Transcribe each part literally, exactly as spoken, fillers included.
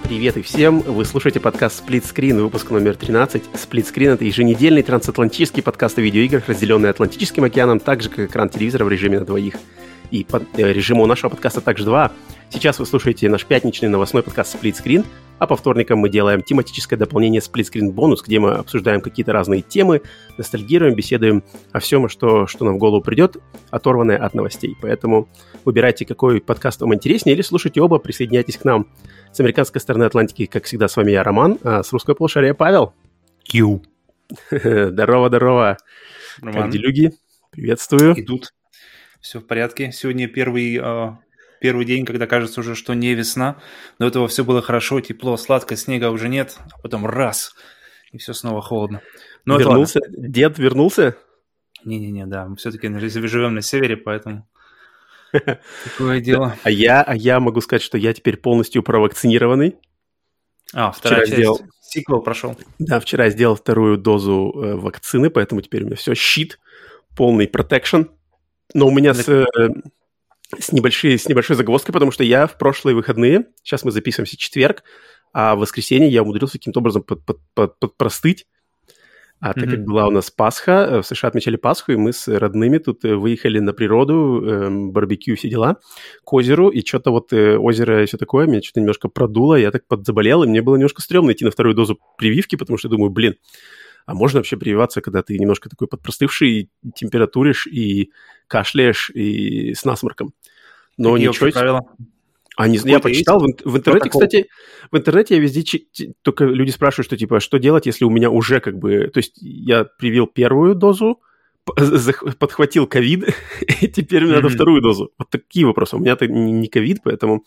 Привет и всем! Вы слушаете подкаст Split Screen, выпуск номер тринадцать. Split Screen — это еженедельный трансатлантический подкаст о видеоиграх, разделенный Атлантическим океаном, так же, как экран телевизора в режиме на двоих. И под, э, режима у нашего подкаста также два. Сейчас вы слушаете наш пятничный новостной подкаст Split Screen, а по вторникам мы делаем тематическое дополнение Split Screen бонус, где мы обсуждаем какие-то разные темы, ностальгируем, беседуем о всем, что, что нам в голову придет, оторванное от новостей. Поэтому выбирайте, какой подкаст вам интереснее, или слушайте оба, присоединяйтесь к нам. С американской стороны Атлантики, как всегда, с вами я, Роман, а с русского полушария Павел. Кью. Здорово-здорово. Как делюги? Приветствую. Идут. Все в порядке. Сегодня первый, э, первый день, когда кажется уже, что не весна. До этого все было хорошо, тепло, сладко, снега уже нет. А потом раз, и все снова холодно. Но вернулся? Дед вернулся? Не-не-не, да. Мы все-таки живем на севере, поэтому... Такое дело. А я, а я могу сказать, что я теперь полностью провакцинированный. А, вторая вчера часть. Сделал... Сиквел прошел. Да, вчера я сделал вторую дозу э, вакцины, поэтому теперь у меня все щит, полный протекшн. Но у меня с, э, с, небольшой, с небольшой загвоздкой, потому что я в прошлые выходные, сейчас мы записываемся четверг, а в воскресенье я умудрился каким-то образом под, под, под, подпростыть. А так mm-hmm. как была у нас Пасха, в США отмечали Пасху, и мы с родными тут выехали на природу, э, барбекю, все дела, к озеру, и что-то вот э, озеро и все такое, меня что-то немножко продуло, я так подзаболел, и мне было немножко стрёмно идти на вторую дозу прививки, потому что я думаю, блин, а можно вообще прививаться, когда ты немножко такой подпростывший, температуришь, и кашляешь, и с насморком? Но какие ничего... правила? А не знаю, я почитал в, в интернете, протокол. Кстати, в интернете я везде чи- только люди спрашивают, что типа, что делать, если у меня уже как бы, то есть я привил первую дозу, подхватил ковид, и теперь мне mm-hmm. надо вторую дозу. Вот такие вопросы. У меня-то не ковид, поэтому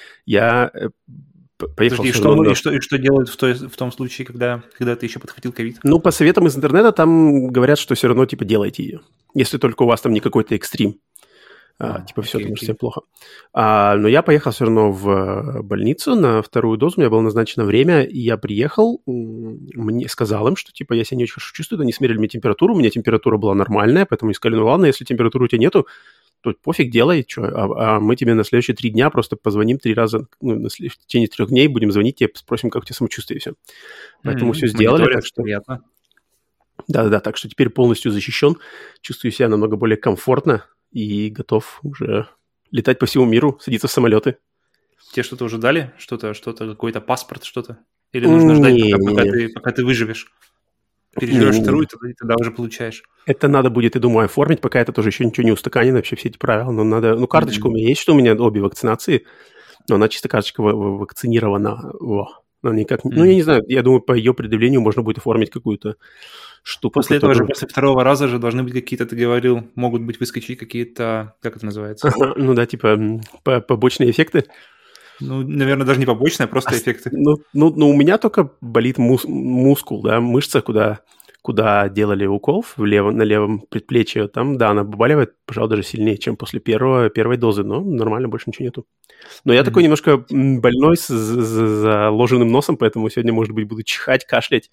я поехал. Подожди, и, что, на... и, что, и что делают в, той, в том случае, когда, когда ты еще подхватил ковид? Ну, по советам из интернета там говорят, что все равно типа делайте ее, если только у вас там не какой-то экстрим. А, типа, все, потому что всем плохо. А, но я поехал все равно в больницу на вторую дозу, у меня было назначено время, и я приехал, мне сказал им, что, типа, я себя не очень хорошо чувствую, они смерили мне температуру, у меня температура была нормальная, поэтому они сказали, ну ладно, если температуры у тебя нету, то пофиг, делай, что, а, а мы тебе на следующие три дня просто позвоним три раза, ну, на след... в течение трех дней будем звонить тебе, спросим, как у тебя самочувствие, и все. Поэтому mm-hmm. все сделали, так что... Приятно. Да-да-да, так что теперь полностью защищен, чувствую себя намного более комфортно, и готов уже летать по всему миру, садиться в самолеты. Тебе что-то уже дали? Что-то, что-то, какой-то паспорт, что-то? Или нужно ждать, не, пока, не, пока, не. Ты, пока ты выживешь? Переживешь вторую, тогда, тогда уже получаешь. Это надо будет, я думаю, оформить, пока это тоже еще ничего не устаканено, вообще все эти правила. Но надо, ну, карточка mm-hmm. у меня есть, что у меня обе вакцинации, но она чисто карточка вакцинирована. Во. Но никак, mm-hmm. ну, я не знаю, я думаю, по ее предъявлению можно будет оформить какую-то штуку. После этого же, после второго раза же должны быть какие-то, ты говорил, могут быть выскочить какие-то, как это называется? Ну да, типа побочные эффекты. Ну, наверное, даже не побочные, а просто а, эффекты. Ну, ну, ну, у меня только болит мус- мускул, да, мышца, куда, куда делали укол в лев, на левом предплечье. Там, да, она побаливает, пожалуй, даже сильнее, чем после первого, первой дозы, но нормально, больше ничего нету. Но я mm-hmm. такой немножко больной, с, с, с заложенным носом, поэтому сегодня, может быть, буду чихать, кашлять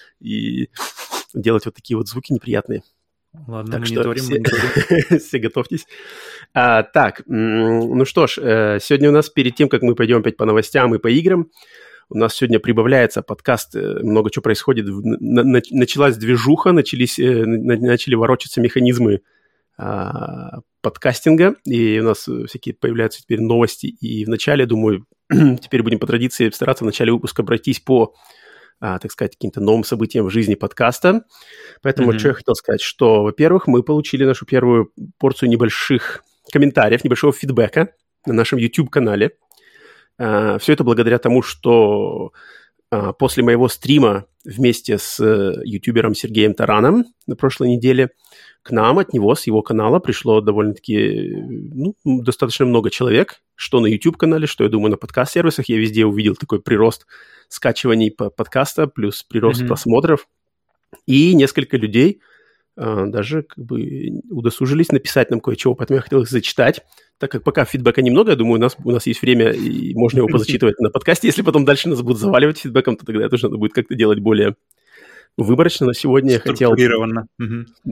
и делать вот такие вот звуки неприятные. Ладно, так мониторим, что мониторим. все готовьтесь. А, так, ну что ж, сегодня у нас перед тем, как мы пойдем опять по новостям и по играм, у нас сегодня прибавляется подкаст, много чего происходит. Началась движуха, начались, начали ворочаться механизмы а, подкастинга, и у нас всякие появляются теперь новости. И вначале, думаю, теперь будем по традиции стараться в начале выпуска пройтись по А, так сказать, каким-то новым событиям в жизни подкаста. Поэтому mm-hmm. что я хотел сказать, что, во-первых, мы получили нашу первую порцию небольших комментариев, небольшого фидбэка на нашем YouTube-канале. А, все это благодаря тому, что а, после моего стрима вместе с а, ютубером Сергеем Тараном на прошлой неделе к нам от него, с его канала, пришло довольно-таки, ну, достаточно много человек, что на YouTube-канале, что, я думаю, на подкаст-сервисах. Я везде увидел такой прирост скачиваний по подкаста, плюс прирост mm-hmm. просмотров. И несколько людей а, даже как бы удосужились написать нам кое-чего, поэтому я хотел их зачитать. Так как пока фидбэка немного, я думаю, у нас, у нас есть время, и можно его позачитывать на подкасте. Если потом дальше нас будут заваливать фидбэком, то тогда тоже надо будет как-то делать более выборочно. На сегодня я хотел... Структурированно.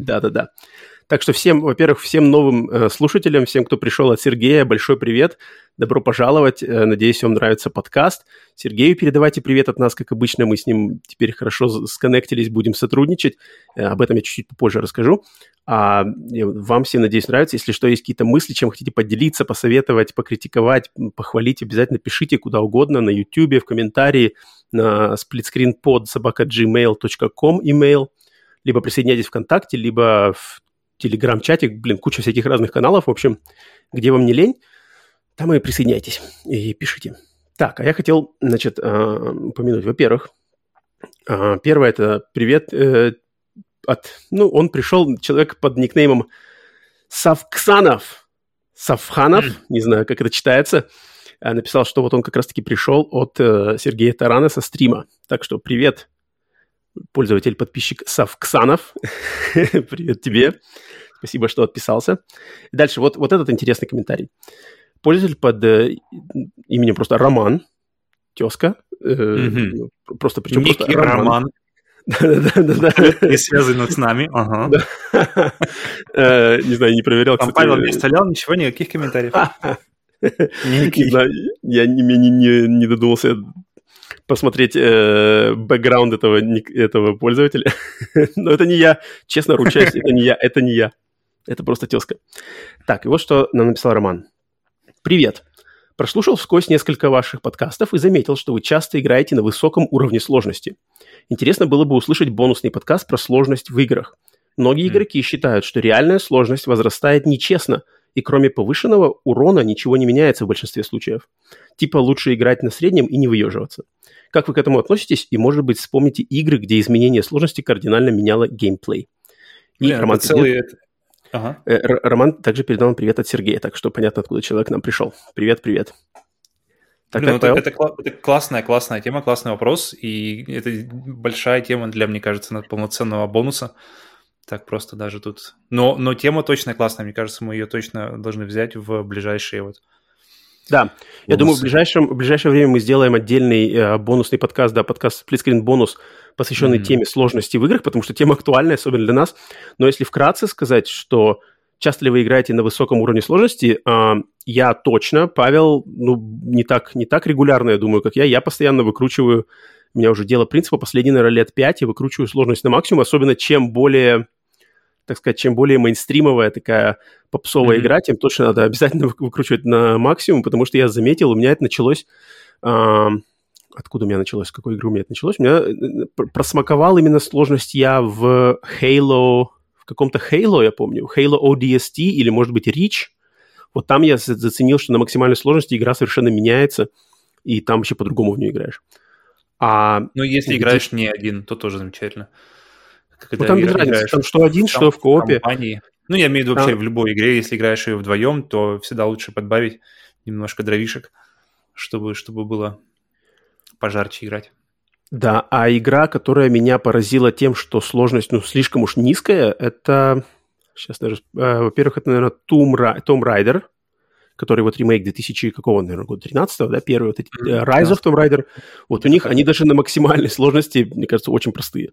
Да-да-да. Так что всем, во-первых, всем новым э, слушателям, всем, кто пришел от Сергея, большой привет. Добро пожаловать. Надеюсь, вам нравится подкаст. Сергею передавайте привет от нас, как обычно. Мы с ним теперь хорошо сконнектились, будем сотрудничать. Об этом я чуть-чуть попозже расскажу. А вам всем, надеюсь, нравится. Если что, есть какие-то мысли, чем хотите поделиться, посоветовать, покритиковать, похвалить, обязательно пишите куда угодно, на YouTube, в комментарии, на splitscreenpod собака gmail точка com email, либо присоединяйтесь ВКонтакте, либо в Телеграм-чате, блин, куча всяких разных каналов, в общем, где вам не лень, там и присоединяйтесь и пишите. Так, а я хотел, значит, упомянуть, во-первых, первое – это привет от, ну, он пришел, человек под никнеймом Савксанов, Савханов, mm. не знаю, как это читается, написал, что вот он как раз-таки пришел от Сергея Тарана со стрима. Так что привет, пользователь-подписчик Савксанов, привет тебе. Спасибо, что отписался. Дальше, вот, вот этот интересный комментарий. Пользователь под э, именем просто Роман, тезка. Э, mm-hmm. Просто, причем Ник просто Роман. Да-да-да. И связано с нами. Не знаю, не проверял, кстати. Там Павел не вставлял ничего, никаких комментариев. Не знаю, я не додумался посмотреть э, бэкграунд этого, этого пользователя. Но это не я. Честно ручаюсь, это не я. Это не я. Это просто тезка. Так, и вот что нам написал Роман. Привет. Прослушал вскользь несколько ваших подкастов и заметил, что вы часто играете на высоком уровне сложности. Интересно было бы услышать бонусный подкаст про сложность в играх. Многие mm. игроки считают, что реальная сложность возрастает нечестно, и кроме повышенного урона ничего не меняется в большинстве случаев. Типа лучше играть на среднем и не выеживаться. Как вы к этому относитесь? И, может быть, вспомните игры, где изменение сложности кардинально меняло геймплей. И Блин, Роман, это целый... Ага. Р- Роман также передал нам привет от Сергея, так что понятно, откуда человек к нам пришел. Привет-привет. Так, Блин, так, это, это, это классная, классная тема, классный вопрос, и это большая тема для, мне кажется, полноценного бонуса. Так просто даже тут... Но, но тема точно классная, мне кажется, мы ее точно должны взять в ближайшие вот... Да, бонусы. Я думаю, в, ближайшем, в ближайшее время мы сделаем отдельный э, бонусный подкаст, да, подкаст Splitscreen бонус, посвященный mm-hmm. теме сложности в играх, потому что тема актуальная, особенно для нас. Но если вкратце сказать, что часто ли вы играете на высоком уровне сложности, э, я точно, Павел, ну, не так, не так регулярно, я думаю, как я. Я постоянно выкручиваю, у меня уже дело принципа, последние, наверное, лет пять, я выкручиваю сложность на максимум, особенно чем более... так сказать, чем более мейнстримовая такая попсовая mm-hmm. игра, тем точно надо обязательно выкручивать на максимум, потому что я заметил, у меня это началось... Э, откуда у меня началось? С какой игры у меня это началось? У меня просмаковал именно сложность я в Halo... В каком-то Halo, я помню. Halo о ди эс ти или, может быть, Reach. Вот там я заценил, что на максимальной сложности игра совершенно меняется, и там вообще по-другому в нее играешь. А... Ну, если где... играешь не один, то тоже замечательно. Когда ну, там без разницы, там что один, в что в коопе. Компании. Ну, я имею в виду вообще там... в любой игре, если играешь ее вдвоем, то всегда лучше подбавить немножко дровишек, чтобы, чтобы было пожарче играть. Да, а игра, которая меня поразила тем, что сложность, ну, слишком уж низкая, это, сейчас даже, э, во-первых, это, наверное, Tomb, Ra- Tomb Raider, который вот ремейк две тысячи, какого, наверное, года, тринадцатого, да, первый, вот эти, э, Rise of Tomb Raider, вот у них, они даже на максимальной сложности, мне кажется, очень простые.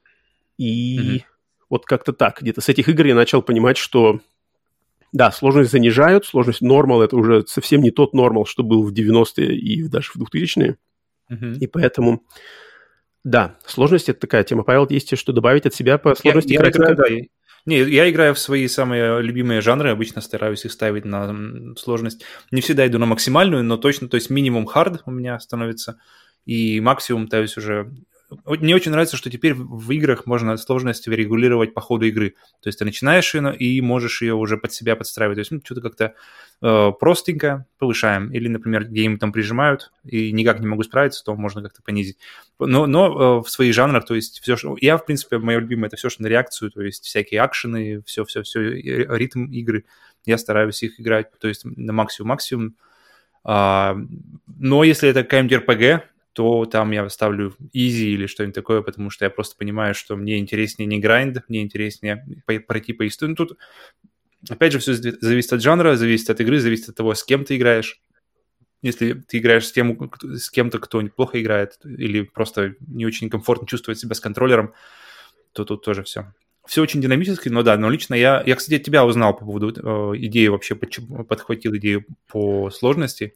И mm-hmm. вот как-то так, где-то с этих игр я начал понимать, что, да, сложность занижают, сложность нормал, это уже совсем не тот нормал, что был в девяностые и даже в двухтысячные. Mm-hmm. И поэтому, да, сложность – это такая тема. Павел, есть что добавить от себя по сложности? Я, я играю, да. Не, я играю в свои самые любимые жанры, обычно стараюсь их ставить на сложность. Не всегда иду на максимальную, но точно, то есть минимум хард у меня становится, и максимум, то есть уже... Мне очень нравится, что теперь в играх можно сложность регулировать по ходу игры. То есть ты начинаешь ее и можешь ее уже под себя подстраивать. То есть ну, что-то как-то э, простенько повышаем. Или, например, гейм там прижимают и никак не могу справиться, то можно как-то понизить. Но, но э, в своих жанрах, то есть все, что... Я, в принципе, мое любимое, это все, что на реакцию, то есть всякие акшены, все-все-все, ритм игры. Я стараюсь их играть, то есть на максимум-максимум. А, но если это какая-нибудь эр пи джи, то там я ставлю easy или что-нибудь такое, потому что я просто понимаю, что мне интереснее не грайнд, мне интереснее пройти по истории. Ну, тут, опять же, все зависит от жанра, зависит от игры, зависит от того, с кем ты играешь. Если ты играешь с, тем, с кем-то, кто плохо играет или просто не очень комфортно чувствует себя с контроллером, то тут тоже все все очень динамически, но да, но лично я, я, кстати, от тебя узнал по поводу э, идеи вообще, почему- подхватил идею по сложности.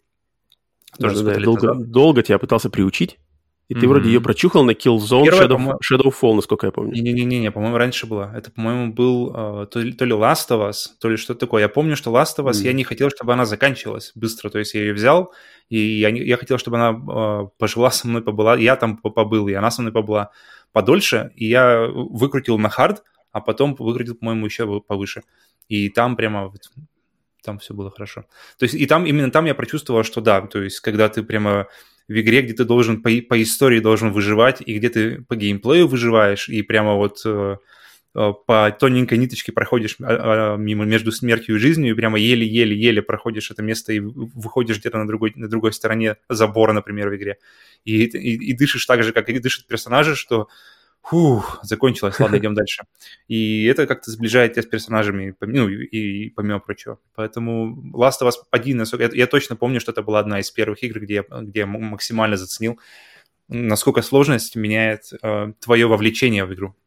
Тоже Да-да-да, я сколько лет долго, назад. долго тебя пытался приучить, и ты вроде ее Мгм. прочухал на Killzone Первое, Shadow, по-моему, Shadowfall, насколько я помню. не-не-не, по-моему, раньше было. Это, по-моему, был э, то ли, то ли Last of Us, то ли что-то такое. Я помню, что Last of Us, я М. не хотел, чтобы она заканчивалась быстро. То есть я ее взял, и я, не- я хотел, чтобы она э, пожила со мной, побыла. Я там по- побыл, и она со мной побыла подольше. И я выкрутил на хард, а потом выкрутил, по-моему, еще повыше. И там прямо... вот там все было хорошо. То есть и там, именно там я прочувствовал, что да, то есть когда ты прямо в игре, где ты должен по, по истории должен выживать, и где ты по геймплею выживаешь, и прямо вот э, э, по тоненькой ниточке проходишь а, а, мимо между смертью и жизнью, и прямо еле-еле-еле проходишь это место и выходишь где-то на другой, на другой стороне забора, например, в игре. И, и, и дышишь так же, как и дышат персонажи, что фух, закончилось, ладно, идем дальше. И это как-то сближает тебя с персонажами, ну, и, и помимо прочего. Поэтому Last of Us один, я, я точно помню, что это была одна из первых игр, где я, где я максимально заценил, насколько сложность меняет э, твое вовлечение в игру.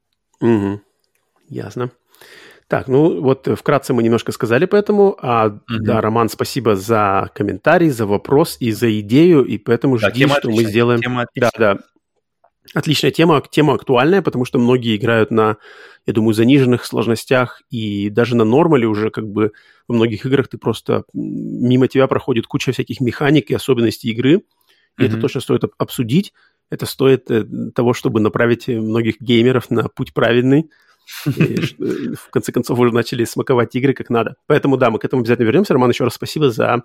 Угу. Ясно. Так, ну вот вкратце мы немножко сказали по этому. А, Мгм. да, Роман, спасибо за комментарий, за вопрос и за идею, и поэтому Да, жди, тема что мы отличная, сделаем... тема Да, отличная. да. Отличная тема, тема актуальная, потому что многие играют на, я думаю, заниженных сложностях, и даже на нормале уже как бы во многих играх ты просто мимо тебя проходит куча всяких механик и особенностей игры, и это Мгм. точно стоит об- обсудить. Это стоит э, того, чтобы направить многих геймеров на путь правильный, и ш- э, в конце концов уже начали смаковать игры как надо. Поэтому да, мы к этому обязательно вернемся. Роман, еще раз спасибо за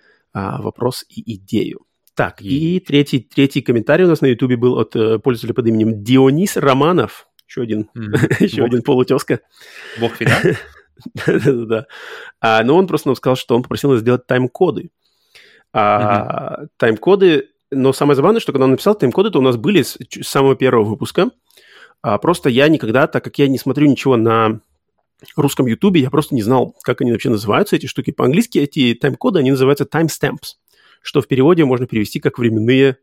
а, вопрос и идею. Так, и И- третий, третий комментарий у нас на Ютубе был от э, пользователя под именем Дионис Романов. Еще один, Мгм. еще Бог, один полутезка. бог вина? Да-да-да. А, но он просто нам сказал, что он попросил нас сделать тайм-коды. Мгм. А, тайм-коды, но самое забавное, что когда он написал тайм-коды, то у нас были с, ч- с самого первого выпуска. А, просто я никогда, так как я не смотрю ничего на русском Ютубе, я просто не знал, как они вообще называются, эти штуки. По-английски эти тайм-коды, они называются timestamps, что в переводе можно перевести как временные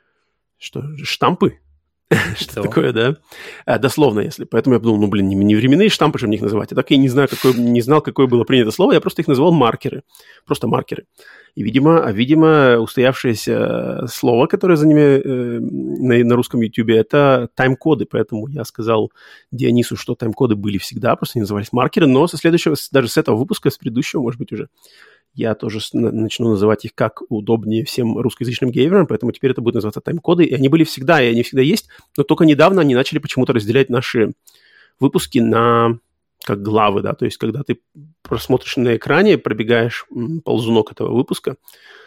что, штампы. Что Что? такое, да? А, дословно, если. Поэтому я подумал, ну, блин, не, не временные штампы же мне их называть. А так я не знаю, какое, не знал, какое было принято слово, я просто их называл маркеры. Просто маркеры. И, видимо, а, видимо устоявшееся слово, которое за ними э, на, на русском ютубе, это тайм-коды. Поэтому я сказал Дионису, что тайм-коды были всегда, просто они назывались маркеры. Но со следующего, даже с этого выпуска, с предыдущего, может быть, уже я тоже с- на- начну называть их как удобнее всем русскоязычным геймерам, поэтому теперь это будет называться тайм-коды. И они были всегда, и они всегда есть, но только недавно они начали почему-то разделять наши выпуски на как главы, да, то есть когда ты просмотришь на экране, пробегаешь м, ползунок этого выпуска,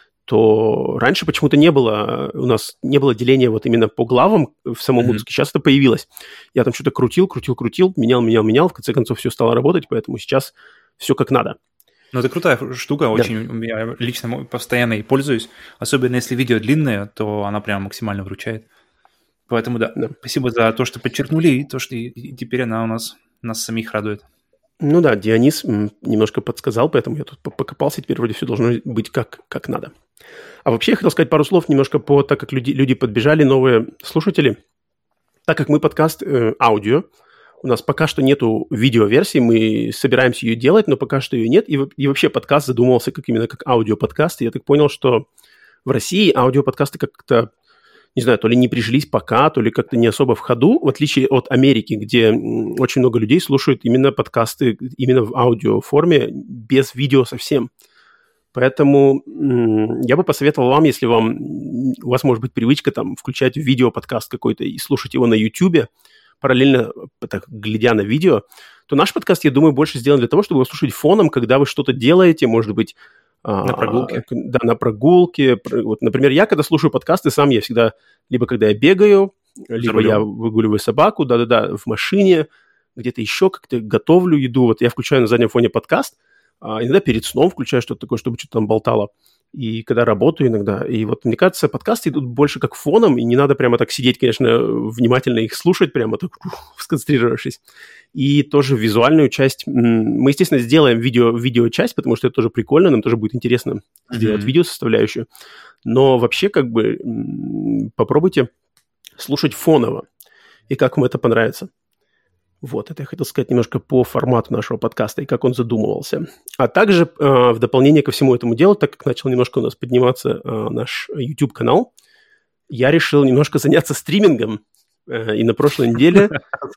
то раньше почему-то не было, у нас не было деления вот именно по главам в самом Мгм. выпуске, сейчас это появилось. Я там что-то крутил, крутил, крутил, менял, менял, менял, в конце концов все стало работать, поэтому сейчас все как надо. Ну, это крутая штука, Да. очень, я лично постоянно ей пользуюсь, особенно если видео длинное, то она прям максимально вручает. Поэтому да, Да. спасибо за то, что подчеркнули, и то, что и- и теперь она у нас, нас самих радует. Ну да, Дионис м, немножко подсказал, поэтому я тут по- покопался, теперь вроде все должно быть как, как надо. А вообще я хотел сказать пару слов немножко по, так как люди, люди подбежали, новые слушатели. Так как мы подкаст э, аудио, у нас пока что нету видеоверсии, мы собираемся ее делать, но пока что ее нет. И, во- и вообще подкаст задумывался как именно как аудиоподкаст. И я так понял, что в России аудиоподкасты как-то, не знаю, то ли не прижились пока, то ли как-то не особо в ходу, в отличие от Америки, где м, очень много людей слушают именно подкасты именно в аудиоформе, без видео совсем. Поэтому м, я бы посоветовал вам, если вам, м, у вас может быть привычка там включать видео-подкаст какой-то и слушать его на YouTube, параллельно э, так, глядя на видео, то наш подкаст, я думаю, больше сделан для того, чтобы его слушать фоном, когда вы что-то делаете, может быть, На а, прогулке. к- да, на прогулке. Пр- Вот, например, я, когда слушаю подкасты сам, я всегда, либо когда я бегаю, либо я рулем. выгуливаю собаку, да-да-да, в машине, где-то еще как-то готовлю еду. Вот я включаю на заднем фоне подкаст, а, иногда перед сном включаю что-то такое, чтобы что-то там болтало. И когда работаю иногда. И вот, мне кажется, подкасты идут больше как фоном, и не надо прямо так сидеть, конечно, внимательно их слушать, прямо так ух, сконцентрировавшись. И тоже визуальную часть. м, Мы, естественно, сделаем видео, видеочасть, потому что это тоже прикольно, нам тоже будет интересно сделать Мгм. видео составляющую. Но вообще, как бы, м, попробуйте слушать фоново, и как вам это понравится. Вот, это я хотел сказать немножко по формату нашего подкаста и как он задумывался. А также э, в дополнение ко всему этому делу, так как начал немножко у нас подниматься э, наш YouTube-канал, я решил немножко заняться стримингом. Э, и на прошлой неделе,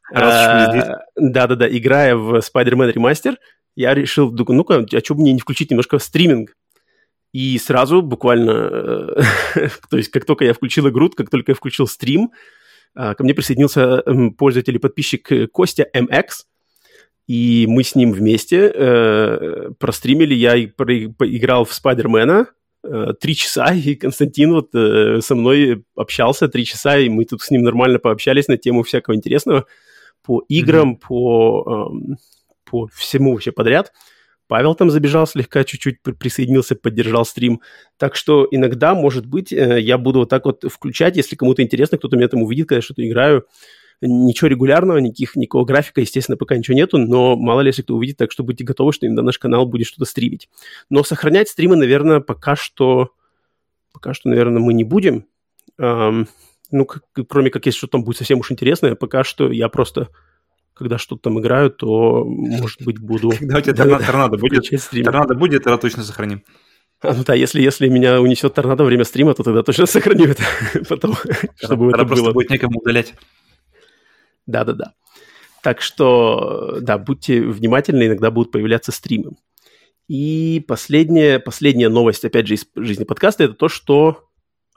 да-да-да, играя в Spider-Man Remaster, я решил, ну-ка, а что бы мне не включить немножко стриминг? И сразу, буквально, то есть как только я включил игру, как только я включил стрим, ко мне присоединился пользователь и подписчик Костя эм экс, и мы с ним вместе э, простримили, я поиграл в Спайдермена э, три часа, и Константин вот э, со мной общался три часа, и мы тут с ним нормально пообщались на тему всякого интересного по играм, mm-hmm. по, э, по всему вообще подряд. Павел там забежал слегка, чуть-чуть присоединился, поддержал стрим. Так что иногда, может быть, я буду вот так вот включать, если кому-то интересно, кто-то меня там увидит, когда я что-то играю. Ничего регулярного, никаких, никакого графика, естественно, пока ничего нету, но мало ли, если кто увидит, так что будьте готовы, что именно наш канал будет что-то стримить. Но сохранять стримы, наверное, пока что, пока что, наверное, мы не будем. Эм, ну, как, кроме как, если что-то там будет совсем уж интересное, пока что я просто... Когда что-то там играю, то, может быть, буду... Когда у тебя торнадо, торнадо будет, торнадо будет, тогда точно сохраним. А, ну да, если, если меня унесет торнадо во время стрима, то тогда точно сохраню это, потом, чтобы тогда это просто было. Будет некому удалять. Да-да-да. Так что, да, будьте внимательны, иногда будут появляться стримы. И последняя, последняя новость, опять же, из жизни подкаста, это то, что э,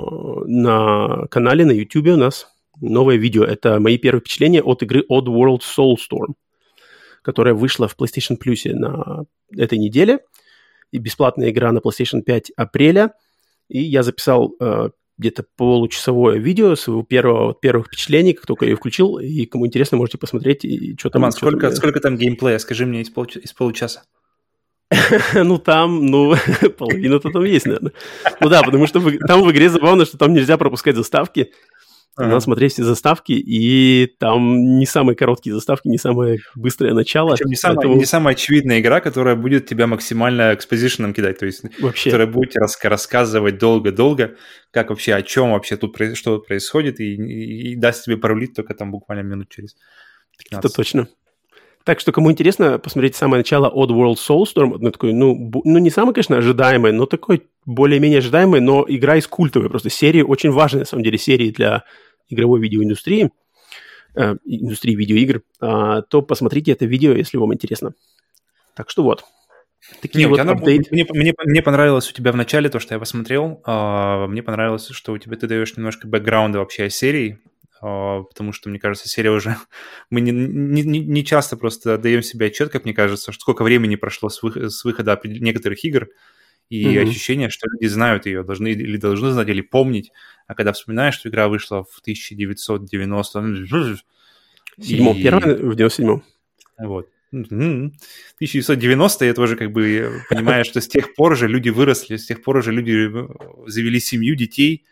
на канале на YouTube у нас... новое видео. Это мои первые впечатления от игры Oddworld Soulstorm, которая вышла в PlayStation Plus на этой неделе. И бесплатная игра на PlayStation пять апреля. И я записал э, где-то получасовое видео своего первого, первых впечатлений, как только я ее включил. И кому интересно, можете посмотреть. И что там, Роман, что сколько, там... сколько там геймплея? Скажи мне из, получ... из получаса. Ну, там, ну, половина-то там есть, наверное. Ну да, потому что там в игре забавно, что там нельзя пропускать заставки. Uh-huh. Надо смотреть все заставки, и там не самые короткие заставки, не самое быстрое начало. Причем не самая, поэтому... не самая очевидная игра, которая будет тебя максимально экспозишеном кидать, то есть вообще. Которая будет рас- рассказывать долго-долго, как вообще, о чем вообще тут, что тут происходит, и, и, и даст тебе паролить только там буквально минут через пятнадцать. Это точно. Так что, кому интересно, посмотрите самое начало Oddworld Soulstorm. Ну, такой, ну, бу- ну, не самый, конечно, ожидаемый, но такой более-менее ожидаемый, но игра из культовой. Просто серии очень важной, на самом деле, серии для игровой видеоиндустрии, э, индустрии видеоигр. А, то посмотрите это видео, если вам интересно. Так что вот. Такие Не, вот апдейты. Мне, мне, мне понравилось у тебя в начале то, что я посмотрел. А, мне понравилось, что у тебя ты даешь немножко бэкграунда вообще о серии. Потому что, мне кажется, серия уже... Мы не, не, не часто просто даем себе отчет, как мне кажется, что сколько времени прошло с, вы, с выхода некоторых игр, и mm-hmm. ощущение, что люди знают ее, должны или должны знать, или помнить. А когда вспоминаешь, что игра вышла в тысяча девятьсот девяностом... Седьмом, и... первая в девяносто седьмом. Вот. тысяча девятьсот девяностый, это уже как бы понимаешь, что с тех пор же люди выросли, с тех пор же люди завели семью, детей,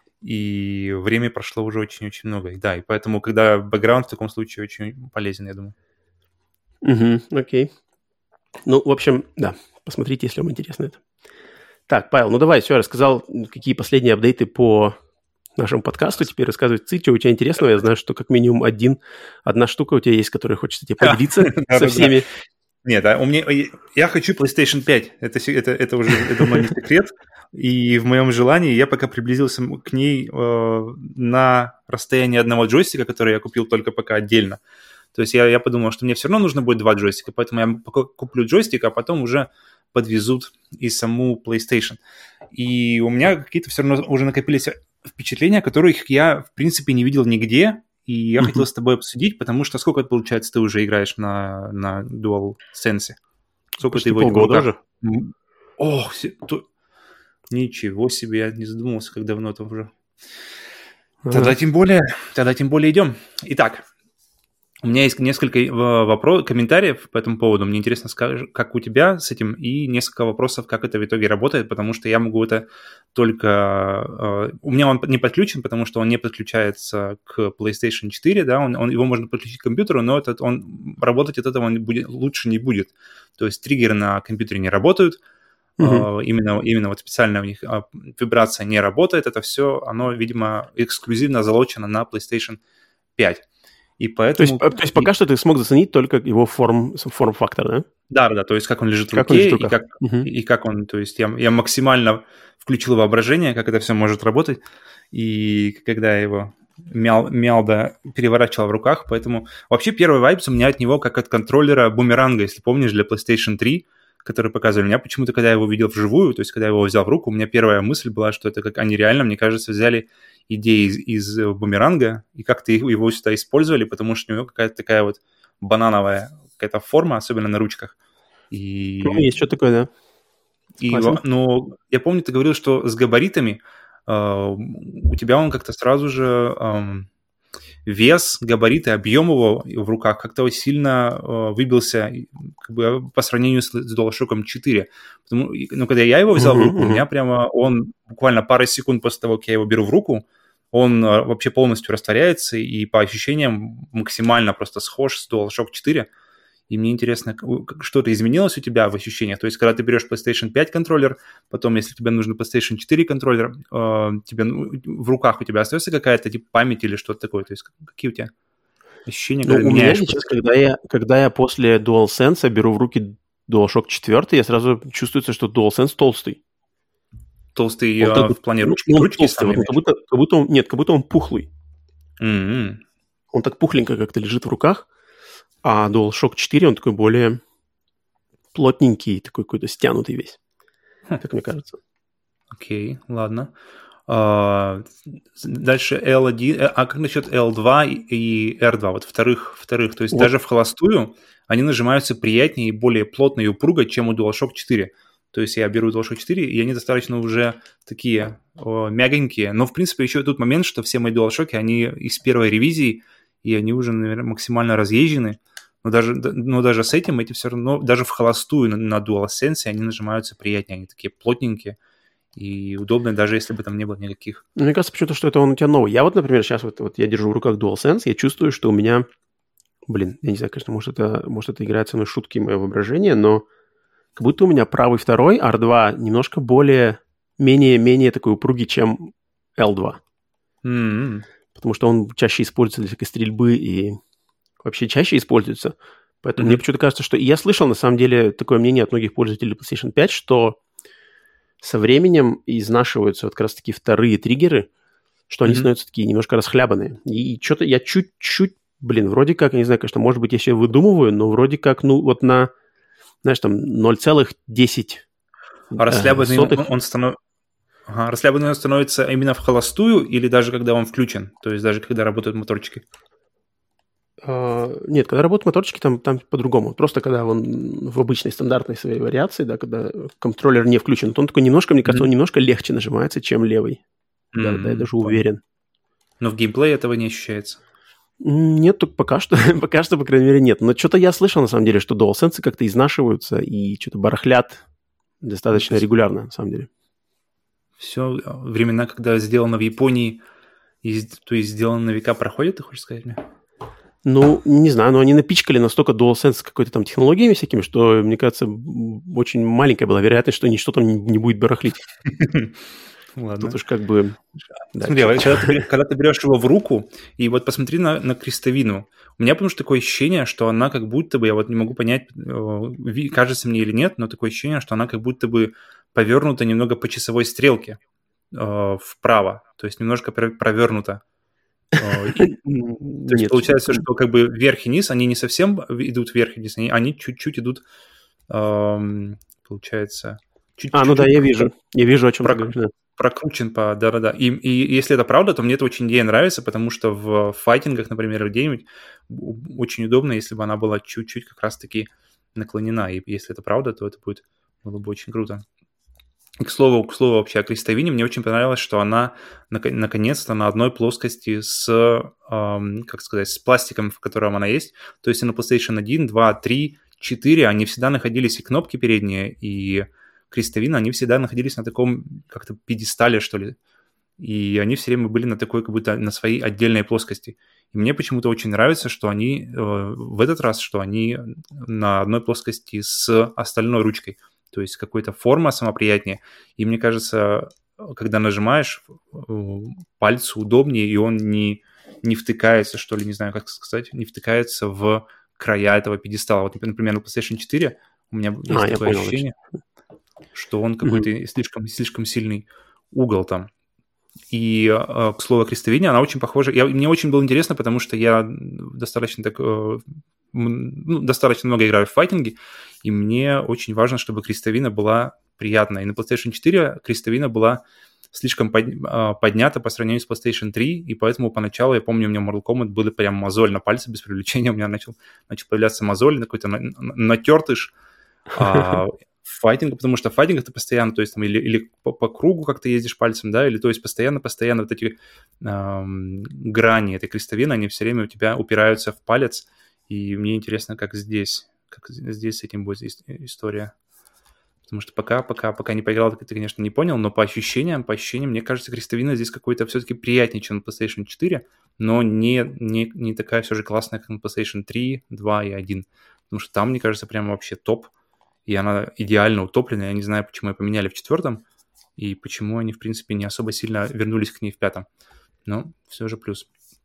и время прошло уже очень-очень много. Да, и поэтому, когда бэкграунд в таком случае очень полезен, я думаю. Угу, окей. Ну, в общем, да, посмотрите, если вам интересно это. Так, Павел, ну давай, все, я рассказал, какие последние апдейты по нашему подкасту. Теперь рассказывай ты, что у тебя интересного. Я знаю, что как минимум один, одна штука у тебя есть, которая хочется тебе поделиться со всеми. Нет, а у меня, я хочу PlayStation пять. Это, это, это уже давно не секрет. И в моем желании я пока приблизился к ней э, на расстоянии одного джойстика, который я купил только пока отдельно. То есть я, я подумал, что мне все равно нужно будет два джойстика, поэтому я пока куплю джойстик, а потом уже подвезут и саму PlayStation. И у меня какие-то все равно уже накопились впечатления, которых я, в принципе, не видел нигде. И я mm-hmm. хотел с тобой обсудить, потому что сколько, получается, ты уже играешь на, на DualSense? Сколько почти ты его полгода уже? О, то... Ничего себе, я не задумывался, как давно это уже. Uh-huh. Тогда тем более, тогда тем более идем. Итак, у меня есть несколько вопросов, комментариев по этому поводу. Мне интересно, как у тебя с этим, и несколько вопросов, как это в итоге работает, потому что я могу это только... У меня он не подключен, потому что он не подключается к PlayStation четыре, да, он, он, его можно подключить к компьютеру, но этот, он, работать от этого он будет, лучше не будет. То есть триггеры на компьютере не работают, Uh-huh. Именно, именно вот специально у них вибрация не работает. Это все, оно, видимо, эксклюзивно залочено на PlayStation пять. И поэтому... То есть, то есть пока что ты смог заценить только его форм, форм-фактор, да? Да, да, то есть как он лежит в Как руке, он лежит в и, как, угу. и как он... То есть я, я максимально включил воображение, как это все может работать, и когда я его мял, мял да, переворачивал в руках, поэтому... Вообще первый вайбс у меня от него как от контроллера бумеранга, если помнишь, для PlayStation три, который показывали. У меня почему-то, когда я его видел вживую, то есть когда я его взял в руку, у меня первая мысль была, что это как они реально, мне кажется, взяли идеи из, из бумеранга и как-то его сюда использовали, потому что у него какая-то такая вот банановая какая-то форма, особенно на ручках. И... Ну, есть что-то такое, да. И, но я помню, ты говорил, что с габаритами э, у тебя он как-то сразу же... Э, вес, габариты, объем его в руках как-то сильно э, выбился как бы, по сравнению с, с DualShock четыре. Потому, ну, когда я его взял uh-huh, в руку, uh-huh. у меня прямо он буквально пара секунд после того, как я его беру в руку, он э, вообще полностью растворяется и по ощущениям максимально просто схож с DualShock четыре. И мне интересно, что-то изменилось у тебя в ощущениях? То есть, когда ты берешь PlayStation пять контроллер, потом, если тебе нужен PlayStation четыре контроллер, э, тебе ну, в руках у тебя остается какая-то типа память или что-то такое? То есть, какие у тебя ощущения, ну, когда у меняешь? Меня сейчас, когда я, когда я после DualSense беру в руки DualShock четыре, я сразу чувствуется, что DualSense толстый. Толстый он э, так, в плане ручки? Ну, ручки толстый, вот, как, будто, как будто он, нет, как будто он пухлый. Mm-hmm. Он так пухленько как-то лежит в руках. А DualShock четыре, он такой более плотненький, такой какой-то стянутый весь, хм. как мне кажется. Окей, okay, ладно. Uh, дальше эл один, а как насчет эл два и эр два, вот вторых, вторых, то есть вот. Даже в холостую они нажимаются приятнее и более плотно и упруго, чем у DualShock четыре. То есть я беру DualShock четыре, и они достаточно уже такие о, мягенькие, но в принципе еще тут момент, что все мои DualShock, они из первой ревизии, и они уже, наверное, максимально разъезжены. Но даже, но даже с этим эти все равно, даже в холостую на, на DualSense они нажимаются приятнее, они такие плотненькие и удобные, даже если бы там не было никаких. Мне кажется почему-то, что это он у тебя новый. Я вот, например, сейчас вот, вот я держу в руках DualSense, я чувствую, что у меня, блин, я не знаю, конечно, может это, может это играет со мной шутки и мое воображение, но как будто у меня правый второй ар два немножко более, менее, менее такой упругий, чем эл два. Mm-hmm. Потому что он чаще используется для всякой стрельбы и вообще чаще используется. Поэтому mm-hmm. мне почему-то кажется, что... И я слышал, на самом деле, такое мнение от многих пользователей PlayStation пять, что со временем изнашиваются вот как раз-таки вторые триггеры, что они mm-hmm. становятся такие немножко расхлябанные. И что-то я чуть-чуть, блин, вроде как, я не знаю, конечно, может быть, я себе выдумываю, но вроде как, ну, вот на, знаешь, там, ноль целых десять А расхлябанный э, он, он становится... Ага, расхлябанный он становится именно в холостую или даже когда он включен? То есть даже когда работают моторчики? Uh, нет, когда работают моторчики, там, там по-другому. Просто когда он в обычной стандартной своей вариации, да, когда контроллер не включен, то он такой немножко, мне кажется, mm-hmm. он немножко легче нажимается, чем левый. Mm-hmm. Да, да, я даже уверен. Но в геймплее этого не ощущается? Нет, только пока что, пока что, по крайней мере, нет. Но что-то я слышал, на самом деле, что DualSense как-то изнашиваются и что-то барахлят достаточно mm-hmm. регулярно, на самом деле. Все, времена, когда сделано в Японии, и, то есть сделано на века, проходит, ты хочешь сказать мне? Ну, не знаю, но они напичкали настолько DualSense какой-то там технологиями всякими, что, мне кажется, очень маленькая была вероятность, что ничто там не, не будет барахлить. Ладно. Тут уж как бы... Смотри, да, когда, ты, когда ты берешь его в руку, и вот посмотри на, на крестовину. У меня потому что такое ощущение, что она как будто бы, я вот не могу понять, кажется мне или нет, но такое ощущение, что она как будто бы повернута немного по часовой стрелке э, вправо, то есть немножко провернута. То есть получается, что как бы вверх и низ, они не совсем идут вверх и вниз, они чуть-чуть идут, получается... А, ну да, я вижу, я вижу, о чем ты говоришь. Прокручен по... Да-да-да. И, и если это правда, то мне это очень идея нравится, потому что в файтингах, например, где-нибудь очень удобно, если бы она была чуть-чуть как раз-таки наклонена. И если это правда, то это будет, было бы очень круто. И, к слову, к слову вообще о крестовине, мне очень понравилось, что она наконец-то на одной плоскости с, эм, как сказать, с пластиком, в котором она есть. То есть на PlayStation один, два, три, четыре они всегда находились и кнопки передние, и крестовина, они всегда находились на таком как-то пьедестале, что ли. И они все время были на такой, как будто на своей отдельной плоскости. И мне почему-то очень нравится, что они э, в этот раз, что они на одной плоскости с остальной ручкой. То есть какая-то форма самоприятнее. И мне кажется, когда нажимаешь, пальцу удобнее, и он не, не втыкается, что ли, не знаю, как сказать, не втыкается в края этого пьедестала. Вот, например, на PlayStation четыре у меня есть а, такое понял, ощущение, что он какой-то mm-hmm. слишком, слишком сильный угол там. И, к слову о крестовине, она очень похожа. Я, мне очень было интересно, потому что я достаточно так, ну, достаточно много играю в файтинге, и мне очень важно, чтобы крестовина была приятная. И на PlayStation четыре крестовина была слишком под, поднята по сравнению с PlayStation три, и поэтому поначалу, я помню, у меня в Mortal Kombat были прям мозоль на пальце без привлечения, у меня начал, начал появляться мозоль, какой-то натертыш а, файтинга, потому что файтинг это постоянно, то есть там или, или по, по кругу как-то ездишь пальцем, да, или то есть постоянно-постоянно вот эти эм, грани этой крестовины, они все время у тебя упираются в палец, и мне интересно, как здесь, как здесь с этим будет история. Потому что пока, пока, пока не поиграл, так это, конечно, не понял, но по ощущениям, по ощущениям, мне кажется, крестовина здесь какой-то все-таки приятнее, чем на PlayStation четыре, но не, не, не такая все же классная, как на PlayStation три, два и один. Потому что там, мне кажется, прям вообще топ, и она идеально утопленная. Я не знаю, почему ее поменяли в четвертом, и почему они, в принципе, не особо сильно вернулись к ней в пятом. Но все же плюс.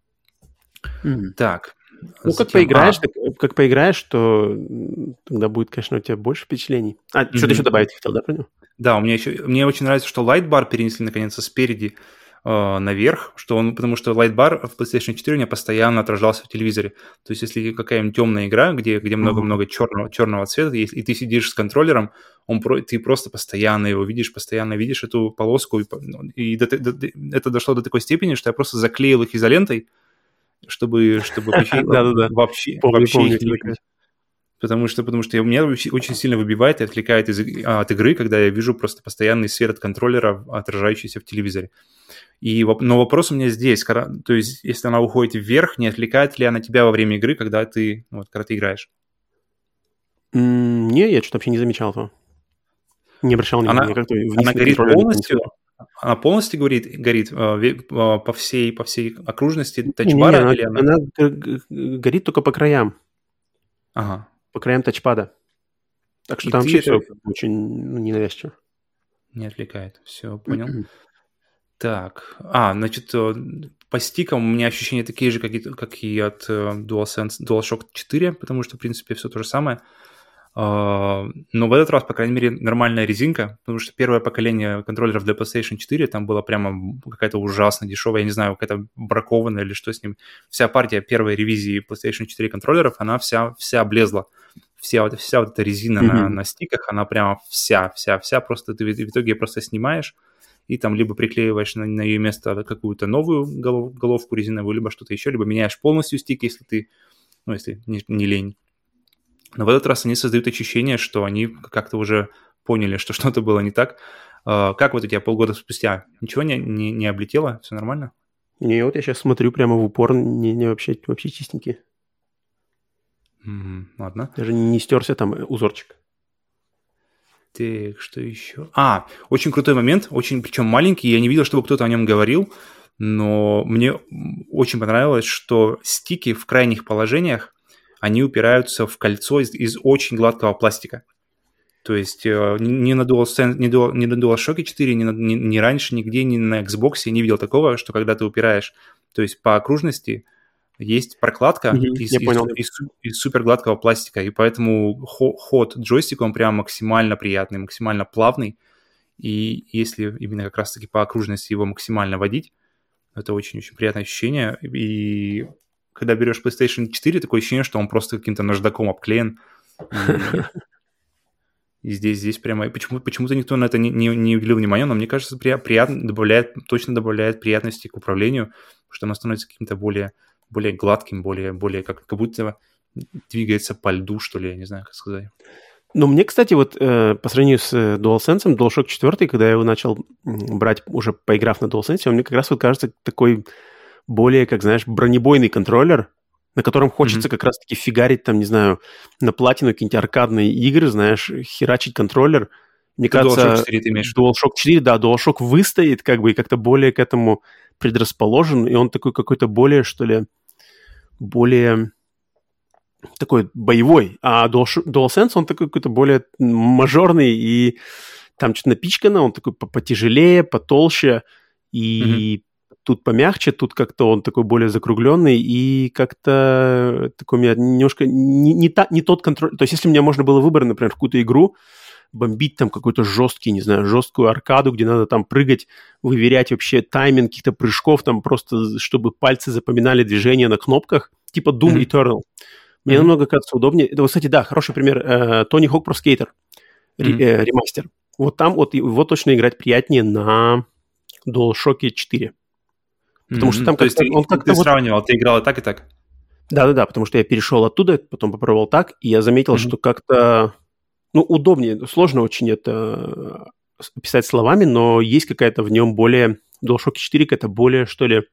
Mm. Так. Ну, затем... как поиграешь, а. так, как поиграешь, то тогда будет, конечно, у тебя больше впечатлений. А, mm-hmm. что-то еще добавить хотел, да, про него? Да, у меня еще, мне очень нравится, что лайтбар перенесли, наконец-то, спереди э, наверх, что он, потому что лайтбар в PlayStation четыре у меня постоянно отражался в телевизоре. То есть, если какая-нибудь темная игра, где, где много-много mm-hmm. черного, черного цвета, и, и ты сидишь с контроллером, он, ты просто постоянно его видишь, постоянно видишь эту полоску, и, и до, до, до, это дошло до такой степени, что я просто заклеил их изолентой, чтобы, чтобы вообще, вообще, помню, вообще помню, их не видеть. Потому что, потому что меня очень сильно выбивает и отвлекает из, от игры, когда я вижу просто постоянный свет от контроллера, отражающийся в телевизоре. И, но вопрос у меня здесь, когда, то есть если она уходит вверх, не отвлекает ли она тебя во время игры, когда ты, вот, когда ты играешь? Mm, не, я что-то вообще не замечал этого. Не обращал внимания. Она, как-то она горит полностью? Она полностью горит, горит по, всей, по всей окружности тачбара? Не, не, или она, она... она горит только по краям. Ага. По краям тачпада. Так что И там вообще это... все очень ну, ненавязчиво. Не отвлекает. Все, понял. Mm-hmm. Так. А, значит, по стикам у меня ощущения такие же, как и, как и от DualSense, DualShock четыре, потому что, в принципе, все то же самое. Но в этот раз, по крайней мере, нормальная резинка, потому что первое поколение контроллеров для PlayStation четыре, там была прямо какая-то ужасно дешевая, я не знаю, какая-то бракованная или что с ним. Вся партия первой ревизии PlayStation четыре контроллеров, она вся, вся облезла. Вся, вся вот эта резина mm-hmm. на, на стиках, она прямо вся, вся, вся. Просто ты в итоге ее просто снимаешь и там либо приклеиваешь на, на ее место какую-то новую голов, головку резиновую, либо что-то еще, либо меняешь полностью стик, если ты, ну, если не, не лень. Но в этот раз они создают ощущение, что они как-то уже поняли, что что-то было не так. Как вот у тебя полгода спустя? Ничего не, не, не облетело? Все нормально? Не, вот я сейчас смотрю прямо в упор, не, не вообще, вообще чистенькие. Mm, ладно. Даже не стерся там узорчик. Так, что еще? А, очень крутой момент, очень, причем маленький. Я не видел, чтобы кто-то о нем говорил, но мне очень понравилось, что стики в крайних положениях они упираются в кольцо из, из очень гладкого пластика. То есть э, ни на DualSense, ни, Dual, ни на DualShock четыре, ни, на, ни, ни раньше, нигде, ни на Xbox я не видел такого, что когда ты упираешь, то есть по окружности есть прокладка mm-hmm, из, из, из, из супер гладкого пластика, и поэтому ход джойстика, он прям максимально приятный, максимально плавный, и если именно как раз-таки по окружности его максимально водить, это очень-очень приятное ощущение, и... Когда берешь PlayStation четыре, такое ощущение, что он просто каким-то наждаком обклеен. И, и здесь, здесь прямо... Почему, почему-то никто на это не, не, не уделил внимания, но мне кажется, при, приятно, добавляет, точно добавляет приятности к управлению, потому что оно становится каким-то более, более гладким, более, более как, как будто двигается по льду, что ли, я не знаю, как сказать. Ну, мне, кстати, вот э, по сравнению с DualSense, DualShock четыре, когда я его начал брать, уже поиграв на DualSense, он мне как раз вот кажется такой... более, как знаешь, бронебойный контроллер, на котором хочется mm-hmm. как раз-таки фигарить, там, не знаю, на платину какие-нибудь аркадные игры, знаешь, херачить контроллер. Мне Ты кажется, DualShock четыре ты имеешь? DualShock четыре, да, DualShock выстоит, как бы, и как-то более к этому предрасположен, и он такой какой-то более, что ли, более такой боевой. А DualShock, DualSense, он такой какой-то более мажорный, и там что-то напичкано, он такой потяжелее, потолще, и... Mm-hmm. тут помягче, тут как-то он такой более закругленный, и как-то такой у меня немножко не, не, та, не тот контроль. То есть если у меня можно было выбрать, например, какую-то игру, бомбить там какой-то жесткий, не знаю, жесткую аркаду, где надо там прыгать, выверять вообще тайминг каких-то прыжков, там просто, чтобы пальцы запоминали движения на кнопках, типа Doom mm-hmm. Eternal. Мне mm-hmm. намного кажется удобнее. Это, вот, кстати, да, хороший пример. Tony Hawk Pro Skater mm-hmm. э, ремастер. Вот там вот его точно играть приятнее на DualShock четыре. Потому mm-hmm. что там То есть ты, он как-то... Ты вот... сравнивал, ты играл и так, и так? Да-да-да, потому что я перешел оттуда, потом попробовал так, и я заметил, mm-hmm. что как-то... Ну, удобнее, сложно очень это описать словами, но есть какая-то в нем более... DualShock четыре это более, что ли...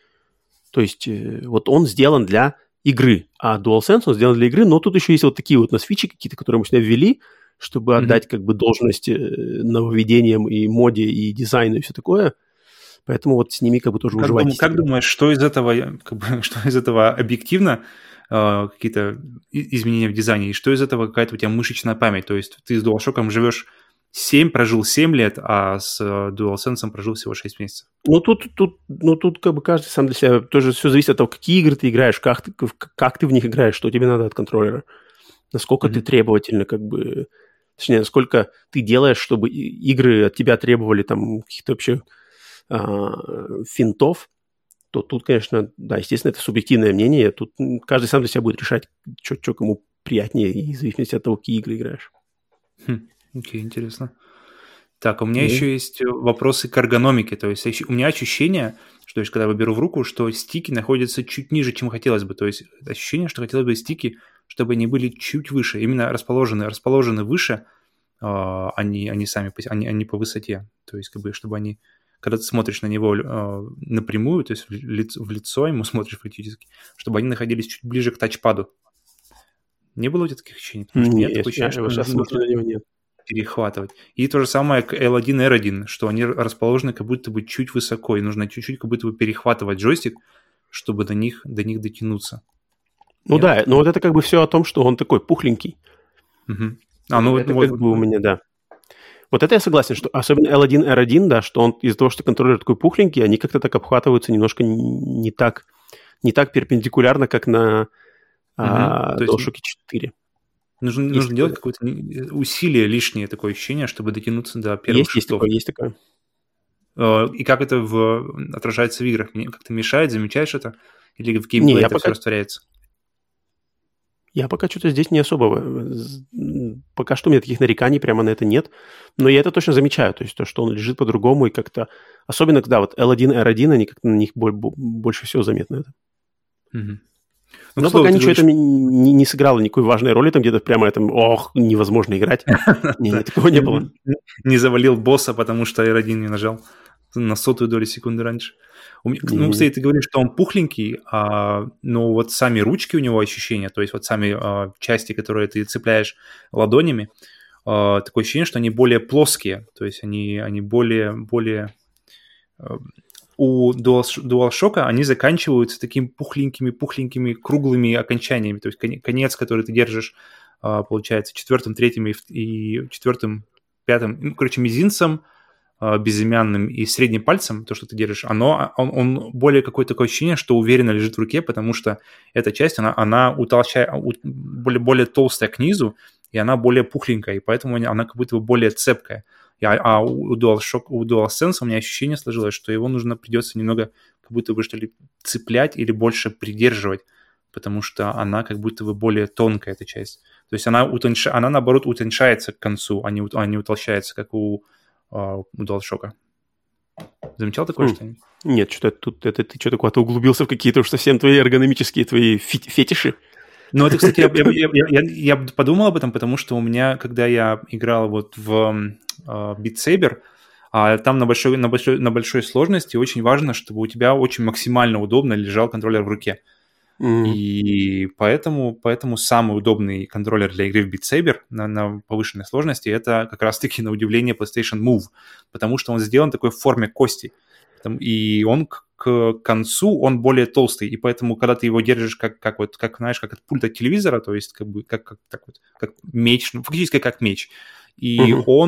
То есть вот он сделан для игры, а DualSense он сделан для игры, но тут еще есть вот такие вот насвичи какие-то, которые мы сюда ввели, чтобы mm-hmm. отдать как бы должность нововведениям и моде, и дизайну, и все такое. Поэтому вот с ними как бы тоже как уживайтесь. Дум, как думаешь, что из этого, как бы, что из этого объективно э, какие-то изменения в дизайне, и что из этого какая-то у тебя мышечная память? То есть ты с DualShock живешь семь, прожил семь лет, а с DualSense прожил всего шесть месяцев. Ну тут, тут, ну, тут как бы каждый сам для себя, тоже все зависит от того, какие игры ты играешь, как ты, как ты в них играешь, что тебе надо от контроллера, насколько mm-hmm. ты требовательно как бы... Точнее, насколько ты делаешь, чтобы игры от тебя требовали там каких-то вообще а, финтов, то тут, конечно, да, естественно, это субъективное мнение. Тут каждый сам для себя будет решать, что кому приятнее, и в зависимости от того, какие игры играешь. Хм, окей, интересно. Так, у меня mm-hmm. еще есть вопросы к эргономике. То есть у меня ощущение, что есть, когда я беру в руку, что стики находятся чуть ниже, чем хотелось бы. То есть ощущение, что хотелось бы стики, чтобы они были чуть выше, именно расположены, расположены выше, э, они, они сами по, они, они по высоте. То есть как бы, чтобы они, когда ты смотришь на него э, напрямую, то есть в лицо, в лицо ему смотришь фактически, чтобы они находились чуть ближе к тачпаду. Не было у тебя таких ощущений? Потому что нет, нет, такое ощущение, я, что я сейчас смотрю на него, нет. Перехватывать. И то же самое к эл один эр один, что они расположены как будто бы чуть высоко, и нужно чуть-чуть как будто бы перехватывать джойстик, чтобы до них, до них дотянуться. Ну Нет? да, но вот это как бы все о том, что он такой пухленький. Угу. А, ну это вот, как бы у меня, да. Вот это я согласен, что особенно эл один эр один, да, что он из-за того, что контроллер такой пухленький, они как-то так обхватываются немножко не так, не так перпендикулярно, как на угу. а, DualShock четыре. Нужно, нужно делать какое-то усилие лишнее, такое ощущение, чтобы дотянуться до первых есть, шестов. Есть такое, есть такое. И как это в, отражается в играх? Как-то мешает, замечаешь это? Или в геймплее это пока... все растворяется? Я пока что-то здесь не особо... Пока что у меня таких нареканий прямо на это нет. Но я это точно замечаю. То есть то, что он лежит по-другому и как-то... Особенно, когда вот эл один эр один, они как-то на них больше всего заметно это. Угу. Ну, Но пока ничего говоришь... это не, не сыграло никакой важной роли, там где-то прямо это, ох, невозможно играть. Нет, такого не было. Не завалил босса, потому что эр один не нажал на сотую долю секунды раньше. Ну, кстати, ты говоришь, что он пухленький, но вот сами ручки у него ощущения, то есть вот сами части, которые ты цепляешь ладонями, такое ощущение, что они более плоские, то есть они, они более, более... У DualShock они заканчиваются такими пухленькими-пухленькими круглыми окончаниями. То есть конец, который ты держишь, получается, четвертым, третьим и четвертым, пятым, ну, короче, мизинцем, безымянным и средним пальцем, то, что ты держишь, оно, он, он более какое-то такое ощущение, что уверенно лежит в руке, потому что эта часть, она, она утолщает, более, более толстая к низу, и она более пухленькая, и поэтому она как будто бы более цепкая. А, а у DualShock, у DualSense у меня ощущение сложилось, что его нужно придется немного как будто бы что ли цеплять или больше придерживать, потому что она как будто бы более тонкая, эта часть. То есть она, утоньш... она наоборот утоньшается к концу, а не, а не утолщается, как у, у DualShock. Замечал такое mm. что-нибудь? Нет, что-то тут это ты что-то куда-то углубился в какие-то уж совсем твои эргономические твои фетиши. Ну, это, кстати, я, я, я, я, я подумал об этом, потому что у меня, когда я играл вот в uh, Beat Saber, uh, там на большой, на, большой, на большой сложности очень важно, чтобы у тебя очень максимально удобно лежал контроллер в руке. Mm-hmm. И поэтому, поэтому самый удобный контроллер для игры в Beat Saber на, на повышенной сложности — это как раз-таки, на удивление, PlayStation Move, потому что он сделан такой в форме кости. И он к, к концу, он более толстый, и поэтому, когда ты его держишь как, как вот, как, знаешь, как от пульта телевизора, то есть как бы как, как, так вот, как меч, ну, фактически как меч, и uh-huh. он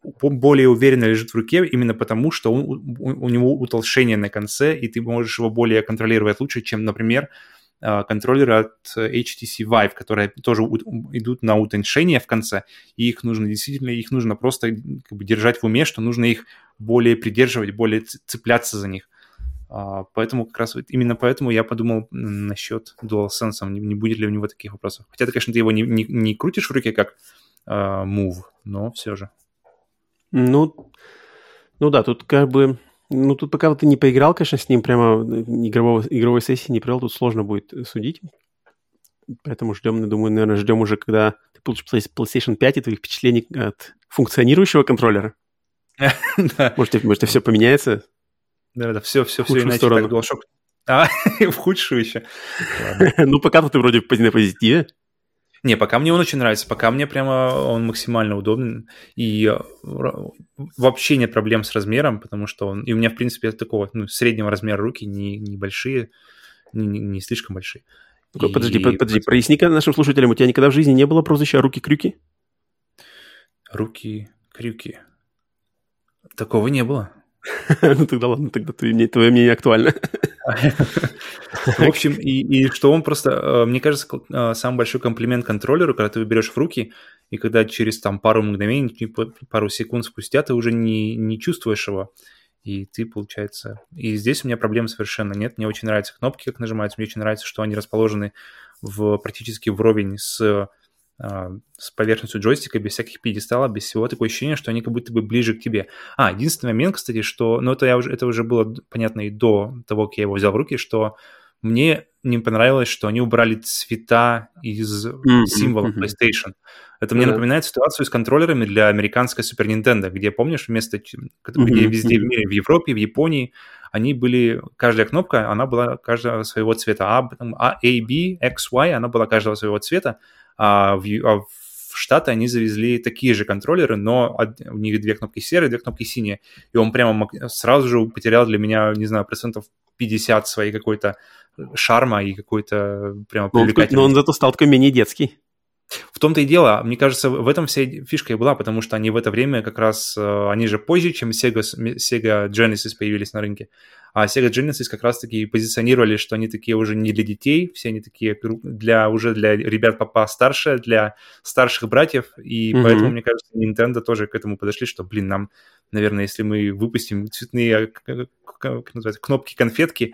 более уверенно лежит в руке именно потому, что он, у, у него утолщение на конце, и ты можешь его более контролировать лучше, чем, например, контроллеры от эйч ти си Vive, которые тоже у, идут на утоньшение в конце, и их нужно действительно, их нужно просто как бы держать в уме, что нужно их более придерживать, более цепляться за них. Поэтому как раз именно поэтому я подумал насчет DualSense, не, не будет ли у него таких вопросов. Хотя, ты, конечно, ты его не, не, не крутишь в руке как uh, Move, но все же. Ну, ну да, тут как бы... Ну, тут пока вот ты не поиграл, конечно, с ним прямо игрового, игровой сессии не провел, тут сложно будет судить. Поэтому ждем, я думаю, наверное, ждем уже, когда ты получишь PlayStation пять и твоих впечатлений от функционирующего контроллера. Может, может, все поменяется? Да-да, все, все, все иначе. Так, DualShock. А, в худшую еще. Ну, пока-то ты вроде на позитиве. Не, пока мне он очень нравится, пока мне прямо он максимально удобен, и вообще нет проблем с размером, потому что он... И у меня, в принципе, такого ну, среднего размера руки, не, не большие, не, не слишком большие. И... Подожди, подожди, проясни-ка нашим слушателям, у тебя никогда в жизни не было прозвища «Руки-крюки»? Руки-крюки. Такого не было. Ну тогда ладно, тогда твое мнение актуально. В общем, и, и что он просто, мне кажется, самый большой комплимент контроллеру, когда ты его берешь в руки, и когда через там пару мгновений, пару секунд спустя ты уже не, не чувствуешь его, и ты, получается... И здесь у меня проблем совершенно нет. Мне очень нравятся кнопки, как нажимаются, мне очень нравится, что они расположены в, практически вровень с... с поверхностью джойстика, без всяких пьедесталов, без всего, такое ощущение, что они как будто бы ближе к тебе. А, единственный момент, кстати, что, ну это, я уже, это уже было понятно и до того, как я его взял в руки, что мне не понравилось, что они убрали цвета из mm-hmm, символов mm-hmm. PlayStation. Это mm-hmm. мне напоминает ситуацию с контроллерами для американской Super Nintendo, где, помнишь, вместо, mm-hmm. где везде mm-hmm. в мире, в Европе, в Японии, они были, каждая кнопка, она была каждого своего цвета. А, потом A, A, B, X, Y, она была каждого своего цвета. А в, а в Штаты они завезли такие же контроллеры, но у них две кнопки серые, две кнопки синие. И он прямо сразу же потерял для меня, не знаю, процентов пятьдесят своей какой-то шарма и какой-то прямо привлекательности. Но он зато стал такой менее детский. В том-то и дело, мне кажется, в этом вся фишка и была, потому что они в это время как раз, они же позже, чем Sega, Sega Genesis появились на рынке, а Sega Genesis как раз-таки позиционировали, что они такие уже не для детей, все они такие для, уже для ребят постарше, для старших братьев, и mm-hmm. поэтому, мне кажется, Nintendo тоже к этому подошли, что, блин, нам, наверное, если мы выпустим цветные, как называется, кнопки-конфетки,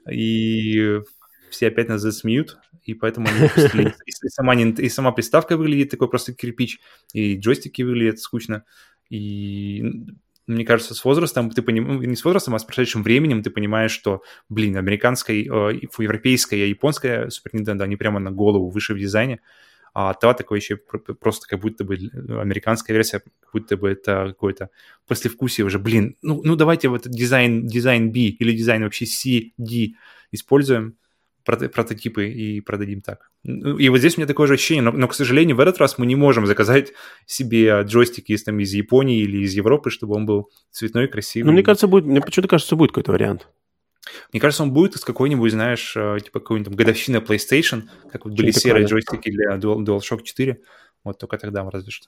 и все опять нас засмеют, и поэтому они выпустили. И сама, и сама приставка выглядит такой просто кирпич, и джойстики выглядят скучно. И мне кажется, с возрастом, ты понимаешь, не с возрастом, а с прошедшим временем ты понимаешь, что, блин, американская, европейская и японская Super Nintendo, они прямо на голову выше в дизайне, а та такой еще просто как будто бы американская версия, как будто бы это какое-то послевкусие уже, блин, ну, ну давайте вот дизайн, дизайн B или дизайн вообще C, D используем, прототипы и продадим так. И вот здесь у меня такое же ощущение, но, но, к сожалению, в этот раз мы не можем заказать себе джойстики из, там, из Японии или из Европы, чтобы он был цветной, красивый. Ну, мне кажется, будет, мне почему-то кажется, будет какой-то вариант. Мне кажется, он будет из какой-нибудь, знаешь, типа какой-нибудь там годовщина PlayStation, как вот были Что серые такое? Джойстики для Dual, DualShock четыре, вот только тогда разве что.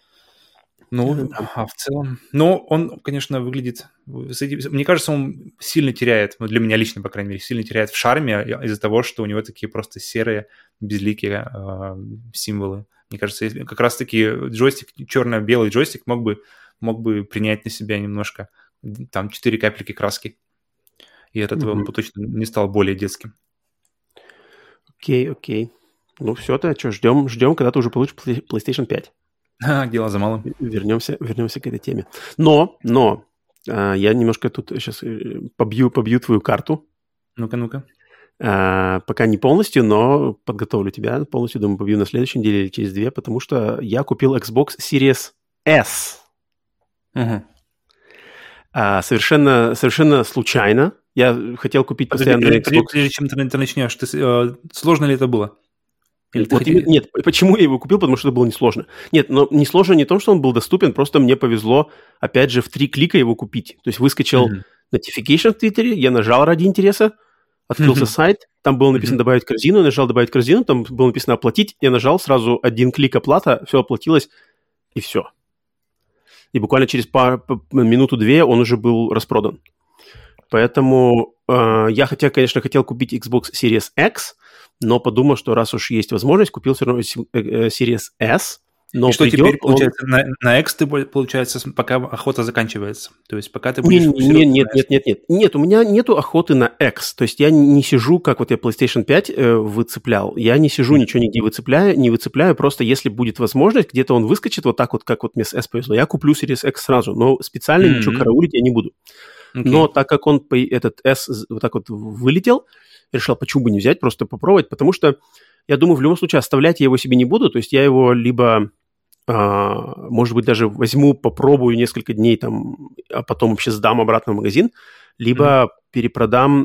Ну, а в целом... Но он, конечно, выглядит... Мне кажется, он сильно теряет, ну, для меня лично, по крайней мере, сильно теряет в шарме из-за того, что у него такие просто серые, безликие э, символы. Мне кажется, если как раз-таки джойстик, черно-белый джойстик мог бы, мог бы принять на себя немножко там четыре капельки краски. И от этого mm-hmm. он бы точно не стал более детским. Окей, okay, окей. Okay. Ну, все-то, что, ждем, ждем, когда ты уже получишь PlayStation пять. А, дело за малым. Вернемся, вернемся к этой теме. Но, но, а, я немножко тут сейчас побью, побью твою карту. Ну-ка, ну-ка. А, пока не полностью, но подготовлю тебя полностью, думаю, побью на следующей неделе или через две, потому что я купил Xbox Series S. Угу. А, совершенно, совершенно случайно. Я хотел купить Подожди, постоянно прежде, Xbox. Прежде чем ты, ты начнешь, ты, э, сложно ли это было? Вот именно, нет, почему я его купил? Потому что это было несложно. Нет, но несложно не то, что он был доступен, просто мне повезло, опять же, в три клика его купить. То есть выскочил mm-hmm. notification в Твиттере, я нажал ради интереса, открылся mm-hmm. сайт, там было написано mm-hmm. «добавить в корзину», я нажал «добавить в корзину», там было написано «оплатить», я нажал сразу один клик оплата, все оплатилось, и все. и буквально через пару, минуту-две он уже был распродан. Поэтому э, я хотя, конечно, хотел купить Xbox Series X, но подумал, что раз уж есть возможность, купил все равно Series S. Но и что придет, теперь, он... получается, на, на X ты, получается, пока охота заканчивается? То есть пока ты будешь... Нет, нет, нет, нет, нет. Нет, у меня нету охоты на X. То есть я не сижу, как вот я PlayStation пять э, выцеплял. Я не сижу, mm-hmm. ничего нигде выцепляю, не выцепляю. Просто если будет возможность, где-то он выскочит вот так вот, как вот мне с S повезло, я куплю Series X сразу. Но специально mm-hmm. ничего караулить я не буду. Okay. Но так как он, этот S вот так вот вылетел, решил, почему бы не взять, просто попробовать, потому что я думаю, в любом случае оставлять я его себе не буду. То есть я его либо... Uh, может быть, даже возьму, попробую несколько дней, там, а потом вообще сдам обратно в магазин, либо mm-hmm. перепродам,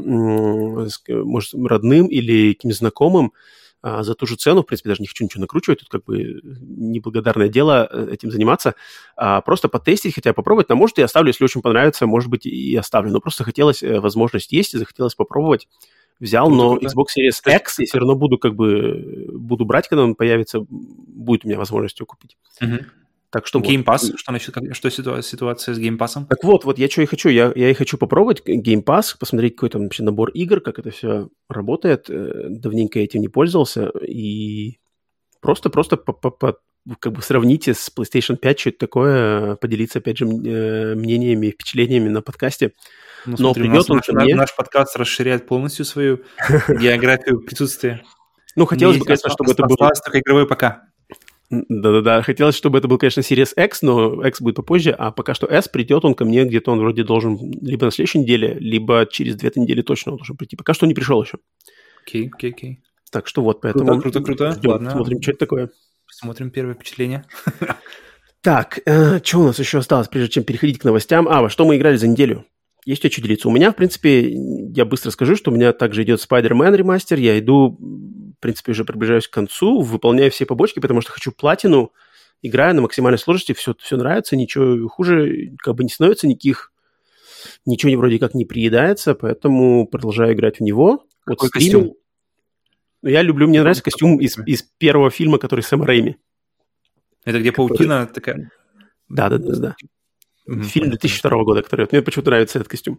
может, родным или каким-то знакомым uh, за ту же цену. В принципе, даже не хочу ничего накручивать, тут как бы неблагодарное дело этим заниматься. Uh, просто потестить, хотя попробовать, а может, и оставлю, если очень понравится, может быть, и оставлю. Но просто хотелось, возможность есть, и захотелось попробовать. Взял, круто, но круто. Xbox Series X я все равно буду как бы буду брать, когда он появится, будет у меня возможность его купить. Угу. Так что Game вот. Pass, что, насчет, что ситуация, ситуация с Game Pass? Так вот, вот я что и хочу, я, я и хочу попробовать Game Pass, посмотреть какой-то вообще набор игр, как это все работает. Давненько я этим не пользовался, и просто-просто как бы сравните с PlayStation пять, что это такое, поделиться, опять же, мнениями, впечатлениями на подкасте. Ну, но смотри, придет он наш, мне... наш подкаст расширяет полностью свою географию присутствия. Ну, хотелось бы, конечно, чтобы это было... Осталось только игровой ПК. Да-да-да, хотелось, чтобы это был, конечно, Series X, но X будет попозже, а пока что S придет он ко мне, где-то он вроде должен либо на следующей неделе, либо через две недели точно он должен прийти. Пока что он не пришел еще. Окей, окей, окей. Так что вот, поэтому... Круто, круто, круто. Ладно. Смотрим, что это такое. Смотрим первое впечатление. Так, э, что у нас еще осталось, прежде чем переходить к новостям? А, во что мы играли за неделю? Есть у тебя что делиться? У меня, в принципе, я быстро скажу, что у меня также идет Spider-Man ремастер. Я иду, в принципе, уже приближаюсь к концу, выполняю все побочки, потому что хочу платину. Играю на максимальной сложности, все, все нравится, ничего хуже как бы не становится, никаких, ничего вроде как не приедается, поэтому продолжаю играть в него. Какой вот костюм? Я люблю, мне нравится костюм из, из первого фильма, который Сэм Рэйми. Это где который... паутина такая? Да-да-да. Mm-hmm. Фильм две тысячи второго года, который... Мне почему-то нравится этот костюм.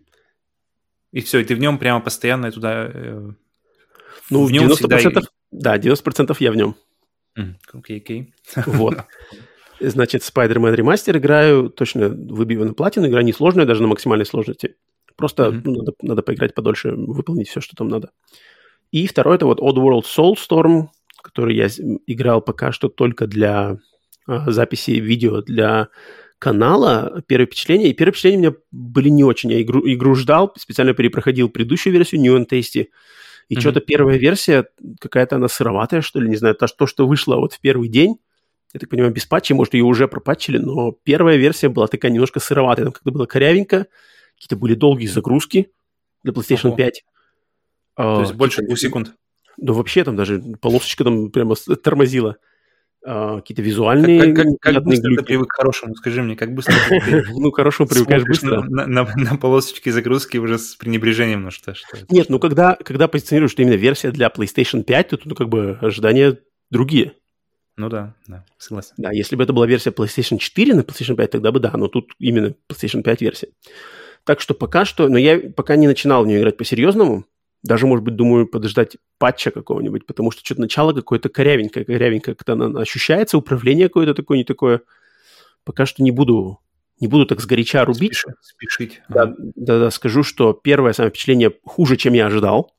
И все, и ты в нем прямо постоянно туда... Э, ну, в нем девяносто процентов... Всегда... Да, девяносто процентов я в нем. Окей, окей. Вот. Значит, Spider-Man ремастер играю, точно выбиваю на платину, игра несложная, даже на максимальной сложности. Просто mm-hmm. ну, надо, надо поиграть подольше, выполнить все, что там надо. И второй, это вот Oddworld Soulstorm, который я играл пока что только для а, записи видео для... канала, первое впечатление. И первое впечатление у меня были не очень. Я игру, игру ждал, специально перепроходил предыдущую версию, New and Tasty. И mm-hmm. что-то первая версия, какая-то она сыроватая, что ли, не знаю. То, то, что вышло вот в первый день, я так понимаю, без патча, может, ее уже пропатчили, но первая версия была такая немножко сыроватая. Там как-то было корявенько, какие-то были долгие загрузки для PlayStation uh-huh. пять. То а, есть больше двух секунд? Да вообще там даже полосочка там прямо тормозила. Uh, какие-то визуальные... Как, как, как быстро глюки. Ты привык к хорошему? Скажи мне, как быстро ты ну, к хорошему привыкаешь быстро. На, на, на полосочке загрузки уже с пренебрежением, ну что? что Нет, ну когда, когда позиционируешь, что именно версия для PlayStation пять, то тут ну, как бы ожидания другие. Ну да, да, согласен. Да, если бы это была версия PlayStation четыре на PlayStation пять, тогда бы да, но тут именно PlayStation пять версия. Так что пока что... Но я пока не начинал в нее играть по-серьезному. Даже, может быть, думаю, подождать патча какого-нибудь, потому что что-то начало какое-то корявенькое, корявенькое, как-то оно ощущается, управление какое-то такое, не такое. Пока что не буду, не буду так сгоряча рубить. Спешить. Спешить. Да, ага. да, да, скажу, что первое самое впечатление хуже, чем я ожидал,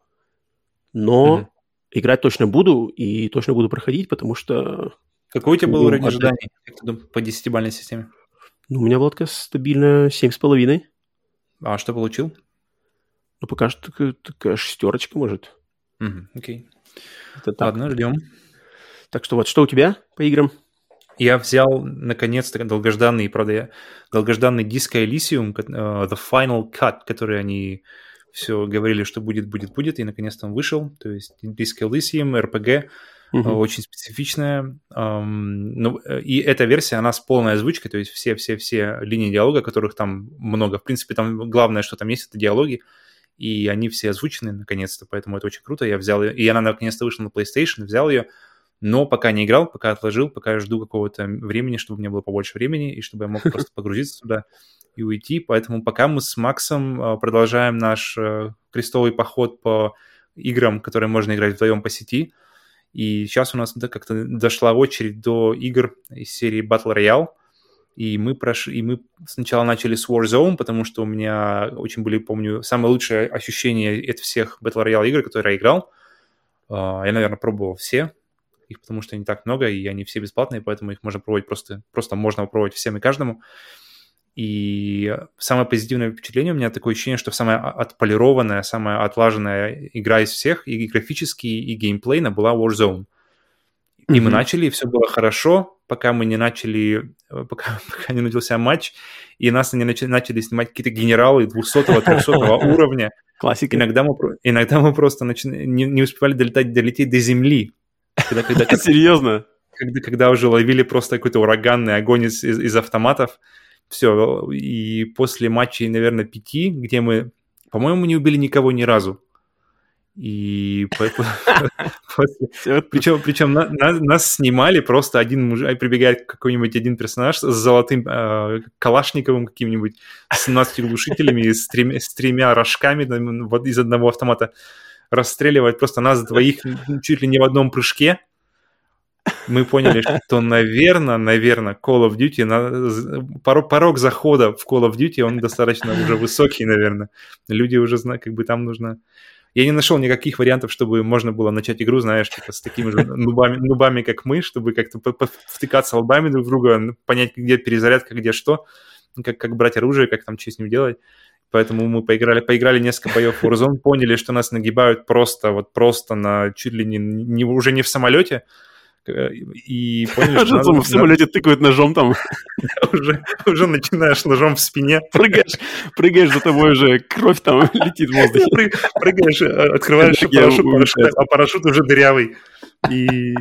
но угу. играть точно буду и точно буду проходить, потому что... Какой у тебя был ну, уровень ожиданий по десятибалльной системе? Ну, у меня была такая стабильная семь с половиной. А что получил? Ну, пока что такая, такая шестерочка, может. Mm-hmm. Окей. Okay. Ладно, ждем. Так что вот, что у тебя по играм? Я взял, наконец-то, долгожданный, правда, я, долгожданный Disco Elysium, uh, The Final Cut, который они все говорили, что будет, будет, будет, и наконец-то он вышел. То есть Disco Elysium, эр пи джи, mm-hmm. uh, очень специфичная. Um, ну, и эта версия, она с полной озвучкой, то есть все-все-все линии диалога, которых там много. В принципе, там главное, что там есть, это диалоги. И они все озвучены, наконец-то, поэтому это очень круто. Я взял ее, и она наконец-то вышла на PlayStation, взял ее. Но пока не играл, пока отложил, пока я жду какого-то времени, чтобы у меня было побольше времени, и чтобы я мог просто погрузиться туда и уйти. Поэтому пока мы с Максом продолжаем наш крестовый поход по играм, которые можно играть вдвоем по сети. И сейчас у нас да, как-то дошла очередь до игр из серии Battle Royale. И мы, прош... и мы сначала начали с Warzone, потому что у меня очень были, помню, самые лучшие ощущения от всех Battle Royale игр, которые я играл. Я, наверное, пробовал все. Их потому что не так много, и они все бесплатные, поэтому их можно пробовать просто, просто можно попробовать всем и каждому. И самое позитивное впечатление у меня такое ощущение, что самая отполированная, самая отлаженная игра из всех, и графически, и геймплейно была Warzone. И mm-hmm. мы начали, и все было хорошо, пока мы не начали, пока, пока не начался матч, и нас не начали, начали снимать какие-то генералы двухсотого-трехсотого уровня. Классика. Иногда мы, иногда мы просто начи... не, не успевали долетать, долететь до земли. Когда, когда, Серьезно? Когда, когда уже ловили просто какой-то ураганный огонь из, из, из автоматов. Все. И после матчей, наверное, пяти, где мы, по-моему, не убили никого ни разу. И после... Причем, причем на, на, нас снимали просто один мужик, прибегает какой-нибудь один персонаж с золотым э, калашниковым каким-нибудь, с семнадцатью глушителями, с тремя, с тремя рожками вот из одного автомата. Расстреливать просто нас двоих чуть ли не в одном прыжке. Мы поняли, что, наверное, наверное, Call of Duty, на, порог, порог захода в Call of Duty, он достаточно уже высокий, наверное. Люди уже знают, как бы там нужно... Я не нашел никаких вариантов, чтобы можно было начать игру, знаешь, типа с такими же нубами, нубами, как мы, чтобы как-то втыкаться лбами друг в друга, понять, где перезарядка, где что, как, как брать оружие, как там что с ним делать. Поэтому мы поиграли, поиграли несколько боев в Warzone, поняли, что нас нагибают просто, вот просто на чуть ли не, не уже не в самолете. И поняли, что надо, в самолете надо... тыкают ножом там. уже, уже начинаешь ножом в спине. Прыгаешь, прыгаешь, за тобой уже кровь там летит в воздухе. Пры, прыгаешь, открываешь парашют, парашют, а парашют уже дырявый. И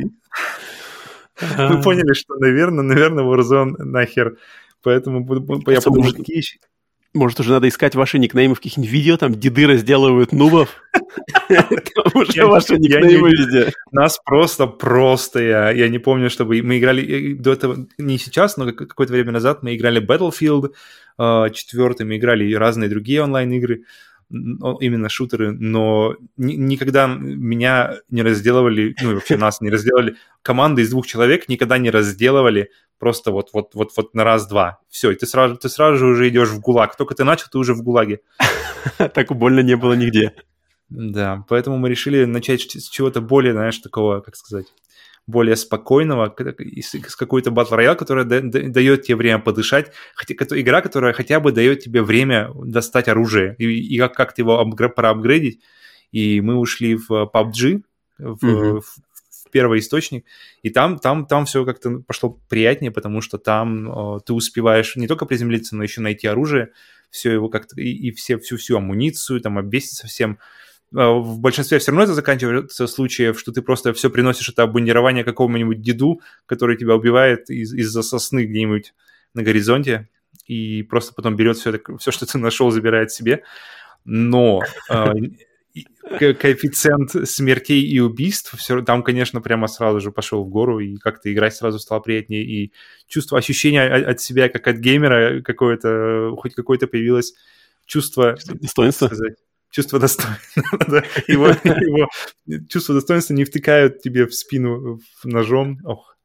мы поняли, что, наверное, наверное, Warzone нахер. Поэтому я подумал, какие еще... Может, уже надо искать ваши никнеймы в каких-нибудь видео, там деды разделывают нубов. Там уже ваши никнеймы везде. Нас просто, просто, я, я не помню, чтобы мы играли до этого, не сейчас, но какое-то время назад мы играли Battlefield четвертый, мы играли разные другие онлайн-игры, именно шутеры, но ни, никогда меня не разделывали, ну и вообще нас не разделывали, команды из двух человек никогда не разделывали просто вот, вот, вот, вот на раз-два. Все, и ты сразу, ты сразу же уже идешь в ГУЛАГ. Только ты начал, ты уже в ГУЛАГе. Так больно не было нигде. Да, поэтому мы решили начать с чего-то более, знаешь, такого, как сказать, более спокойного, с какой-то Battle Royale, которая дает тебе время подышать, хотя, игра, которая хотя бы дает тебе время достать оружие и, и как, как его апгр- проапгрейдить. И мы ушли в пабг, в, mm-hmm. в первый источник, и там, там, там все как-то пошло приятнее, потому что там о, ты успеваешь не только приземлиться, но еще найти оружие, все его как-то, и, и все, всю, всю амуницию, там, обвесить совсем. В большинстве все равно это заканчивается случаев, что ты просто все приносишь это обмундирование какому-нибудь деду, который тебя убивает из- из-за сосны где-нибудь на горизонте, и просто потом берет все, это, все, что ты нашел, забирает себе. Но э, коэффициент смертей и убийств, все, там, конечно, прямо сразу же пошел в гору, и как-то играть сразу стало приятнее, и чувство, ощущение от себя, как от геймера какое-то, хоть какое-то появилось чувство... Достоинства. Чувство достоинства. его, его чувство достоинства не втыкают тебе в спину ножом. Ох.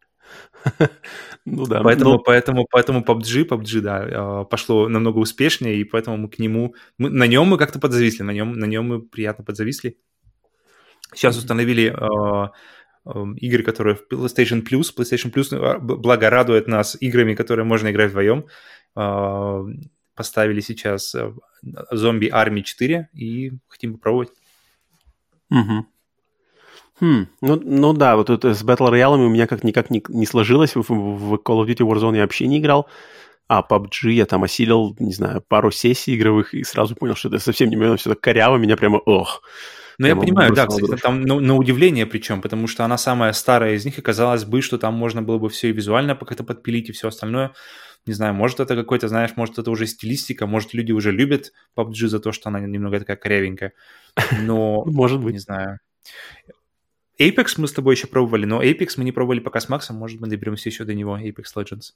Ну да. Поэтому, но... поэтому, поэтому пабг, пабг, да, пошло намного успешнее, и поэтому мы к нему... Мы, на нем мы как-то подзависли, на нем, на нем мы приятно подзависли. Сейчас установили э, э, игры, которые в PlayStation Plus. PlayStation Plus, благо, радует нас играми, которые можно играть вдвоем. Э, поставили сейчас Zombie Army четыре и хотим попробовать. Угу. Хм, ну, ну да, вот это с Battle Royale у меня как никак не, не сложилось. В, в Call of Duty Warzone я вообще не играл. А пабг я там осилил, не знаю, пару сессий игровых и сразу понял, что это совсем не мое, все так коряво, меня прямо ох. Ну, я понимаю, да, кстати, дрожь. Там на, на удивление причем, потому что она самая старая из них, и казалось бы, что там можно было бы все и визуально как-то подпилить, и все остальное. Не знаю, может, это какой-то, знаешь, может, это уже стилистика, может, люди уже любят пабг за то, что она немного такая корявенькая, но... Может быть. Не знаю. Apex мы с тобой еще пробовали, но Apex мы не пробовали пока с Максом, может, мы доберемся еще до него, Apex Legends.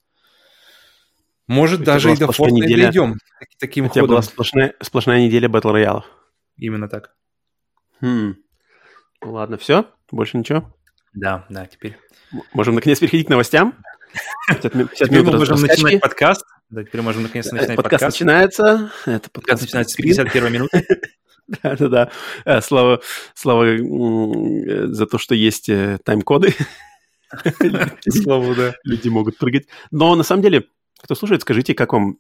Может, даже и до Fortnite неделя... дойдем таким ходом. У тебя была сплошная, сплошная неделя Battle Royale. Именно так. Хм. Ладно, все? Больше ничего? Да, да, теперь. Можем наконец переходить к новостям? пятьдесят минут мы можем начинать подкаст. Да, теперь можем наконец начинать подкаст. Подкаст начинается. Это подкаст начинается с пятьдесят первой минуты. Да-да-да. Слава, слава за то, что есть тайм-коды. Слава, да. Люди могут прыгать. Но на самом деле, кто слушает, скажите, как вам,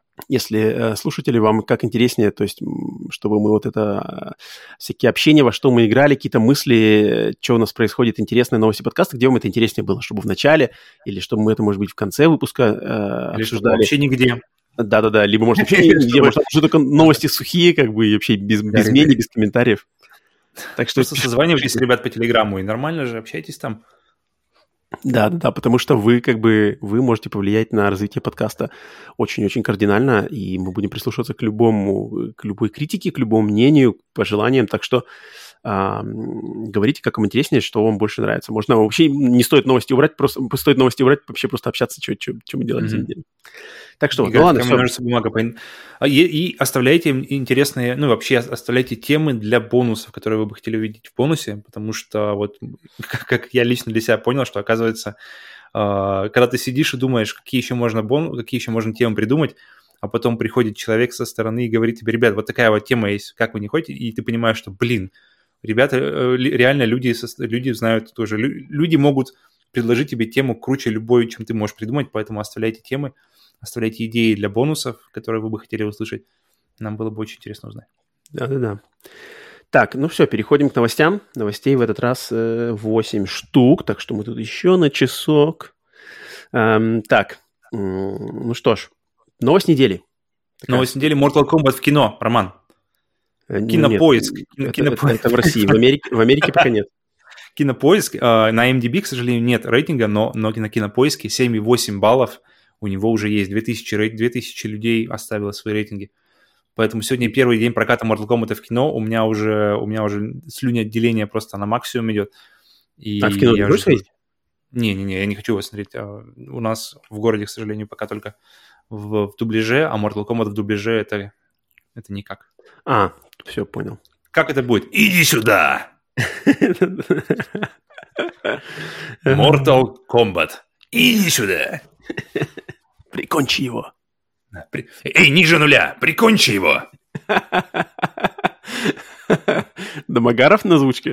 если слушатели, вам как интереснее, то есть, чтобы мы вот это, всякие общения, во что мы играли, какие-то мысли, что у нас происходит, интересные новости подкаста, где вам это интереснее было, чтобы в начале, или чтобы мы это, может быть, в конце выпуска э, или обсуждали. Вообще нигде. Да-да-да, либо, может, вообще нигде, может, уже только новости сухие, как бы, и вообще без, без мнений, без комментариев. Так что просто созванивайтесь, ребят, по Телеграмму, и нормально же, общайтесь там. Да-да-да, потому что вы, как бы, вы можете повлиять на развитие подкаста очень-очень кардинально, и мы будем прислушиваться к любому, к любой критике, к любому мнению, к пожеланиям, так что а, говорите, как вам интереснее, что вам больше нравится. Можно вообще не стоит новости убрать, просто стоит новости убрать, вообще просто общаться, что, что, что мы делаем mm-hmm. за неделю. Так что, ну ладно, все. Ножницы, бумага. И, и оставляйте интересные, ну вообще оставляйте темы для бонусов, которые вы бы хотели увидеть в бонусе, потому что вот как, как я лично для себя понял, что оказывается, э, когда ты сидишь и думаешь, какие еще можно бон... какие еще можно темы придумать, а потом приходит человек со стороны и говорит тебе, ребят, вот такая вот тема есть, как вы не хотите, и ты понимаешь, что, блин, ребята, э, реально люди, люди знают тоже, люди могут предложить тебе тему круче любой, чем ты можешь придумать, поэтому оставляйте темы. Оставляйте идеи для бонусов, которые вы бы хотели услышать. Нам было бы очень интересно узнать. Да-да-да. Так, ну все, переходим к новостям. Новостей в этот раз э, восемь штук, так что мы тут еще на часок. Эм, так, ну что ж, новость недели. Такая. Новость недели Mortal Kombat в кино, Роман. Кинопоиск. Нет, Кинопоиск. Это, это в России, в Америке, в Америке пока нет. Кинопоиск. На ай эм ди би, к сожалению, нет рейтинга, но, но на Кинопоиске семь и восемь баллов. У него уже есть две тысячи, две тысячи людей оставило свои рейтинги. Поэтому сегодня первый день проката Mortal Kombat в кино. У меня уже, у меня уже слюноотделение просто на максимум идет. И а в кино не будешь ходить? Не-не-не, я не хочу его смотреть. У нас в городе, к сожалению, пока только в, в дубляже, а Mortal Kombat в дубляже это, это никак. А, все, понял. Как это будет? Иди сюда! Mortal Kombat. Иди сюда! Прикончи его. При... Эй, ниже нуля, прикончи его. Домогаров на озвучке?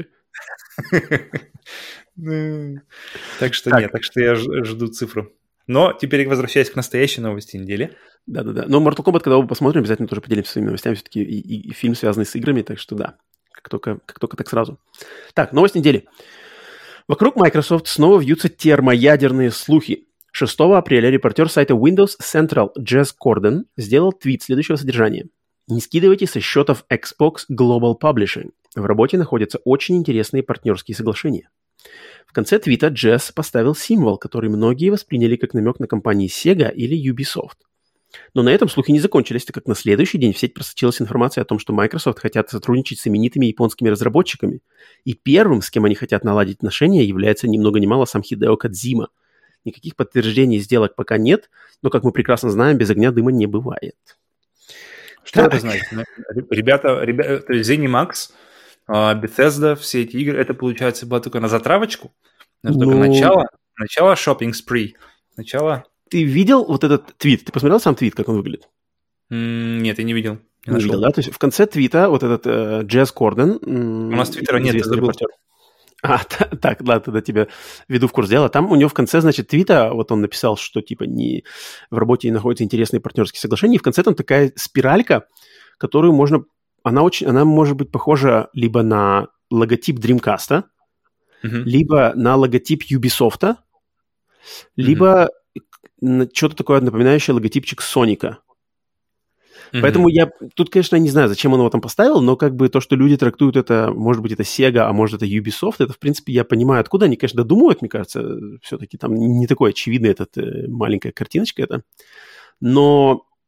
Так что нет, так что я жду цифру. Но теперь возвращаясь к настоящей новости недели. Да-да-да. Но Mortal Kombat, когда мы посмотрим, обязательно тоже поделимся своими новостями. Все-таки и, и, и фильм, связанный с играми, так что да. Как только, как только так сразу. Так, новость недели. Вокруг Microsoft снова вьются термоядерные слухи. шестого апреля репортер сайта Windows Central Jez Corden сделал твит следующего содержания. Не скидывайте со счетов Xbox Global Publishing. В работе находятся очень интересные партнерские соглашения. В конце твита Jez поставил символ, который многие восприняли как намек на компании Sega или Ubisoft. Но на этом слухи не закончились, так как на следующий день в сеть просочилась информация о том, что Microsoft хотят сотрудничать с именитыми японскими разработчиками. И первым, с кем они хотят наладить отношения, является ни много ни мало сам Хидео Кодзима. Никаких подтверждений сделок пока нет, но, как мы прекрасно знаем, без огня дыма не бывает. Что так. Это значит? Ребята, ребята, то есть ZeniMax, Bethesda, все эти игры, это, получается, было только на затравочку? Это ну... только начало, начало shopping spree, начало... Ты видел вот этот твит? Ты посмотрел сам твит, как он выглядит? Mm, нет, я не видел. Не, не видел, да? То есть в конце твита вот этот э, Jez Corden... У нас твиттера нет, я забыл. Репортер. А, так, да, тогда тебя веду в курс дела. Там у него в конце, значит, твита, вот он написал, что, типа, не, в работе находятся интересные партнерские соглашения, и в конце там такая спиралька, которую можно... Она, очень, она может быть похожа либо на логотип Dreamcast, uh-huh. либо на логотип Ubisoft, либо uh-huh. на что-то такое напоминающее логотипчик Соника. Mm-hmm. Поэтому я тут, конечно, не знаю, зачем он его там поставил, но как бы то, что люди трактуют это, может быть, это Sega, а может, это Ubisoft, это, в принципе, я понимаю, откуда они, конечно, додумывают, мне кажется, все-таки там не такой очевидный этот э, маленькая картиночка это. Но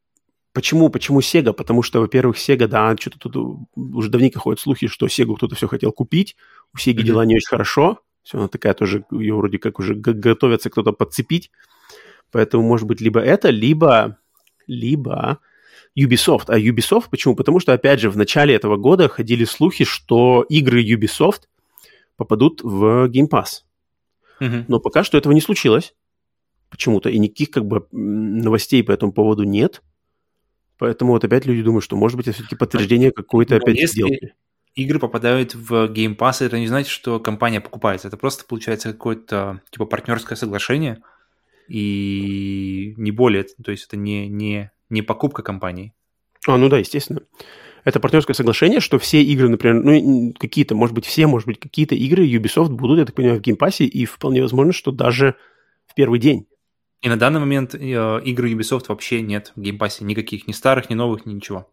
Почему, почему Sega? Потому что, во-первых, Sega, да, что-то тут уже давненько ходят слухи, что Sega кто-то все хотел купить, у Sega mm-hmm. дела не очень хорошо, все, она такая тоже, ее вроде как уже г- готовится кто-то подцепить, поэтому, может быть, либо это, либо, либо Ubisoft. А Ubisoft почему? Потому что, опять же, в начале этого года ходили слухи, что игры Ubisoft попадут в Game Pass. Mm-hmm. Но пока что этого не случилось почему-то, и никаких как бы новостей по этому поводу нет. Поэтому вот опять люди думают, что, может быть, это все-таки подтверждение какой-то Но опять если сделки. Игры попадают в Game Pass, это не значит, что компания покупается. Это просто, получается, какое-то типа партнерское соглашение, и не более. То есть это не, не, не покупка компании. А, ну да, естественно. Это партнерское соглашение, что все игры, например, ну, какие-то, может быть, все, может быть, какие-то игры Ubisoft будут, я так понимаю, в Game Pass, и вполне возможно, что даже в первый день. И на данный момент э, игры Ubisoft вообще нет в Game Pass. Никаких, ни старых, ни новых, ни ничего.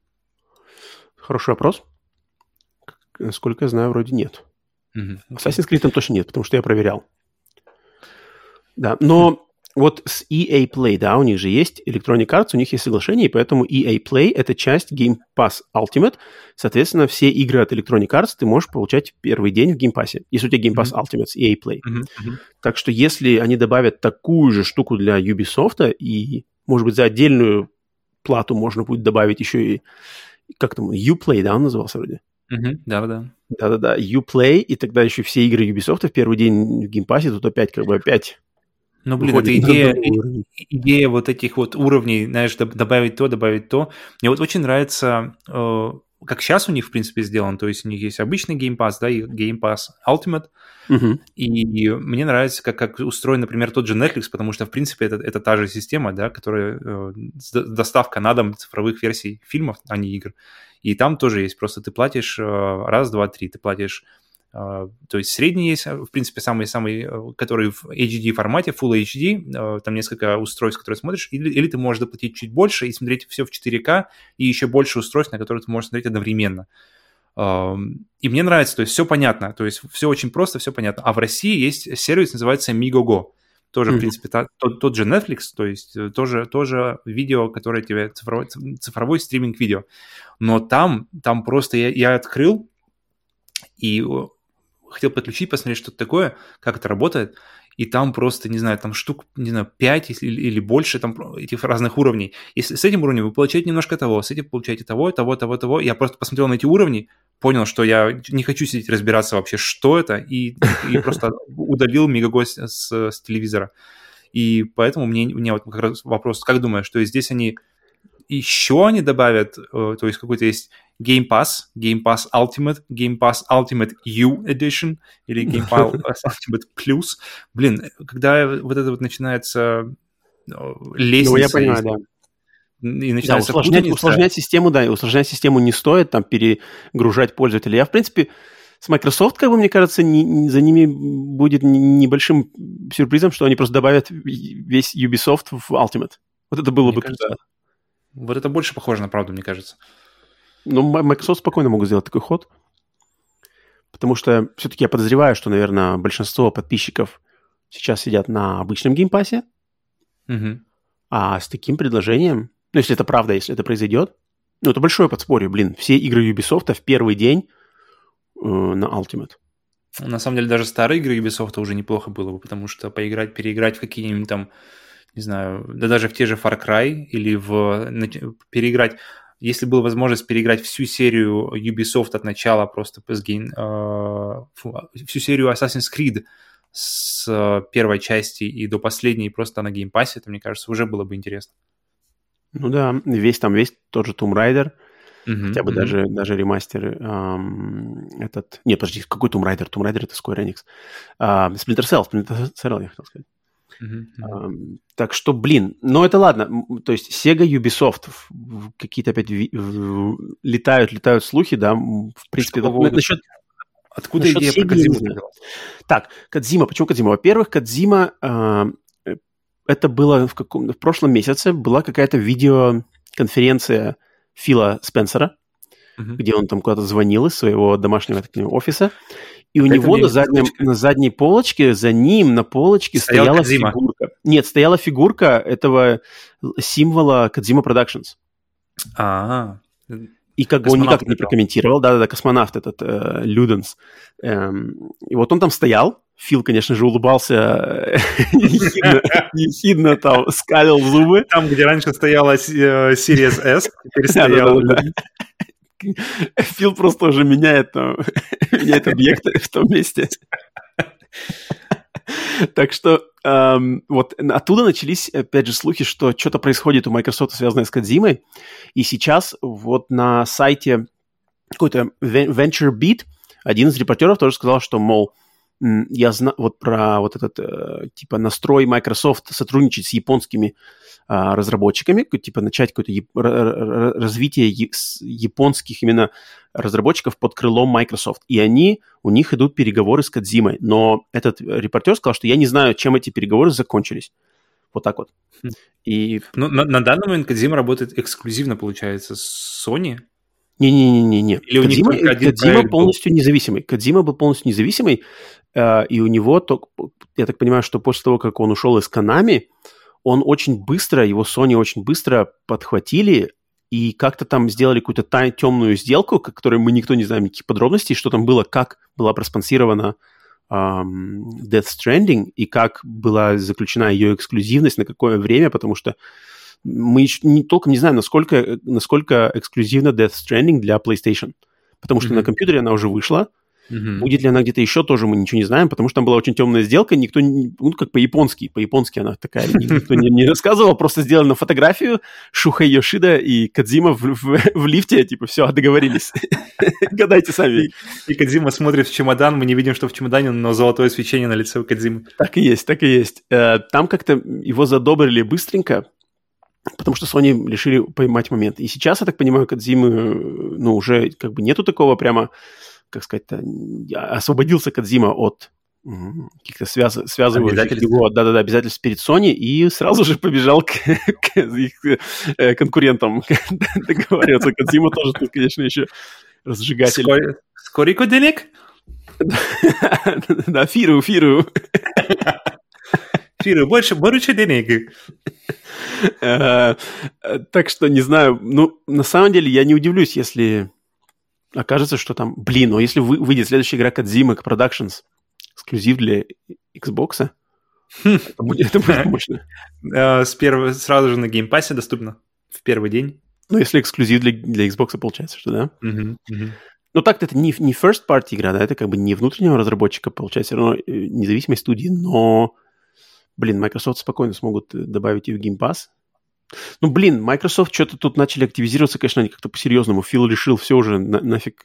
Хороший вопрос. Насколько я знаю, вроде нет. Mm-hmm. Okay. Assassin's Creed там точно нет, потому что я проверял. Да, но mm-hmm. вот с и эй Play, да, у них же есть Electronic Arts, у них есть соглашение, и поэтому и эй Play – это часть Game Pass Ultimate. Соответственно, все игры от Electronic Arts ты можешь получать первый день в Game Pass, если у тебя Game Pass mm-hmm. Ultimate с и эй Play. Mm-hmm. Mm-hmm. Так что если они добавят такую же штуку для Ubisoft, и, может быть, за отдельную плату можно будет добавить еще и, как там, Uplay, да, он назывался вроде? Mm-hmm. Да-да-да. Да-да-да, Uplay, и тогда еще все игры Ubisoft в первый день в Game Pass, тут опять как бы опять... Ну, блин, это идея, идея вот этих вот уровней, знаешь, добавить то, добавить то. Мне вот очень нравится, э, как сейчас у них, в принципе, сделано. То есть у них есть обычный Game Pass, да, и Game Pass Ultimate. Uh-huh. И мне нравится, как, как устроен, например, тот же Netflix, потому что, в принципе, это, это та же система, да, которая э, доставка на дом цифровых версий фильмов, а не игр. И там тоже есть, просто ты платишь э, раз, два, три, ты платишь... Uh, то есть средний есть, в принципе, самый-самый, который в эйч ди формате, Full эйч ди, uh, там несколько устройств, которые смотришь, или, или ты можешь доплатить чуть больше и смотреть все в четыре ка, и еще больше устройств, на которые ты можешь смотреть одновременно. Uh, и мне нравится, то есть все понятно, то есть все очень просто, все понятно. А в России есть сервис, называется Migogo. Тоже, mm-hmm. в принципе, та, тот, тот же Netflix, то есть тоже, тоже видео, которое тебе цифровой, цифровой стриминг видео. Но там, там просто я, я открыл и хотел подключить, посмотреть, что это такое, как это работает, и там просто, не знаю, там штук, не знаю, пять или, или больше там этих разных уровней. Если с этим уровнем вы получаете немножко того, с этим получаете того, того, того, того. Я просто посмотрел на эти уровни, понял, что я не хочу сидеть разбираться вообще, что это, и, и просто удалил Migogo с, с, с телевизора. И поэтому мне, мне вот как раз вопрос, как думаешь, что здесь они еще они добавят, то есть какой-то есть Game Pass, Game Pass Ultimate, Game Pass Ultimate U Edition или Game Pass Ultimate Plus. Блин, когда вот это вот начинается лестница... Ну, я понимаю, да. И начинается да, усложнять, усложнять систему, да, и усложнять систему не стоит, там, перегружать пользователей. Я, в принципе, с Microsoft, как бы, мне кажется, не, не, за ними будет небольшим сюрпризом, что они просто добавят весь Ubisoft в Ultimate. Вот это было мне бы кажется, круто. Вот это больше похоже на правду, мне кажется. Ну, Microsoft спокойно могут сделать такой ход, потому что все-таки я подозреваю, что, наверное, большинство подписчиков сейчас сидят на обычном геймпассе, угу. а с таким предложением, ну, если это правда, если это произойдет, ну, это большое подспорье, блин, все игры Ubisoft в первый день э, на Ultimate. На самом деле, даже старые игры Ubisoft уже неплохо было бы, потому что поиграть, переиграть в какие-нибудь там, не знаю, да даже в те же Far Cry или в... переиграть... Если была возможность переиграть всю серию Ubisoft от начала, просто с гейм, э, всю серию Assassin's Creed с первой части и до последней просто на геймпассе, это, мне кажется, уже было бы интересно. Ну да, весь там, весь тот же Tomb Raider, uh-huh, хотя бы uh-huh. даже, даже ремастер эм, этот... Нет, подожди, какой Tomb Raider? Tomb Raider — это Square Enix. Uh, Splinter Cell, Splinter Cell, я хотел сказать. Uh-huh, uh-huh. Um, так что, блин, ну это ладно. То есть Sega, Ubisoft, какие-то опять ви- в- летают, летают слухи, да, в принципе. Да, насчет, откуда насчет идея Sega, про Кодзиму? Так, Кодзима, почему Кодзима? Во-первых, Кодзима, э, это было в, каком, в прошлом месяце, была какая-то видеоконференция Фила Спенсера, uh-huh. где он там куда-то звонил из своего домашнего такого офиса. И у него на, заднем, на задней полочке, за ним на полочке Стоял стояла Кодзима. фигурка. Нет, стояла фигурка этого символа Kojima Productions. А, И как бы он никак не прокомментировал. Да-да-да, космонавт этот, э, Люденс. Эм, и вот он там стоял. Фил, конечно же, улыбался ехидно, там, скалил зубы. Там, где раньше стояла Series S, теперь стояла Люденс. Фил просто уже меняет, там, меняет объекты в том месте. Так что эм, вот оттуда начались, опять же, слухи, что что-то происходит у Microsoft, связанное с Кодзимой. И сейчас вот на сайте какой-то VentureBeat один из репортеров тоже сказал, что, мол, я знаю вот про вот этот, э, типа, настрой Microsoft сотрудничать с японскими э, разработчиками, типа, начать какое-то яп- развитие японских именно разработчиков под крылом Microsoft. И они, у них идут переговоры с Кодзимой. Но этот репортер сказал, что я не знаю, чем эти переговоры закончились. Вот так вот. И... Ну, на, на данный момент Кодзима работает эксклюзивно, получается, с Sony. Не-не-не-не. Кодзима, Кодзима полностью был? независимый. Кодзима был полностью независимый, э, и у него, то, я так понимаю, что после того, как он ушел из Konami, он очень быстро, его Sony очень быстро подхватили и как-то там сделали какую-то тай- темную сделку, которой мы никто не знаем никаких подробностей, что там было, как была проспонсирована эм, Death Stranding и как была заключена ее эксклюзивность, на какое время, потому что мы еще не, толком не знаем, насколько, насколько эксклюзивна Death Stranding для PlayStation. Потому что mm-hmm. на компьютере она уже вышла. Mm-hmm. Будет ли она где-то еще, тоже мы ничего не знаем, потому что там была очень темная сделка. Никто, не, ну, как по-японски. По-японски она такая. Никто не, не рассказывал. Просто сделали на фотографию Шухэй Йошида и Кодзима в, в, в лифте. Типа, все, договорились. Гадайте сами. И Кодзима смотрит в чемодан. Мы не видим, что в чемодане, но золотое свечение на лице у Кодзимы. Так и есть, так и есть. Там как-то его задобрили быстренько. Потому что Sony решили поймать момент. И сейчас, я так понимаю, Кодзимы, ну, уже как бы нету такого прямо, как сказать-то, освободился Кодзима от м- каких-то связ... связывающих его, да-да-да, обязательств перед Sony, и сразу же побежал к, к их э, конкурентам договариваться. Кодзима тоже тут, конечно, еще разжигатель. Скорико денег? Да, фиру, фиру. Фиру, больше, больше денег. Так что, не знаю, ну, на самом деле, я не удивлюсь, если окажется, что там, блин, ну, если выйдет следующая игра Kojima Productions, эксклюзив для Xbox, это будет, это будет мощно. С первого, сразу же на Game Pass доступно в первый день. Ну, если эксклюзив для, для Xbox, получается, что да? Uh-huh, uh-huh. Ну, так-то это не, не first-party игра, да, это как бы не внутреннего разработчика, получается, все равно независимой студии, но... Блин, Microsoft спокойно смогут добавить ее в Game Pass. Ну, блин, Microsoft что-то тут начали активизироваться, конечно, они как-то по-серьезному. Фил решил, все уже, на, нафиг,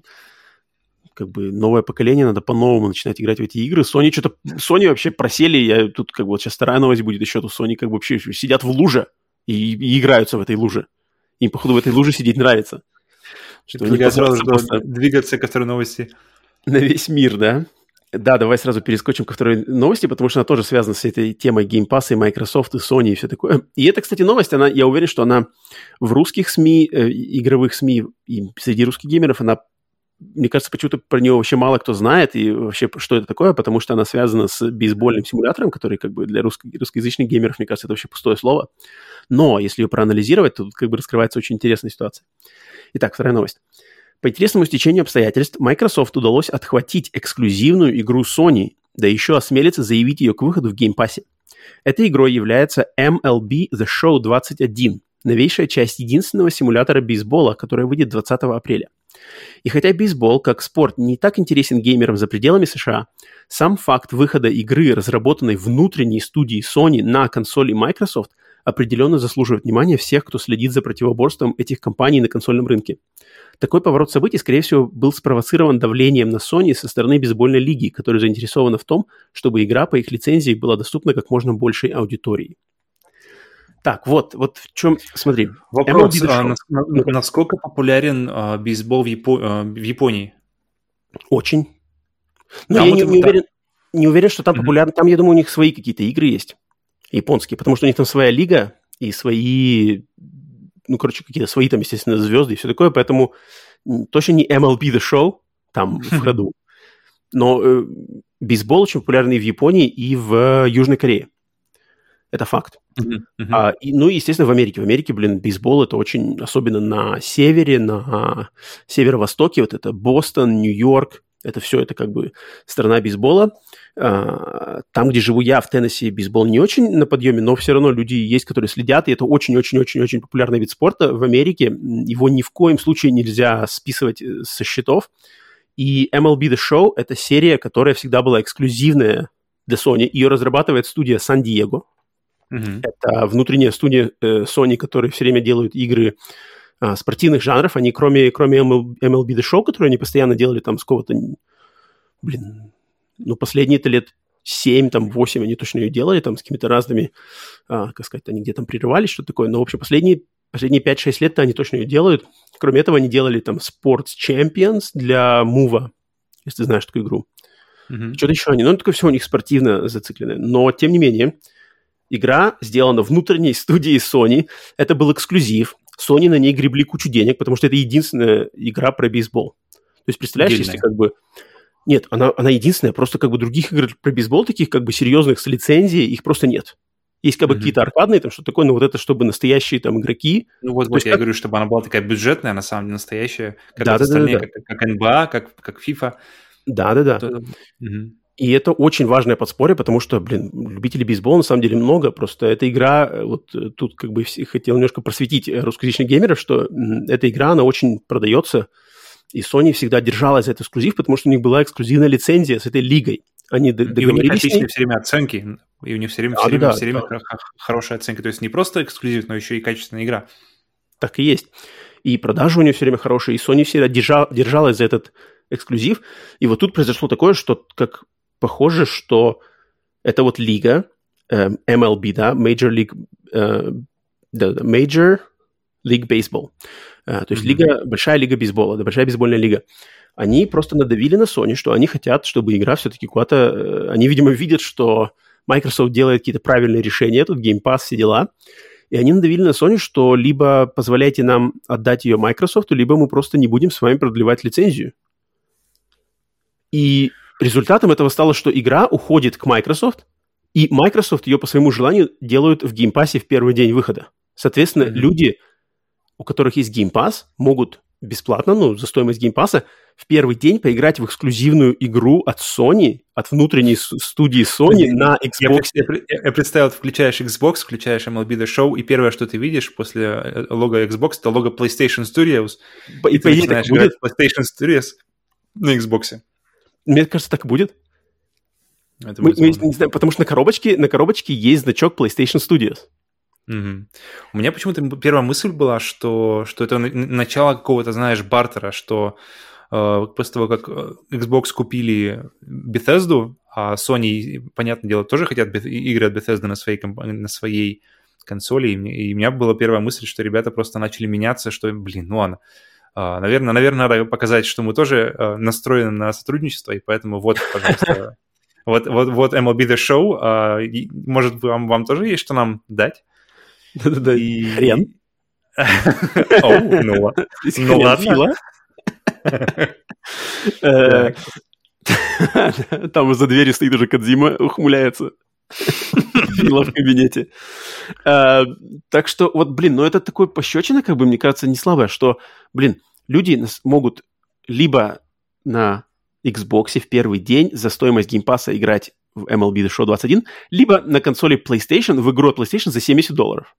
как бы новое поколение, надо по-новому начинать играть в эти игры. Sony что-то, Sony вообще просели, я тут как бы вот сейчас вторая новость будет еще, то Sony как бы вообще сидят в луже и, и играются в этой луже. Им, походу, в этой луже сидеть нравится. Что они сразу просто... двигаться ко второй новости. На весь мир, да? Да, давай сразу перескочим ко второй новости, потому что она тоже связана с этой темой Game Pass и Microsoft, и Sony, и все такое. И это, кстати, новость, она, я уверен, что она в русских СМИ, э, игровых СМИ, и среди русских геймеров, она, мне кажется, почему-то про нее вообще мало кто знает, и вообще, что это такое, потому что она связана с бейсбольным симулятором, который как бы для русско- русскоязычных геймеров, мне кажется, это вообще пустое слово. Но если ее проанализировать, то тут как бы раскрывается очень интересная ситуация. Итак, вторая новость. По интересному стечению обстоятельств Microsoft удалось отхватить эксклюзивную игру Sony, да еще осмелиться заявить ее к выходу в Game Pass. Этой игрой является эм эл би The Show двадцать один, новейшая часть единственного симулятора бейсбола, которая выйдет двадцатого апреля. И хотя бейсбол как спорт не так интересен геймерам за пределами США, сам факт выхода игры, разработанной внутренней студией Sony на консоли Microsoft, определенно заслуживает внимания всех, кто следит за противоборством этих компаний на консольном рынке. Такой поворот событий, скорее всего, был спровоцирован давлением на Sony со стороны бейсбольной лиги, которая заинтересована в том, чтобы игра по их лицензии была доступна как можно большей аудитории. Так, вот, вот в чем, смотри. Вопрос, а, на, на, насколько популярен а, бейсбол в, Япо, а, в Японии? Очень. Но там я не, не, уверен, не уверен, что там mm-hmm. популярно. Там, я думаю, у них свои какие-то игры есть, японские, потому что у них там своя лига и свои, ну, короче, какие-то свои там, естественно, звезды и все такое, поэтому точно не эм эл би The Show там в ходу. Но э, бейсбол очень популярный в Японии и в Южной Корее. Это факт. Uh-huh, uh-huh. А, и, ну, естественно, в Америке. В Америке, блин, бейсбол это очень, особенно на севере, на северо-востоке, вот это Бостон, Нью-Йорк, это все, это как бы страна бейсбола. А, там, где живу я, в Теннесси, бейсбол не очень на подъеме, но все равно люди есть, которые следят, и это очень-очень-очень-очень популярный вид спорта в Америке. Его ни в коем случае нельзя списывать со счетов. И эм эл би The Show – это серия, которая всегда была эксклюзивная для Sony. Ее разрабатывает студия Сан-Диего. Mm-hmm. Это внутренняя студия э, Sony, которые все время делают игры э, спортивных жанров. Они, кроме, кроме эм эл би The Show, которые они постоянно делали там с какого-то, блин, ну, последние-то лет семь, там, восемь они точно ее делали, там, с какими-то разными, э, как сказать, они где-то прерывались, что-то такое. Но, в общем, последние, последние пять-шесть лет они точно ее делают. Кроме этого, они делали там Sports Champions для Move, если ты знаешь такую игру. Mm-hmm. Что-то еще они, ну, только все у них спортивно зацикленное. Но, тем не менее, игра сделана внутренней студией Sony. Это был эксклюзив. Sony на ней гребли кучу денег, потому что это единственная игра про бейсбол. То есть, представляешь, Дельная. Если как бы... Нет, она, она единственная. Просто как бы других игр про бейсбол, таких как бы серьезных с лицензией, их просто нет. Есть как бы mm-hmm. какие-то аркадные, там что-то такое, но вот это, чтобы настоящие там игроки... Ну вот, вот есть, я как... говорю, чтобы она была такая бюджетная, на самом деле настоящая, как да, вот да, остальные, да, да. Как, как эн би эй, как, как FIFA. Да-да-да. То... Mm-hmm. И это очень важное подспорье, потому что, блин, любителей бейсбола на самом деле много. Просто эта игра, вот тут как бы хотел немножко просветить русскоязычных геймеров, что эта игра, она очень продается, и Sony всегда держалась за этот эксклюзив, потому что у них была эксклюзивная лицензия с этой лигой. Они договорились... И у них отличные все время оценки, и у них все время, да, все время, да, все время да. хорошая оценка. То есть не просто эксклюзив, но еще и качественная игра. Так и есть. И продажи у нее все время хорошие, и Sony всегда держа... держалась за этот эксклюзив. И вот тут произошло такое, что как похоже, что это вот лига, э, эм эл би, да, Major League, э, да, Major League Baseball. Uh, то есть mm-hmm. лига, большая лига бейсбола, да, большая бейсбольная лига. Они просто надавили на Sony, что они хотят, чтобы игра все-таки куда-то... Uh, они, видимо, видят, что Microsoft делает какие-то правильные решения, тут Game Pass, все дела. И они надавили на Sony, что либо позволяйте нам отдать ее Microsoft, либо мы просто не будем с вами продлевать лицензию. И результатом этого стало, что игра уходит к Microsoft, и Microsoft ее по своему желанию делают в Game Pass в первый день выхода. Соответственно, mm-hmm. люди... у которых есть Game Pass, могут бесплатно, ну, за стоимость Game Pass, в первый день поиграть в эксклюзивную игру от Sony, от внутренней студии Sony я, на Xbox. Я, я, я представил, ты включаешь Xbox, включаешь эм эл би The Show, и первое, что ты видишь после лого Xbox, это лого PlayStation Studios. И, и ты начинаешь играть в PlayStation Studios на Xbox. Мне кажется, так будет. Это мы, мы не знаем, потому что на коробочке, на коробочке есть значок PlayStation Studios. Угу. У меня почему-то первая мысль была, что, что это начало какого-то, знаешь, бартера, что э, после того, как Xbox купили Bethesda, а Sony, понятное дело, тоже хотят игры от Bethesda на своей, на своей консоли, и, и у меня была первая мысль, что ребята просто начали меняться, что, блин, ну ладно, э, наверное, наверное, надо показать, что мы тоже э, настроены на сотрудничество, и поэтому вот, пожалуйста, вот, вот, вот эм эл би The Show, может, вам, вам тоже есть что нам дать? Да-да-да, и... хрен. О, ну ладно. Ну ладно. Там за дверью стоит уже Кодзима, ухмыляется. Фила в кабинете. Так что, вот, блин, ну это такое пощечина, как бы, мне кажется, не слабое, что, блин, люди могут либо на Xbox в первый день за стоимость Game Pass играть в эм эл би The Show двадцать один, либо на консоли PlayStation, в игру от PlayStation за семьдесят долларов.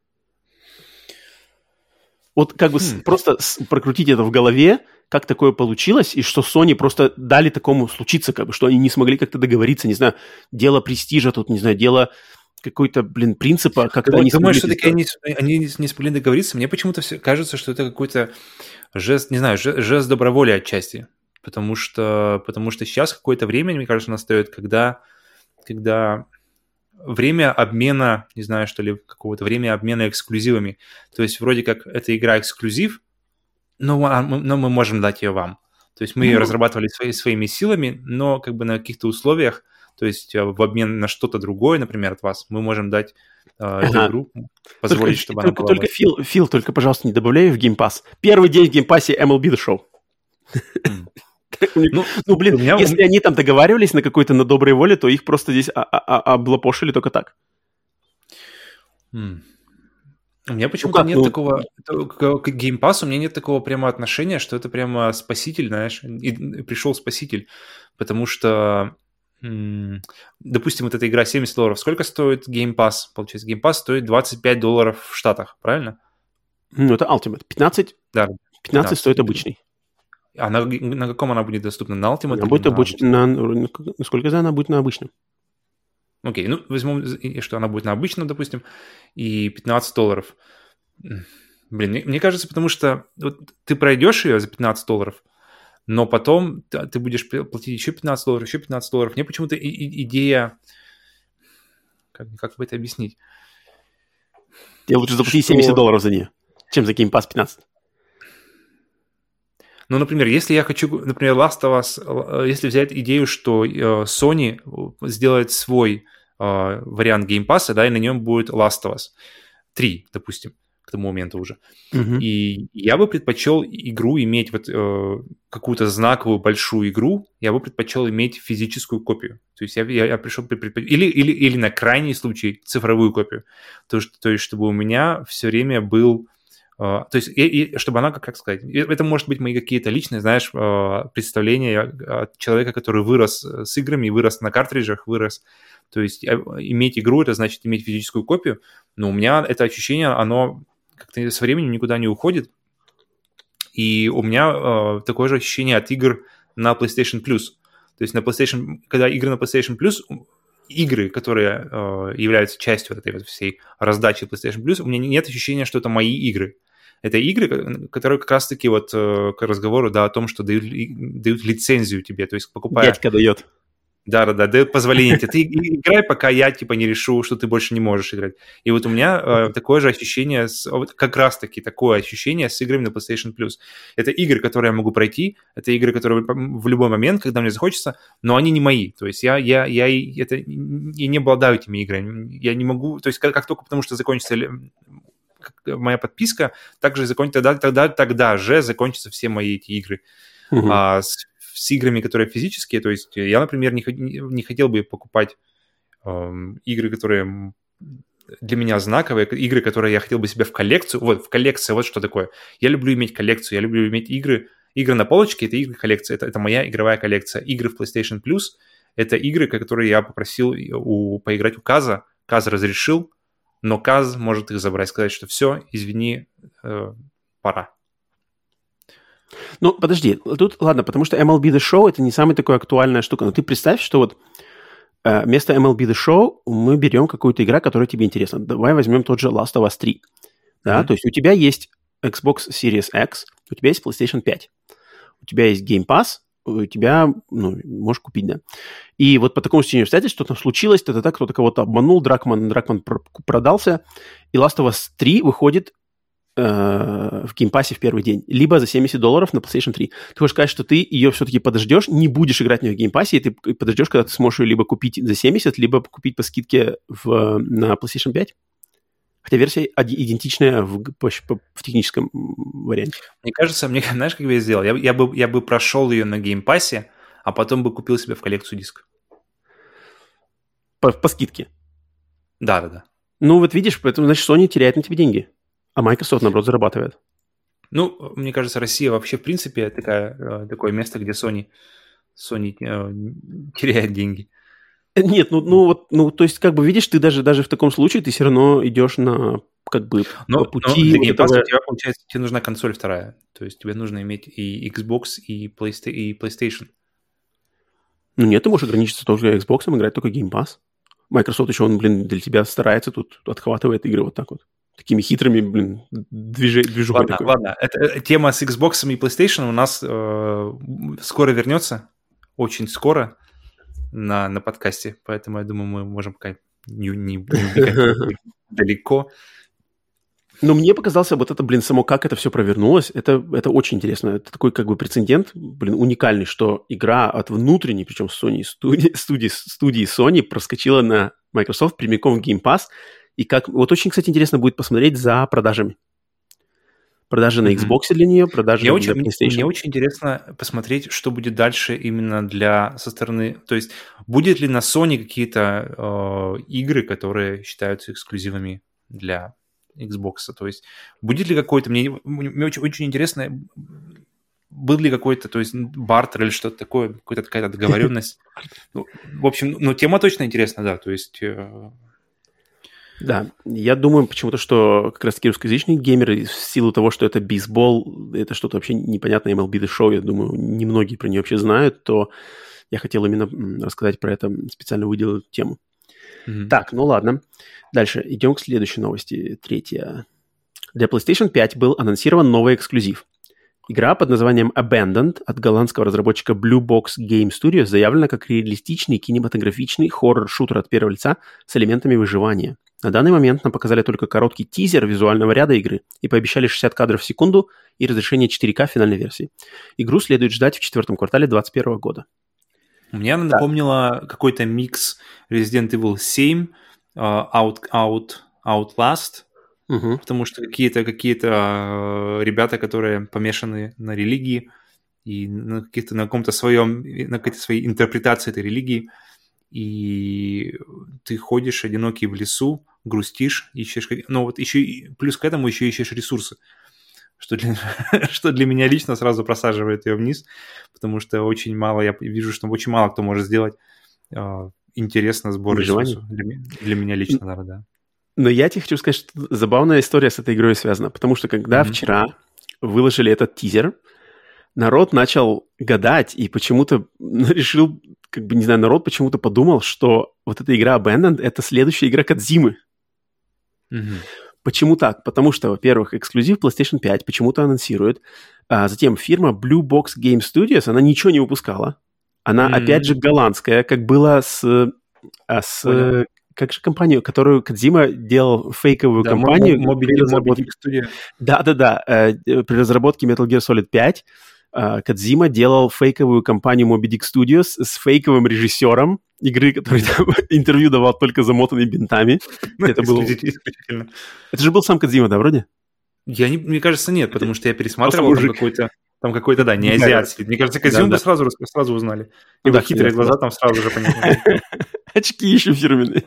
Вот как бы хм. с, просто с, прокрутить это в голове, как такое получилось, и что Sony просто дали такому случиться, как бы, что они не смогли как-то договориться, не знаю, дело престижа тут, не знаю, дело какой-то, блин, принципа, как-то Ты они думаешь, все-таки они, они не смогли договориться? Мне почему-то все кажется, что это какой-то жест, не знаю, жест, жест доброволи отчасти. Потому что, потому что сейчас какое-то время, мне кажется, настает, когда, когда время обмена, не знаю, что ли, какого-то время обмена эксклюзивами. То есть вроде как эта игра эксклюзив, но, но мы можем дать ее вам. То есть мы ее mm-hmm. разрабатывали свои, своими силами, но как бы на каких-то условиях, то есть в обмен на что-то другое, например, от вас, мы можем дать э, эту ага. игру, позволить, только, чтобы только, она была... Только, Фил, Фил, только, пожалуйста, не добавляй в Game Pass. Первый день в Game Pass эм эл би The Show. Mm. Ну, ну, блин, меня... если они там договаривались на какой-то на доброй воле, то их просто здесь облапошили только так. М. У меня почему-то Ну как, нет ну, такого... К к Game Pass у меня нет такого прямо отношения, что это прямо спаситель, знаешь, и пришел спаситель. Потому что, м, допустим, вот эта игра семьдесят долларов. Сколько стоит Game Pass? Получается, Game Pass стоит двадцать пять долларов в Штатах, правильно? ну, это Ultimate. пятнадцать, Да, пятнадцать стоит пятнадцать. обычный. А на, г- на каком она будет доступна? На Ultimate Она или будет на обыч... обычном? на... Насколько я знаю, она будет на обычном. Окей, ну, возьмем, и что она будет на обычном, допустим, и пятнадцать долларов. М, Блин, мне, мне кажется, потому что вот ты пройдешь ее за пятнадцать долларов, но потом т- ты будешь п- платить еще пятнадцать долларов, еще пятнадцать долларов. Мне почему-то и- и- идея, как, как бы это объяснить, Тебе лучше заплатить что, семьдесят долларов за нее, чем за Game Pass пятнадцать. ну, например, если я хочу, например, Last of Us, э, если взять идею, что э, Sony сделает свой э, вариант Game Pass, да, и на нем будет Last of Us три, допустим, к тому моменту уже. Мгм. И я бы предпочел игру иметь, вот э, какую-то знаковую большую игру, я бы предпочел иметь физическую копию. То есть я, я, я пришел... при- при- Или, или, или на крайний случай цифровую копию. То, есть, то есть чтобы у меня все время был... э, то есть и, и чтобы она, как, как сказать, и это может быть мои какие-то личные, знаешь, э, представления от человека, который вырос с играми, вырос на картриджах, вырос... То есть э, иметь игру, это значит иметь физическую копию, но у меня это ощущение, оно как-то со временем никуда не уходит. И у меня э, такое же ощущение от игр на PlayStation Plus. То есть на PlayStation, когда игры на PlayStation Plus, игры, которые э, являются частью вот этой вот всей раздачи PlayStation Plus, у меня нет ощущения, что это мои игры. Это игры, которые как раз-таки вот э, к разговору, да, о том, что дают, дают лицензию тебе, то есть покупая... Дядька дает. Да-да-да, дает позволение тебе. Ты играй, пока я, типа, не решу, что ты больше не можешь играть. И вот у меня э, такое же ощущение, с, вот как раз-таки такое ощущение с играми на PlayStation Plus. Это игры, которые я могу пройти, это игры, которые в любой момент, когда мне захочется, но они не мои. То есть я, я, я, это, я не обладаю этими играми. Я не могу... То есть как, как только потому что закончится моя подписка, также закончится, тогда, тогда, тогда же закончатся все мои эти игры. Мгм. А с, с играми, которые физические, то есть я, например, не, не хотел бы покупать эм, игры, которые для меня знаковые, игры, которые я хотел бы себе в коллекцию. Вот, в коллекции, вот что такое. Я люблю иметь коллекцию, я люблю иметь игры. Игры на полочке — это игры коллекции, это, это моя игровая коллекция. Игры в PlayStation Plus — это игры, которые я попросил у, поиграть у Каза. Каз разрешил, но Каз может их забрать, сказать, что все, извини, э, пора. Ну, подожди, тут, ладно, потому что эм эл би The Show – это не самая такая актуальная штука. Но ты представь, что вот э, вместо эм эл би The Show мы берем какую-то игру, которая тебе интересна. Давай возьмем тот же Last of Us три. Да? Mm-hmm. То есть у тебя есть Xbox Series X, у тебя есть PlayStation пять, у тебя есть Game Pass, у тебя, ну, можешь купить, да. И вот по такому стечению обстоятельств что-то случилось, то-то так, кто-то кого-то обманул, Дракман, Дракман продался, и Last of Us три выходит в геймпассе в первый день, либо за семьдесят долларов на PlayStation три. Ты хочешь сказать, что ты ее все-таки подождешь, не будешь играть в нее в геймпассе, и ты подождешь, когда ты сможешь ее либо купить за семьдесят, либо купить по скидке в, на PlayStation пять? Хотя версия идентичная в, по, по, в техническом варианте. Мне кажется, мне, знаешь, как бы я сделал? Я, я, бы, я бы прошел ее на геймпассе, а потом бы купил себе в коллекцию диск. По, по скидке? Да-да-да. Ну вот видишь, поэтому, значит, Sony теряет на тебе деньги. А Microsoft, наоборот, зарабатывает. Ну, мне кажется, Россия вообще, в принципе, такая, такое место, где Sony, Sony э, теряет деньги. Нет, ну, ну вот, ну, то есть, как бы, видишь, ты даже, даже в таком случае, ты все равно идешь на, как бы, но, по пути... Но для вот Game Pass этого... у тебя, получается, тебе нужна консоль вторая. То есть тебе нужно иметь и Xbox, и PlayStation. Ну нет, ты можешь ограничиться только Xbox, играть только Game Pass. Microsoft еще, он, блин, для тебя старается, тут отхватывает игры вот так вот. Такими хитрыми, блин, движ... движухой ладно, такой. Ладно, это, тема с Xbox и PlayStation у нас э, скоро вернется, очень скоро на, на подкасте, поэтому я думаю, мы можем пока не, не, не далеко. Но мне показался вот это, блин, само как это все провернулось, это, это очень интересно. Это такой как бы прецедент, блин, уникальный, что игра от внутренней, причем Sony, студии, студии, студии Sony проскочила на Microsoft прямиком в Game Pass. И как... Вот очень, кстати, интересно будет посмотреть за продажами. Продажи на Xbox mm-hmm. для нее, продажи мне для очень, PlayStation. Мне очень интересно посмотреть, что будет дальше именно для со стороны... То есть будет ли на Sony какие-то э, игры, которые считаются эксклюзивами для Xbox. То есть будет ли какой-то... Мне, мне очень, очень интересно, был ли какой-то, то есть, бартер или что-то такое, какая-то договоренность. Ну, в общем, ну, тема точно интересна, да, то есть... Да, я думаю почему-то, что как раз-таки русскоязычные геймеры, в силу того, что это бейсбол, это что-то вообще непонятное, эм эл би The Show, я думаю, немногие про нее вообще знают, то я хотел именно рассказать про это, специально выделил эту тему. Mm-hmm. Так, ну ладно. Дальше идем к следующей новости, третья. Для PlayStation пять был анонсирован новый эксклюзив. Игра под названием Abandoned от голландского разработчика Blue Box Game Studios заявлена как реалистичный кинематографичный хоррор-шутер от первого лица с элементами выживания. На данный момент нам показали только короткий тизер визуального ряда игры и пообещали шестьдесят кадров в секунду и разрешение четыре ка финальной версии. Игру следует ждать в четвертом квартале двадцать первого года. Мне она напомнила да. какой-то микс Resident Evil семь, uh, Out, Out, Outlast, угу. потому что какие-то, какие-то uh, ребята, которые помешаны на религии и на, каких-то, на каком-то своем, на какой-то своей интерпретации этой религии, и ты ходишь одинокий в лесу, грустишь, ищешь... Ну вот еще плюс к этому еще ищешь ресурсы, что для, что для меня лично сразу просаживает ее вниз, потому что очень мало, я вижу, что очень мало кто может сделать э, интересно сбор ресурсов. Для, для меня лично, наверное, да. Но я тебе хочу сказать, что забавная история с этой игрой связана, потому что когда mm-hmm. вчера выложили этот тизер, народ начал гадать и почему-то решил, как бы, не знаю, народ почему-то подумал, что вот эта игра Abandoned — это следующая игра Кодзимы. Mm-hmm. Почему так? Потому что, во-первых, эксклюзив PlayStation пять почему-то анонсирует, а затем фирма Blue Box Game Studios, она ничего не выпускала. Она, mm-hmm. опять же, голландская, как было с... с как же компанию, которую Кодзима делал, фейковую да, компанию. Moby Dick Studio. Да-да-да, при разработке Metal Gear Solid пять Кодзима делал фейковую компанию Moby Dick Studios с фейковым режиссером игры, который там интервью давал только замотанными бинтами. Это было... Это же был сам Кодзима, да, вроде? Я не, мне кажется, нет, потому что я пересматривал там какой-то, там какой-то, да, не азиатский. Мне кажется, Кодзиму бы сразу, сразу узнали. Его хитрые глаза там сразу же понятно. Очки еще фирменные.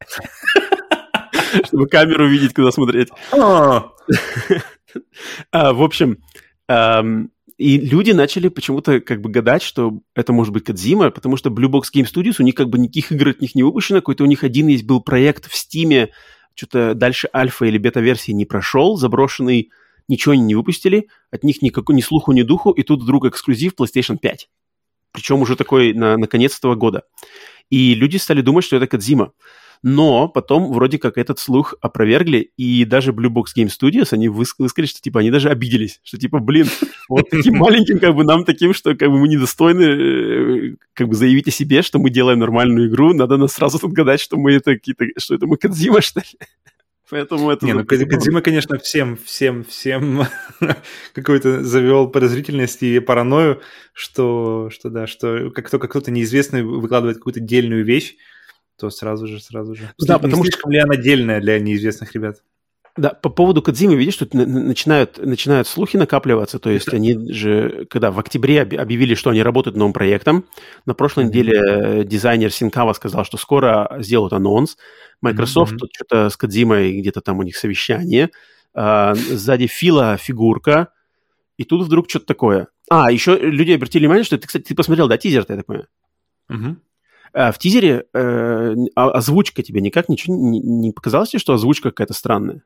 Чтобы камеру видеть, куда смотреть. В общем... И люди начали почему-то как бы гадать, что это может быть Кодзима, потому что Blue Box Game Studios, у них как бы никаких игр от них не выпущено, какой-то у них один есть был проект в Steam, что-то дальше альфа или бета-версии не прошел, заброшенный, ничего они не выпустили, от них никакой ни слуху, ни духу, и тут вдруг эксклюзив PlayStation пять. Причем уже такой на, на конец этого года. И люди стали думать, что это Кодзима. Но потом вроде как этот слух опровергли, и даже Blue Box Game Studios, они высказали, что типа они даже обиделись, что типа, блин, вот таким маленьким как бы нам таким, что как бы мы недостойны как бы заявить о себе, что мы делаем нормальную игру, надо нас сразу тут гадать, что мы это какие-то, что это мы Кодзима, что ли? Поэтому это... Не, ну Кодзима, конечно, всем, всем, всем какой-то завел подозрительность и паранойю, что, что да, что как только кто-то неизвестный выкладывает какую-то дельную вещь, то сразу же, сразу же. Да, потому что... Слишком ли она отдельная для неизвестных ребят? Да, по поводу Кодзимы, видишь, тут начинают, начинают слухи накапливаться, то есть они же, когда в октябре объявили, что они работают над новым проектом, на прошлой mm-hmm. неделе дизайнер Синкава сказал, что скоро сделают анонс, Microsoft mm-hmm. тут что-то с Кодзимой, где-то там у них совещание, а, сзади Фила фигурка, и тут вдруг что-то такое. А, еще люди обратили внимание, что ты, кстати, ты посмотрел, да, тизер-то, я так понимаю? Mm-hmm. В тизере э, озвучка тебе никак ничего не, не показалось тебе, что озвучка какая-то странная?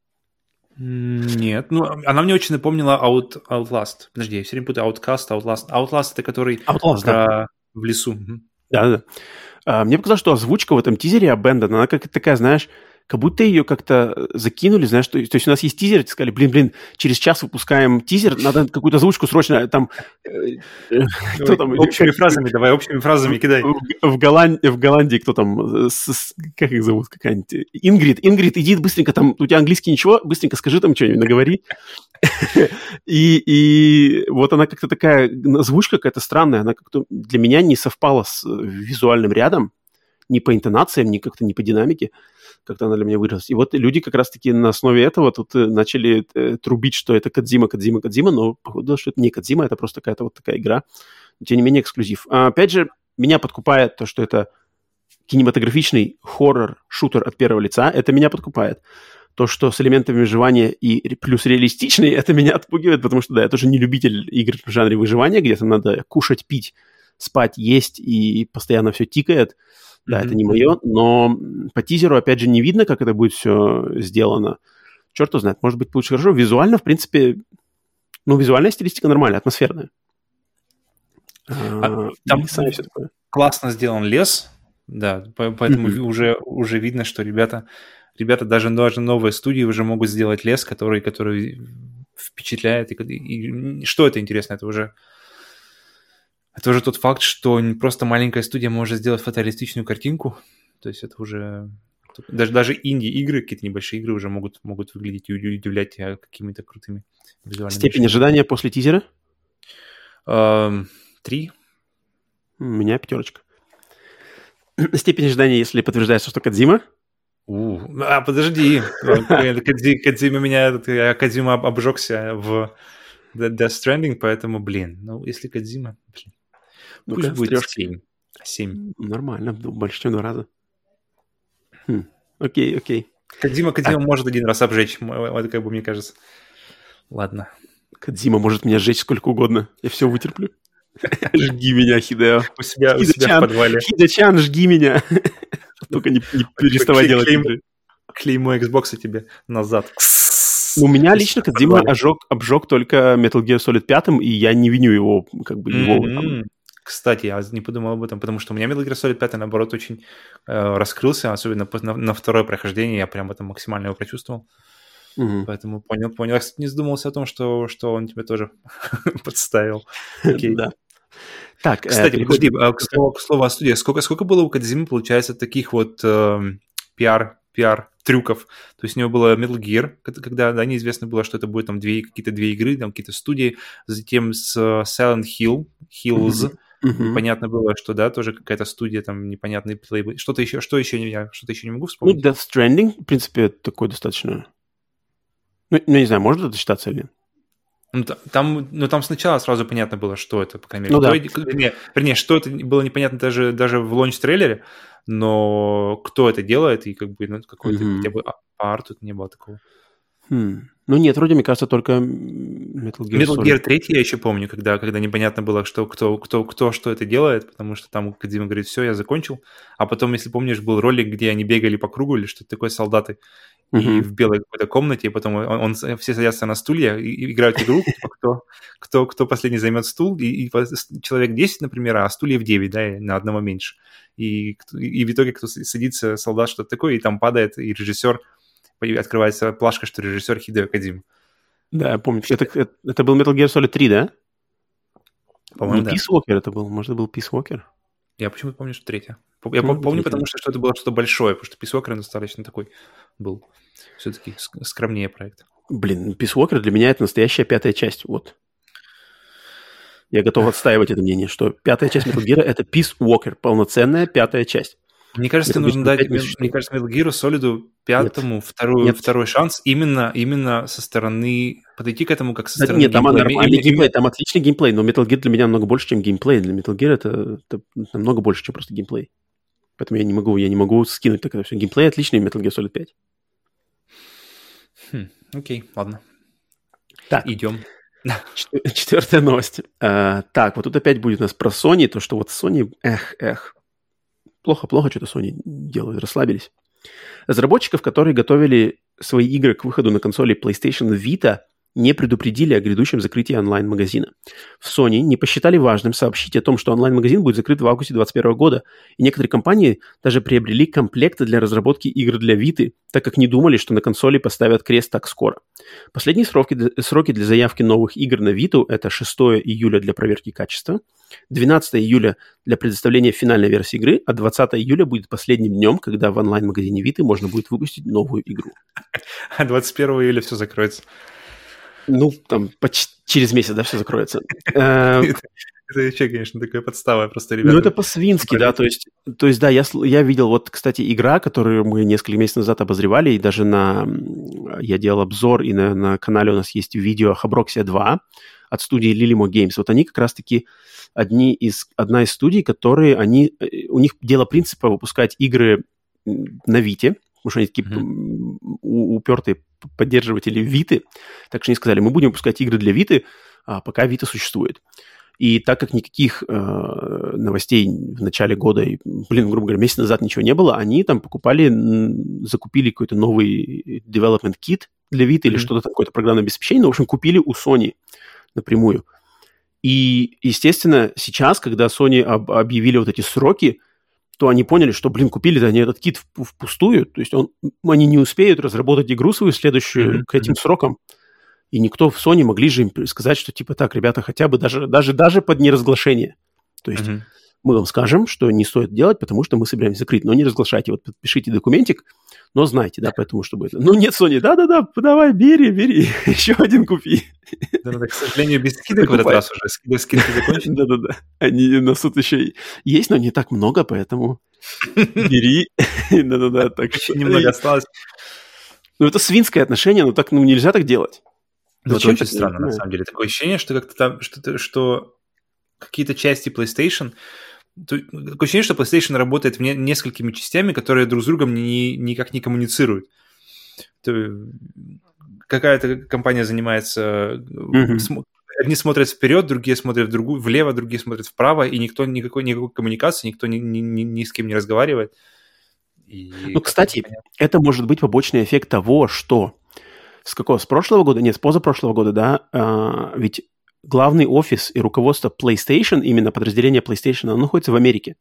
Нет, ну она мне очень напомнила Out, Outlast. Подожди, я все время путаю Outcast, Outlast. Outlast это который Outlast, про... да. в лесу. Да-да. А, мне показалось, что озвучка в этом тизере Abandoned, она как-то такая, знаешь, как будто ее как-то закинули, знаешь, то, то есть у нас есть тизер, и сказали, блин, блин, через час выпускаем тизер, надо какую-то озвучку срочно, там... Кто там? Общими фразами, давай, общими фразами кидай. В Голландии, в Голландии кто там, как их зовут, какая-нибудь? Ингрид, Ингрид, иди быстренько, там, у тебя английский ничего, быстренько скажи там что-нибудь, наговори. И, и вот она как-то такая, озвучка какая-то странная, она как-то для меня не совпала с визуальным рядом, ни по интонациям, ни как-то не по динамике, как-то она для меня выросла. И вот люди как раз-таки на основе этого тут начали э, трубить, что это Кодзима, Кодзима, Кодзима, но походу, что это не Кодзима, это просто какая-то вот такая игра. Но, тем не менее, эксклюзив. А, опять же, меня подкупает то, что это кинематографичный хоррор-шутер от первого лица. Это меня подкупает. То, что с элементами выживания и плюс реалистичные, это меня отпугивает, потому что, да, я тоже не любитель игр в жанре выживания, где там надо кушать, пить, спать, есть, и постоянно все тикает. Да, mm-hmm. это не мое, но по тизеру, опять же, не видно, как это будет все сделано. Черт его знает, может быть, лучше хорошо. Визуально, в принципе, ну, визуальная стилистика нормальная, атмосферная. А, там все такое. Классно сделан лес, да, поэтому mm-hmm. уже, уже видно, что ребята, ребята даже, даже новые студии уже могут сделать лес, который, который впечатляет. И, и, и что это интересно, это уже... Это уже тот факт, что просто маленькая студия может сделать фотореалистичную картинку. То есть это уже... Даже, даже инди-игры, какие-то небольшие игры уже могут, могут выглядеть и удивлять тебя какими-то крутыми визуальными Степень вещами. Ожидания после тизера? Эм, три. У меня пятерочка. Степень ожидания, если подтверждается, что Кодзима? У, а, подожди. Кодзима меня... Кодзима обжегся в Death Stranding, поэтому, блин, ну, если Кодзима... Блин. Ну, пусть будет семь. семь. Нормально, больше, чем два раза. Хм. Окей, окей. Кодзима, Кодзима а. может один раз обжечь, это как бы мне кажется. Ладно. Кодзима может меня сжечь сколько угодно. Я все вытерплю. Жги меня, Хидео. У себя, у себя в подвале. Хидо-чан, жги меня. Только не, не переставай делать игры. Клеймо Xbox тебе назад. У меня лично Кодзима ожег, обжег только Metal Gear Solid пять, и я не виню его, как бы, его... Mm-hmm. Кстати, я не подумал об этом, потому что у меня Metal Gear Solid пять, наоборот, очень э, раскрылся, особенно на, на второе прохождение, я прям это максимально его прочувствовал. Mm-hmm. Поэтому понял, понял. Я, кстати, не задумался о том, что, что он тебя тоже подставил. Okay. Да. Так, кстати, э, подожди, к слову, к слову о студии. Сколько, сколько было у Кодзимы, получается, таких вот э, пиар, пиар-трюков? То есть у него было Metal Gear, когда, да, неизвестно было, что это будет там две, какие-то две игры, там какие-то студии, затем с Silent Hill, Hills, mm-hmm. Uh-huh. Понятно было, что, да, тоже какая-то студия, там, непонятный плей... Что-то еще, что еще, я что-то еще не могу вспомнить. Ну, Death Stranding, в принципе, такой достаточно... Ну, ну не знаю, может это считаться или нет? Ну, там, ну, там сначала сразу понятно было, что это, по крайней мере. Ну, да. Вернее, вернее, что это было непонятно даже, даже в лонч-трейлере, но кто это делает, и как бы, ну, какой-то uh-huh. хотя бы по арту не было такого. Hmm. Ну нет, вроде, мне кажется, только Metal Gear Metal Gear три я еще помню, когда, когда непонятно было, что, кто, кто, кто что это делает, потому что там Кодзима говорит, все, я закончил. А потом, если помнишь, был ролик, где они бегали по кругу или что-то такое, солдаты, uh-huh. и в белой какой-то комнате, и потом он, он, все садятся на стулья и, и играют игру, типа, кто, кто, кто последний займет стул, и, и человек десять, например, а стульев девять, да, на одного меньше. И, и в итоге кто садится, солдат, что-то такое, и там падает, и режиссер, открывается плашка, что режиссер Хидео Кодзима. Да, я помню. Это, это, это был Metal Gear Solid три, да? По-моему, не да. Peace Walker это был. Может, это был Peace Walker? Я почему-то помню, что третья. Я ну, помню, потому что, что это было что-то большое, потому что Peace Walker достаточно такой был все-таки скромнее проект. Блин, Peace Walker для меня это настоящая пятая часть. Вот. Я готов отстаивать это мнение, что пятая часть Metal Gear это Peace Walker, полноценная пятая часть. Мне кажется, Metal нужно дать, мне, мне кажется, Metal Gear Solid пятому вторую, Нет. второй шанс именно, именно со стороны, подойти к этому как со стороны Нет, там геймплея. нормальный Им, геймплей, там отличный геймплей, но Metal Gear для меня намного больше, чем геймплей. Для Metal Gear это, это намного больше, чем просто геймплей. Поэтому я не могу, я не могу скинуть так это все. Геймплей отличный в Metal Gear Solid пять. Хм, окей, ладно. Так, идем. Четвертая новость. А, так, вот тут опять будет у нас про Sony, то, что вот Sony, эх, эх, Плохо-плохо что-то Sony делают, расслабились. Разработчиков, которые готовили свои игры к выходу на консоли PlayStation Vita, не предупредили о грядущем закрытии онлайн-магазина. В Sony не посчитали важным сообщить о том, что онлайн-магазин будет закрыт в августе двадцать первого года, и некоторые компании даже приобрели комплекты для разработки игр для Vita, так как не думали, что на консоли поставят крест так скоро. Последние сроки, сроки для заявки новых игр на Vita – это шестого июля для проверки качества, двенадцатого июля для предоставления финальной версии игры, а двадцатого июля будет последним днем, когда в онлайн-магазине Vita можно будет выпустить новую игру. А двадцать первого июля все закроется. Ну, там, почти через месяц, да, все закроется. Это вообще, конечно, такая подстава просто, ребята. Ну, это по-свински, да, то есть, то есть, да, я, я видел, вот, кстати, игра, которую мы несколько месяцев назад обозревали, и даже на, я делал обзор, и на, на канале у нас есть видео Habroxia два от студии Lilimo Games. Вот они как раз-таки одни из, одна из студий, которые, они, у них дело принципа выпускать игры на Vita, потому что они такие mm-hmm. упертые поддерживатели Виты, так что они сказали, мы будем выпускать игры для Виты, а пока Вита существует. И так как никаких э, новостей в начале года, и, блин, грубо говоря, месяц назад ничего не было, они там покупали, закупили какой-то новый development kit для Vita mm-hmm. или что-то там, какое-то программное обеспечение, но, в общем, купили у Sony напрямую. И, естественно, сейчас, когда Sony об- объявили вот эти сроки, то они поняли, что, блин, купили-то они этот кит в- впустую, то есть он, они не успеют разработать игру свою следующую mm-hmm. к этим срокам. И никто в Sony могли же им сказать, что типа так, ребята, хотя бы даже, даже, даже под неразглашение. То есть mm-hmm. мы вам скажем, что не стоит делать, потому что мы собираемся закрыть, но не разглашайте. Вот подпишите документик, но знайте, да, поэтому что будет. Ну нет, Sony, да-да-да, давай, бери, бери, еще один купи. Да-да-да, к сожалению, без скидок в этот раз уже, скидки закончены. Да-да-да, они на суд еще есть, но не так много, поэтому бери. Да-да-да, так что... Немного осталось. Ну это свинское отношение, но так, ну нельзя так делать. Ну, это очень странно, на самом деле. Такое ощущение, что как-то там, что, что какие-то части PlayStation... Такое ощущение, что PlayStation работает в не, несколькими частями, которые друг с другом ни, никак не коммуницируют. То, какая-то компания занимается... Mm-hmm. См, одни смотрят вперед, другие смотрят в другую, влево, другие смотрят вправо, и никто никакой, никакой коммуникации, никто ни, ни, ни, ни с кем не разговаривает. И ну, кстати, это может быть побочный эффект того, что... С какого? С прошлого года? Нет, с позапрошлого года, да. А, ведь главный офис и руководство PlayStation, именно подразделение PlayStation, оно находится в Америке.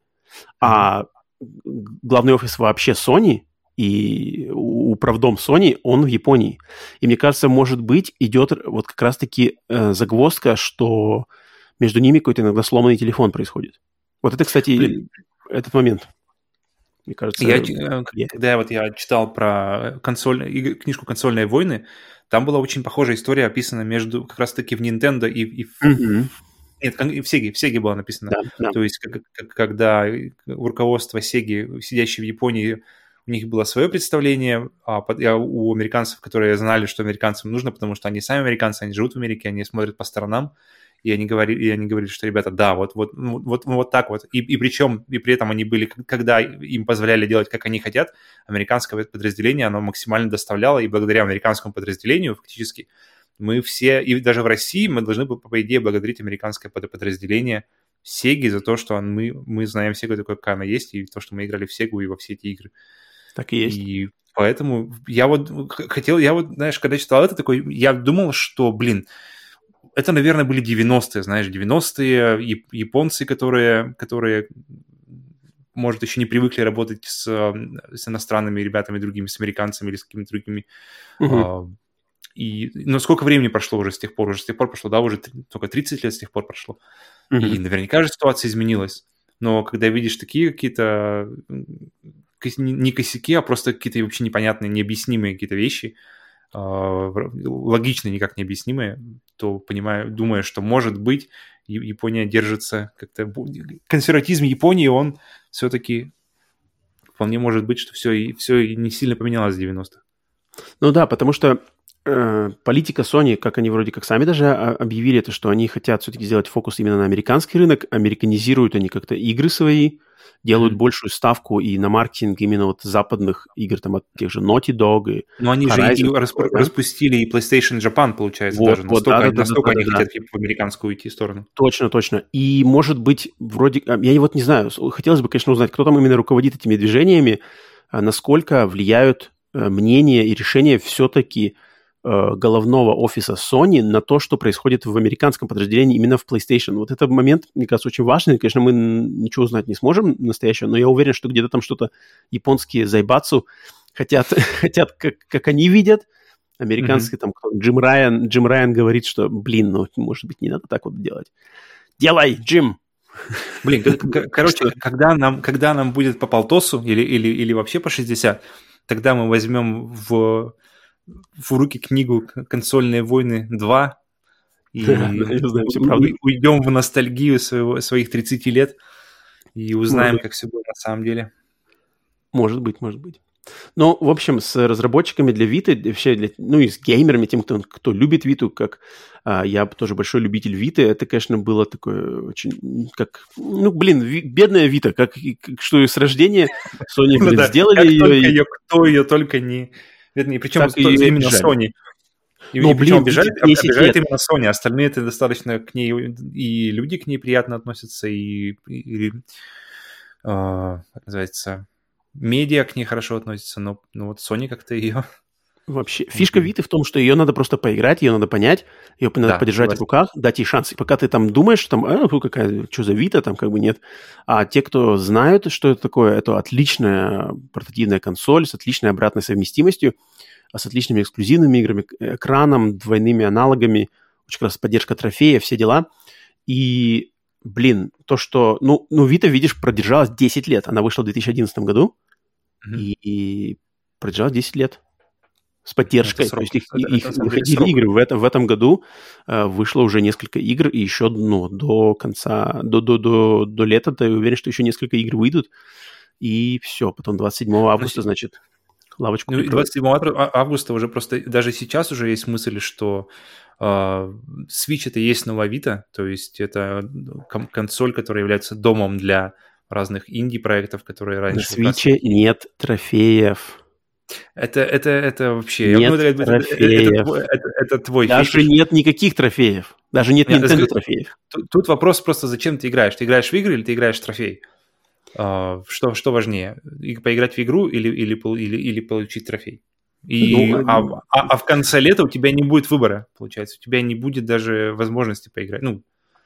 А главный офис вообще Sony и управдом Sony, он в Японии. И мне кажется, может быть, идет вот как раз-таки э, загвоздка, что между ними какой-то иногда сломанный телефон происходит. Вот это, кстати, Блин. этот момент. Мне кажется, я, когда вот я читал про консоль, книжку «Консольные войны», там была очень похожая история описана между как раз-таки в Nintendo и, и в... Mm-hmm. Нет, в Sega, в Sega была написана. Да, да. То есть, как, как, когда руководство Sega, сидящее в Японии, у них было свое представление, а у американцев, которые знали, что американцам нужно, потому что они сами американцы, они живут в Америке, они смотрят по сторонам, и они говорили, и они говорили, что, ребята, да, вот, вот, вот, вот так вот. И, и причем, и при этом они были, когда им позволяли делать, как они хотят, американское подразделение, оно максимально доставляло, и благодаря американскому подразделению, фактически, мы все, и даже в России, мы должны, по, по идее, благодарить американское подразделение Sega за то, что мы, мы знаем Sega такой, какая она есть, и то, что мы играли в Sega и во все эти игры. Так и есть. И поэтому я вот хотел, я вот, знаешь, когда читал это, такой, я думал, что, блин, это, наверное, были девяностые, знаешь, девяностые японцы, которые, которые, может, еще не привыкли работать с, с иностранными ребятами, другими, с американцами или с какими-то другими. Uh-huh. И, но сколько времени прошло уже с тех пор? Уже с тех пор прошло, да, уже только тридцать лет с тех пор прошло. Uh-huh. И наверняка же ситуация изменилась. Но когда видишь такие какие-то, не косяки, а просто какие-то вообще непонятные, необъяснимые какие-то вещи, логично никак не объяснимые, то понимаю, думаю, что может быть Япония держится как-то... Консерватизм Японии, он все-таки вполне может быть, что все, и, все и не сильно поменялось в девяностых. Ну да, потому что э, политика Sony, как они вроде как сами даже объявили это, что они хотят все-таки сделать фокус именно на американский рынок, американизируют они как-то игры свои, делают mm-hmm. большую ставку и на маркетинг именно вот западных игр, там, от тех же Naughty Dog и Но они Horizon, же и расп- да? распустили и PlayStation Japan, получается, вот, даже. Вот, настолько, да, да, настолько да, да, они да, хотят да. в американскую уйти сторону. Точно, точно. И, может быть, вроде... Я вот не знаю, хотелось бы, конечно, узнать, кто там именно руководит этими движениями, насколько влияют мнения и решения все-таки головного офиса Sony на то, что происходит в американском подразделении именно в PlayStation. Вот этот момент, мне кажется, очень важный. Конечно, мы ничего узнать не сможем настоящего, но я уверен, что где-то там что-то японские зайбацу хотят, хотят как, как они видят. Американский mm-hmm. там Джим Райан, Джим Райан говорит, что, блин, ну, может быть, не надо так вот делать. Делай, Джим! Блин, короче, когда нам, когда нам будет по полтосу или, или, или вообще по шестьдесят, тогда мы возьмем в... в руки книгу «Консольные войны два» и уйдем в ностальгию своего, своих тридцати лет и узнаем, как все было на самом деле. Может быть, может быть. Ну, в общем, с разработчиками для Vita, вообще, для, ну и с геймерами, тем, кто, кто любит Vita, как а, я тоже большой любитель Vita, это, конечно, было такое очень, как, ну, блин, ви, бедная Vita, как, как что с рождения Sony, блин, ну, сделали ее. ее. Кто ее только не... Причем именно Sony. И, Но, и причем блин, обижает, обижает именно Sony, остальные это достаточно к ней, и люди к ней приятно относятся, и, и, и э, как называется, медиа к ней хорошо относятся, но ну, вот Sony как-то ее... Вообще, фишка Vita в том, что ее надо просто поиграть, ее надо понять, ее надо да, подержать согласен. В руках, дать ей шанс. И пока ты там думаешь, там, а, ну, какая, что за Vita, там как бы нет. А те, кто знают, что это такое, это отличная портативная консоль с отличной обратной совместимостью, с отличными эксклюзивными играми, экраном, двойными аналогами, очень как раз поддержка трофея, все дела. И, блин, то, что... Ну, ну Vita, видишь, продержалась десять лет. Она вышла в две тысячи одиннадцатом году mm-hmm. и, и продержалась десять лет с поддержкой. То есть их, это, их это, выходили срок. Игры. В этом, в этом году э, вышло уже несколько игр, и еще ну, до конца, до, до, до, до лета, я уверен, что еще несколько игр выйдут. И все, потом двадцать седьмого августа, значит... Лавочку ну, двадцать седьмого августа уже просто, даже сейчас уже есть мысль, что э, Switch это и есть новая Vita, то есть это кон- консоль, которая является домом для разных инди-проектов, которые раньше... На Switch нет трофеев. Это, это, это вообще... Нет ну, это, трофеев. Это, это, это, это твой Даже фишка. нет никаких трофеев. Даже нет Nintendo нет, трофеев. Тут, тут вопрос просто, зачем ты играешь? Ты играешь в игры или ты играешь в трофей? Uh, что, что важнее, поиграть в игру или, или, или, или получить трофей? И, ну, а, а, а в конце лета у тебя не будет выбора, получается. У тебя не будет даже возможности поиграть, ну,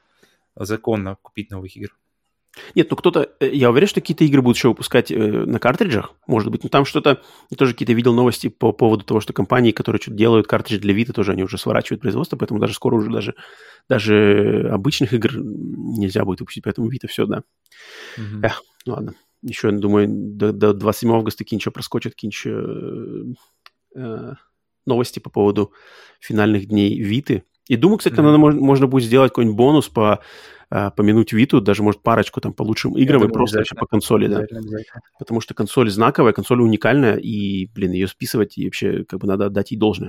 законно купить новых игр. Нет, ну кто-то... Я уверен, что какие-то игры будут еще выпускать э, на картриджах, может быть. Но там что-то... Я тоже какие-то видел новости по поводу того, что компании, которые что-то делают картриджи для Vita, тоже они уже сворачивают производство, поэтому даже скоро уже даже, даже обычных игр нельзя будет выпустить, поэтому Vita все, да. Mm-hmm. Эх, ну ладно. Еще, я думаю, до, до двадцать седьмого августа какие-нибудь еще проскочат, какие-нибудь еще э, новости по поводу финальных дней Vita. И думаю, кстати, mm-hmm. надо, можно, можно будет сделать какой-нибудь бонус по... помянуть Виту, даже, может, парочку там по лучшим играм и просто вообще по консоли, да. Потому что консоль знаковая, консоль уникальная, и, блин, ее списывать, и вообще, как бы, надо отдать ей должное.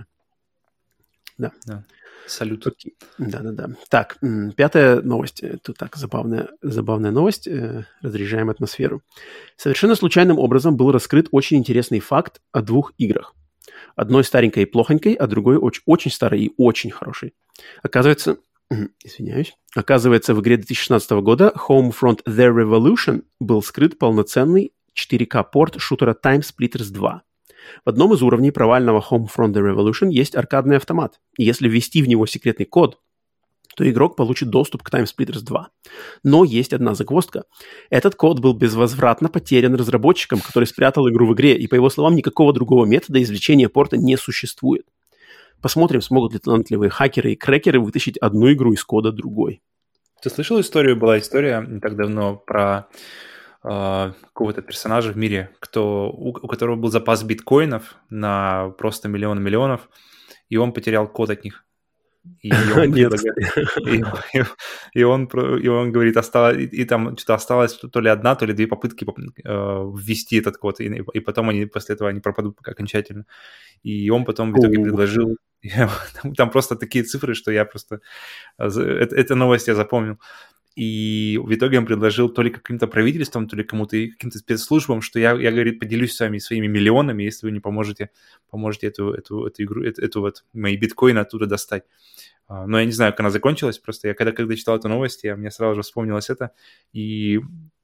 Да. да. Салют. Окей. Да-да-да. Так, пятая новость. Тут так, забавная, забавная новость. Разряжаем атмосферу. Совершенно случайным образом был раскрыт очень интересный факт о двух играх. Одной старенькой и плохонькой, а другой очень, очень старой и очень хорошей. Оказывается... Извиняюсь. Оказывается, в игре две тысячи шестнадцатого года Homefront The Revolution был скрыт полноценный четыре ка-порт шутера Time Splitters два. В одном из уровней провального Homefront The Revolution есть аркадный автомат. И если ввести в него секретный код, то игрок получит доступ к Time Splitters два. Но есть одна загвоздка. Этот код был безвозвратно потерян разработчиком, который спрятал игру в игре, и, по его словам, никакого другого метода извлечения порта не существует. Посмотрим, смогут ли талантливые хакеры и крекеры вытащить одну игру из кода другой. Ты слышал историю? Была история не так давно про э, какого-то персонажа в мире, кто, у, у которого был запас биткоинов на просто миллион миллионов, и он потерял код от них. И он, и, и, и, он, и он говорит, осталось, и, и там что-то осталось то ли одна, то ли две попытки э, ввести этот код, и, и потом они после этого они пропадут окончательно. И он потом в итоге предложил... Там, там просто такие цифры, что я просто... Это, это новость я запомнил. И в итоге он предложил то ли каким-то правительством, то ли кому-то, каким-то спецслужбам, что я, я говорит, поделюсь с вами своими миллионами, если вы не поможете, поможете эту, эту, эту игру, эту, эту вот мои биткоины оттуда достать. Но я не знаю, как она закончилась, просто я когда, когда читал эту новость, я, мне сразу же вспомнилось это, и...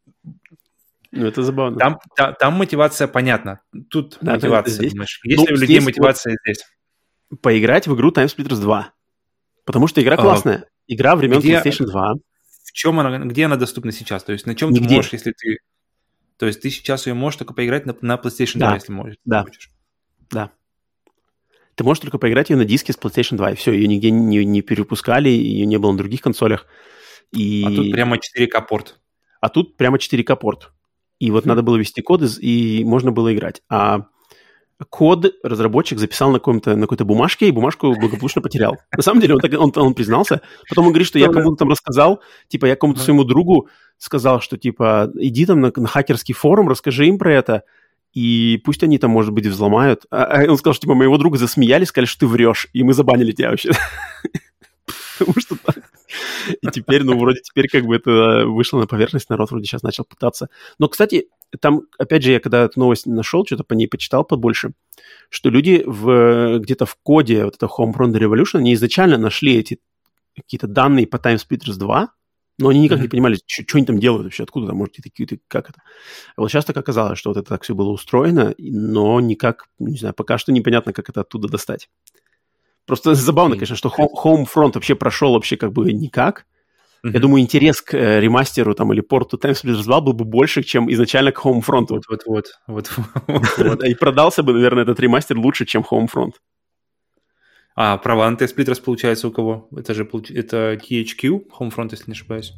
Ну, это забавно. Там, та, там мотивация понятна. Тут да, мотивация, здесь... думаешь. Есть ли у людей мотивация вот здесь? Поиграть в игру Time Splitters два. Потому что игра классная. А, игра времен где, PlayStation два. В чем она, где она доступна сейчас? То есть на чем Нигде. Ты можешь, если ты... То есть ты сейчас ее можешь только поиграть на, на PlayStation да. два, если можешь. Да, да. Ты можешь только поиграть ее на диске с PlayStation два, и все, ее нигде не, не перепускали, ее не было на других консолях. И... А тут прямо четыре ка-порт. А тут прямо четыре ка-порт. И вот mm-hmm. надо было ввести код, и можно было играть. А код разработчик записал на, на какой-то бумажке, и бумажку благополучно потерял. На самом деле он, так, он, он признался. Потом он говорит, что я кому-то там рассказал, типа я кому-то своему другу сказал, что типа иди там на, на хакерский форум, расскажи им про это. и пусть они там, может быть, взломают. А он сказал, что, типа, моего друга засмеяли, сказали, что ты врешь, и мы забанили тебя вообще. Потому что так. И теперь, ну, вроде теперь как бы это вышло на поверхность, народ вроде сейчас начал пытаться. Но, кстати, там, опять же, я когда эту новость нашел, что-то по ней почитал побольше, что люди в, где-то в коде вот этого Homefront Revolution, они изначально нашли эти какие-то данные по TimeSplitters два, но они никак mm-hmm. не понимали, что они там делают вообще, откуда там, может, такие, как это. А вот сейчас так оказалось, что вот это так все было устроено, но никак, не знаю, пока что непонятно, как это оттуда достать. Просто забавно, конечно, что Homefront вообще прошел вообще как бы никак. Mm-hmm. Я думаю, интерес к э, ремастеру там или порту TimeSplitters два был бы больше, чем изначально к Homefront. Вот-вот-вот. Вот. И продался бы, наверное, этот ремастер лучше, чем Homefront. А права на TimeSplitters, получается, у кого? Это же это ти эйч кью, Homefront, если не ошибаюсь.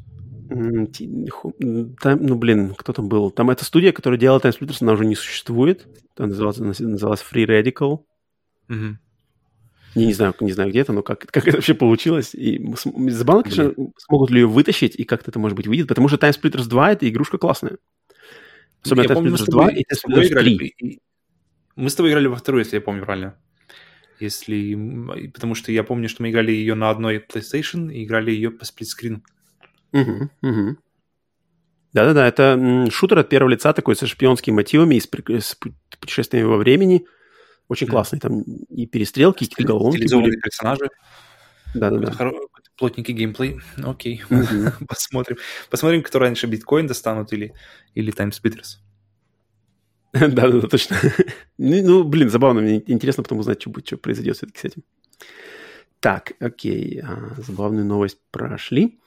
Там, ну, блин, кто там был? Там эта студия, которая делала TimeSplitters, она уже не существует. Там называлась, называлась Free Radical. Угу. Я не знаю, не знаю, где это, но как, как это вообще получилось. И забавно, конечно, смогут ли ее вытащить, и как-то это, может быть, выйдет, потому что TimeSplitters два — это игрушка классная. Особенно TimeSplitters два и TimeSplitters три. Мы с тобой играли во вторую, если я помню правильно. Если... Потому что я помню, что мы играли ее на одной PlayStation и играли ее по сплитскрину. Угу, угу. Да-да-да, это шутер от первого лица такой со шпионскими мотивами и с, с путешествиями во времени. Очень mm. классный. Там и перестрелки, и головоломки. Стилизованные персонажи. Да-да-да. Хоро... Плотненький геймплей. Окей. Mm-hmm. Посмотрим. Посмотрим, кто раньше биткоин достанут или, или TimeSplitters. Да-да-да, точно. Ну, блин, забавно. Мне интересно потом узнать, что будет, что произойдет все-таки с этим. Так, окей. Забавную новость прошли.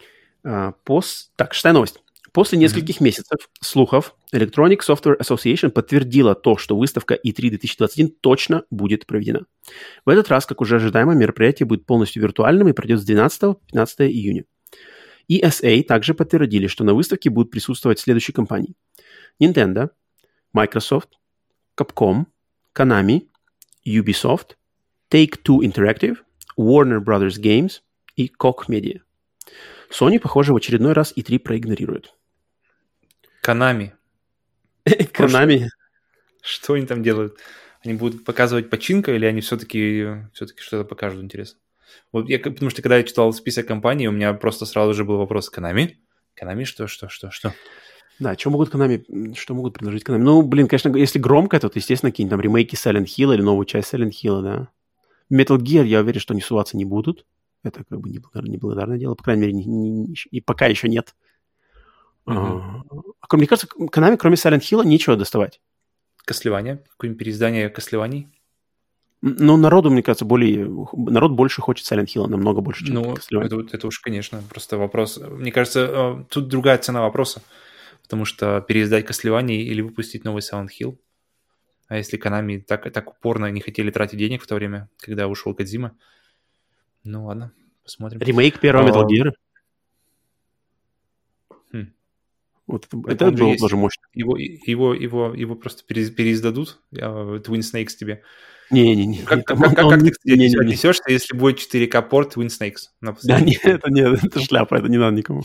Пост... Так, шестая новость. После нескольких mm-hmm. месяцев слухов Electronic Software Association подтвердила то, что выставка и три две тысячи двадцать один точно будет проведена. В этот раз, как уже ожидаемо, мероприятие будет полностью виртуальным и пройдет с двенадцатого по пятнадцатое июня. и эс эй также подтвердили, что на выставке будут присутствовать следующие компании: Nintendo, Microsoft, Capcom, Konami, Ubisoft, Take-Two Interactive, Warner Brothers Games и Koch Media. Sony, похоже, в очередной раз и три проигнорирует. Konami. Konami. Что они там делают? Они будут показывать починка или они все-таки, все-таки что-то покажут, интересно? Вот я, потому что когда я читал список компаний, у меня просто сразу же был вопрос: Konami? Konami что, что, что, что? Да, что могут Konami, что могут предложить Konami? Ну, блин, конечно, если громко, то, естественно, какие-нибудь там ремейки Silent Hill или новую часть Silent Hill, да. Metal Gear, я уверен, что они суваться не будут. Это как бы неблагодарное дело, по крайней мере, не, не, не, и пока еще нет. Uh-huh. А, мне кажется, Konami, кроме Silent Hill, нечего доставать. Castlevania? Какое-нибудь переиздание Castlevania? Ну, народу, мне кажется, более... Народ больше хочет Silent Hill, намного больше, чем ну, Castlevania. Это, это уж, конечно, просто вопрос... Мне кажется, тут другая цена вопроса, потому что переиздать Castlevania или выпустить новый Silent Hill. А если Konami так, так упорно не хотели тратить денег в то время, когда ушел Кодзима, ну ладно, посмотрим. Ремейк первого Metal Gear. Хм. Вот это, это было тоже мощно. Его, его, его, его просто переиздадут, Twin Snakes тебе. Не-не-не. Как, как, как, как ты не, не, отнесешься, не. если будет четыре ка порт Twin Snakes? Да нет, это нет, это шляпа, это не надо никому.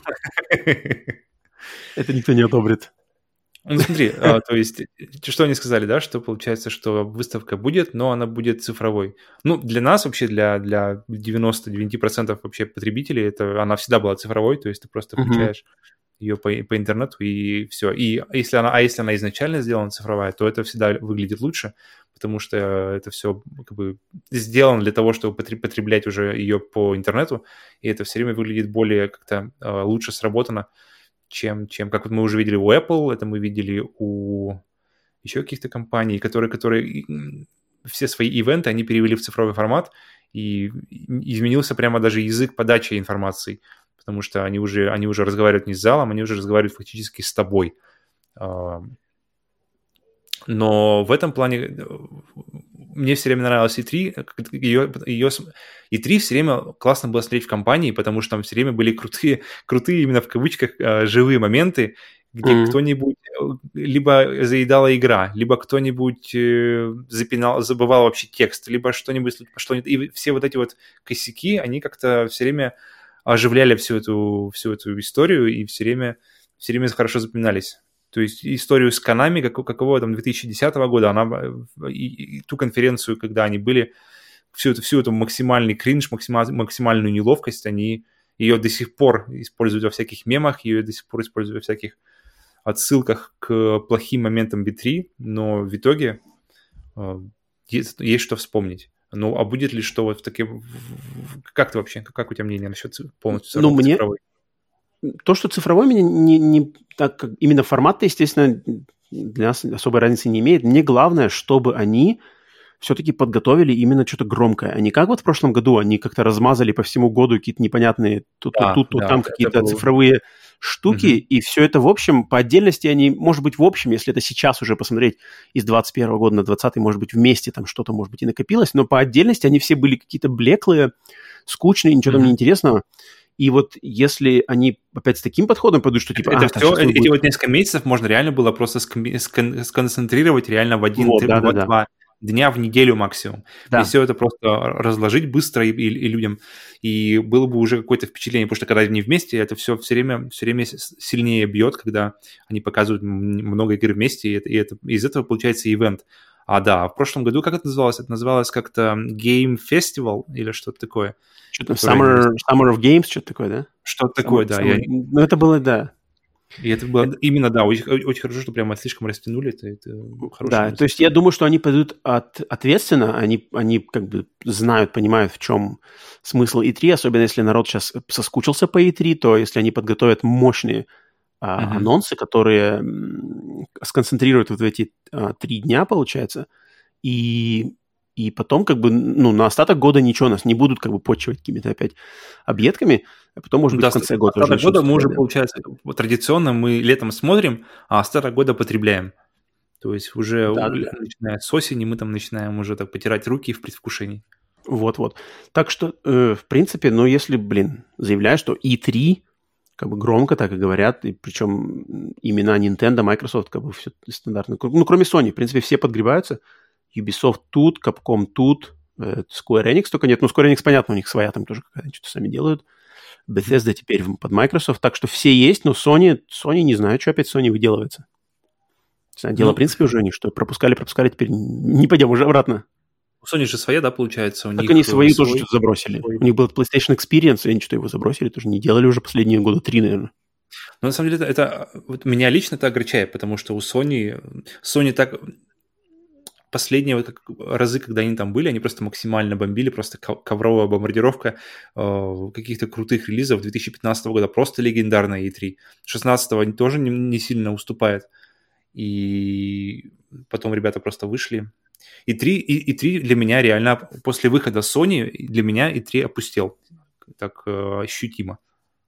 Это никто не одобрит. Ну смотри, а, то есть, что они сказали, да, что получается, что выставка будет, но она будет цифровой. Ну, для нас вообще, для, для девяноста девяти процентов вообще потребителей, это, она всегда была цифровой, то есть ты просто включаешь uh-huh. ее по, по интернету и все. И если она, а если она изначально сделана цифровая, то это всегда выглядит лучше, потому что это все как бы сделано для того, чтобы потреблять уже ее по интернету, и это все время выглядит более как-то uh, лучше сработано, чем, чем, как вот мы уже видели у Apple, это мы видели у еще каких-то компаний, которые, которые все свои ивенты, они перевели в цифровой формат, и изменился прямо даже язык подачи информации, потому что они уже, они уже разговаривают не с залом, они уже разговаривают фактически с тобой. Но в этом плане мне все время нравилась и три, ее, ее, и три все время классно было смотреть в компании, потому что там все время были крутые, крутые именно в кавычках живые моменты, где mm-hmm. кто-нибудь либо заедала игра, либо кто-нибудь запинал, забывал вообще текст, либо что-нибудь, что-нибудь. И все вот эти вот косяки, они как-то все время оживляли всю эту, всю эту историю и все время, все время хорошо запоминались. То То есть историю с Konami, как, какого там две тысячи десятого года, она, и, и ту конференцию, когда они были, всю эту, всю эту максимальный кринж, максималь, максимальную неловкость, они ее до сих пор используют во всяких мемах, ее до сих пор используют во всяких отсылках к плохим моментам би три, но в итоге э, есть, есть что вспомнить. Ну, а будет ли что вот в таким... Как ты вообще, как у тебя мнение насчет полностью ну, мне... цифровой? То, что цифровой меня не, не так как именно формат-то, естественно, для нас особой разницы не имеет. Мне главное, чтобы они все-таки подготовили именно что-то громкое. А не как вот в прошлом году они как-то размазали по всему году какие-то непонятные тут, да, тут, тут, да, там какие-то было... цифровые штуки. Угу. И все это, в общем, по отдельности они, может быть, в общем, если это сейчас уже посмотреть из двадцать первого года на двадцатый, может быть, вместе там что-то, может быть, и накопилось, но по отдельности они все были какие-то блеклые, скучные, ничего угу. там неинтересного. И вот если они опять с таким подходом пойдут, что типа... Это а, все, эти будет... вот несколько месяцев можно реально было просто скон- скон- сконцентрировать реально в один, вот, три, да, два, да, два дня в неделю максимум. Да. И все это просто разложить быстро и, и, и людям. И было бы уже какое-то впечатление, потому что когда они вместе, это все все время, все время сильнее бьет, когда они показывают много игр вместе, и, это, и это, из этого получается ивент. А да, в прошлом году, как это называлось? Это называлось как-то Game Festival или что-то такое. Что-то Summer, Summer of Games, что-то такое, да? Что-то такое, Summer, да. Summer... Я... Ну, это было, да. И это было это... именно, да, очень, очень хорошо, что прямо слишком растянули. Это, это да, мысль. То есть я думаю, что они пойдут от, ответственно, они, они как бы знают, понимают, в чем смысл и три, особенно если народ сейчас соскучился по и три, то если они подготовят мощные а, uh-huh. анонсы, которые сконцентрируют вот в эти а, три дня, получается, и... И потом, как бы, ну, на остаток года ничего, нас не будут, как бы, почивать какими-то опять объедками, а потом, может быть, да, в конце года уже... Остаток года мы уже, да. получается, традиционно мы летом смотрим, а остаток года потребляем. То есть уже, да, у... да. начиная с осени, мы там начинаем уже так потирать руки в предвкушении. Вот-вот. Так что, э, в принципе, ну, если, блин, заявляют, что и три, как бы, громко так и говорят, и причем имена Nintendo, Microsoft, как бы, все стандартно. Ну, кроме Sony, в принципе, все подгребаются. Ubisoft тут, Capcom тут, э, Square Enix только нет. Ну, Square Enix, понятно, у них своя там тоже какая-то, что-то сами делают. Bethesda теперь под Microsoft. Так что все есть, но Sony, Sony не знаю, что опять Sony выделывается. Дело, ну, в принципе, уже они что, пропускали, пропускали, теперь не пойдем уже обратно. У Sony же своя, да, получается? У так них они свои свой... тоже что-то забросили. Свой... У них был PlayStation Experience, и они что-то его забросили, тоже не делали уже последние года три, наверное. Но на самом деле это, это вот меня лично это огорчает, потому что у Sony, Sony так... Последние вот разы, когда они там были, они просто максимально бомбили, просто ковровая бомбардировка э, каких-то крутых релизов две тысячи пятнадцатого года, просто легендарная и три. шестнадцатого они тоже не, не сильно уступает. И потом ребята просто вышли. и три, и, и три для меня реально, после выхода Sony, для меня и три опустел. Так э, ощутимо.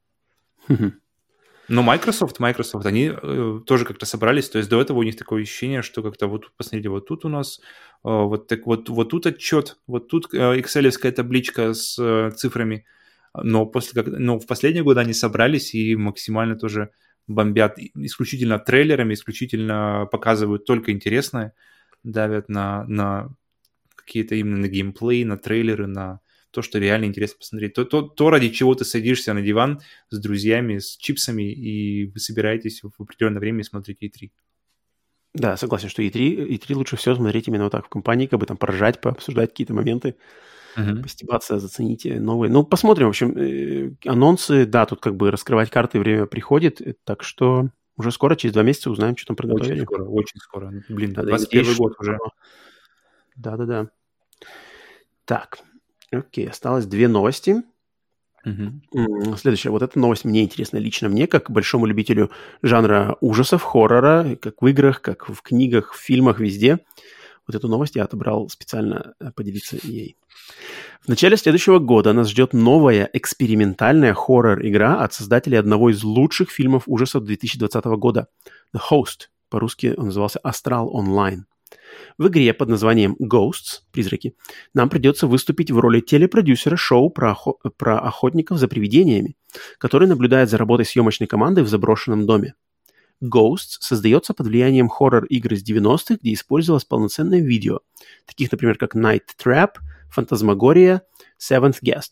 Но Microsoft, Microsoft, они э, тоже как-то собрались, то есть до этого у них такое ощущение, что как-то вот, посмотрите, вот тут у нас, э, вот, так, вот, вот тут отчет, вот тут э, экселевская табличка с э, цифрами, но, после, как, но в последние годы они собрались и максимально тоже бомбят исключительно трейлерами, исключительно показывают только интересное, давят на, на какие-то именно на геймплей, на трейлеры, на... то, что реально интересно посмотреть. То, то, то, ради чего ты садишься на диван с друзьями, с чипсами, и вы собираетесь в определенное время смотреть и три. Да, согласен, что и три, и три лучше всего смотреть именно вот так в компании, как бы там поржать, пообсуждать какие-то моменты, uh-huh. постебаться, заценить новые. Ну, посмотрим, в общем, э, анонсы, да, тут как бы раскрывать карты время приходит, так что уже скоро, через два месяца узнаем, что там подготовили. Очень скоро, очень скоро. Блин, да, двадцать первый год уже. Да-да-да. Так. Окей, осталось две новости. Uh-huh. Следующая. Вот эта новость мне интересна лично мне, как большому любителю жанра ужасов, хоррора, как в играх, как в книгах, в фильмах, везде. Вот эту новость я отобрал специально поделиться ей. В начале следующего года нас ждет новая экспериментальная хоррор-игра от создателей одного из лучших фильмов ужасов две тысячи двадцатого года. The Host. По-русски он назывался Astral Online. В игре под названием Ghosts, призраки, нам придется выступить в роли телепродюсера шоу про, охо- про охотников за привидениями, который наблюдает за работой съемочной команды в заброшенном доме. Ghosts создается под влиянием хоррор-игр из девяностых, где использовалось полноценное видео, таких, например, как Night Trap, Phantasmagoria, Seventh Guest.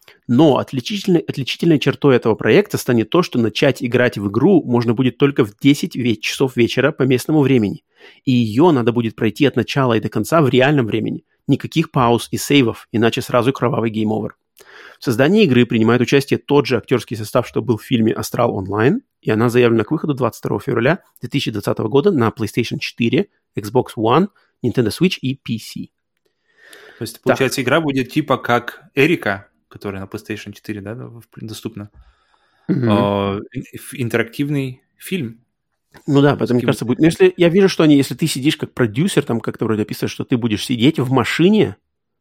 Но отличительной, отличительной чертой этого проекта станет то, что начать играть в игру можно будет только в десять ве- часов вечера по местному времени. И ее надо будет пройти от начала и до конца в реальном времени. Никаких пауз и сейвов, иначе сразу кровавый гейм-овер. В создании игры принимает участие тот же актерский состав, что был в фильме «Астрал Онлайн», и она заявлена к выходу двадцать второго февраля две тысячи двадцатого года на PlayStation четыре, Xbox One, Nintendo Switch и пи си. То есть, получается, так. Игра будет типа как Эрика, которая на PlayStation четыре, да, доступна. Mm-hmm. Интерактивный фильм. Ну да, поэтому, мне кажется, будет... Но если я вижу, что они, если ты сидишь как продюсер, там как-то вроде описывают, что ты будешь сидеть в машине,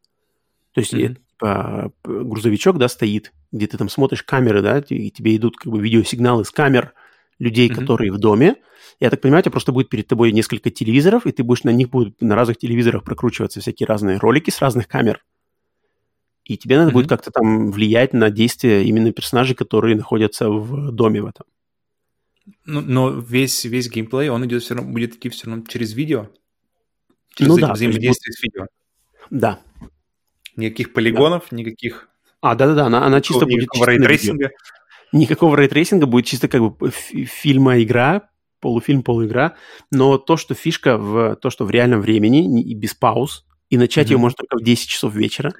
то есть mm-hmm. типа, грузовичок, да, стоит, где ты там смотришь камеры, да, и тебе идут как бы видеосигналы с камер людей, mm-hmm. которые в доме. Я так понимаю, у тебя просто будет перед тобой несколько телевизоров, и ты будешь на них будут на разных телевизорах прокручиваться всякие разные ролики с разных камер. И тебе надо mm-hmm. будет как-то там влиять на действия именно персонажей, которые находятся в доме в этом. Но, но весь, весь геймплей, он идет все равно, будет идти все равно через видео? Через ну да. взаимодействие будет... с видео? Да. Никаких полигонов, да. никаких... А, да-да-да, она, она чисто будет... Никакого рейтрейсинга? Никакого рейтрейсинга, будет чисто как бы фильма-игра, полуфильм, полуигра, но то, что фишка в то, что в реальном времени и без пауз, и начать mm-hmm. ее можно только в десять часов вечера.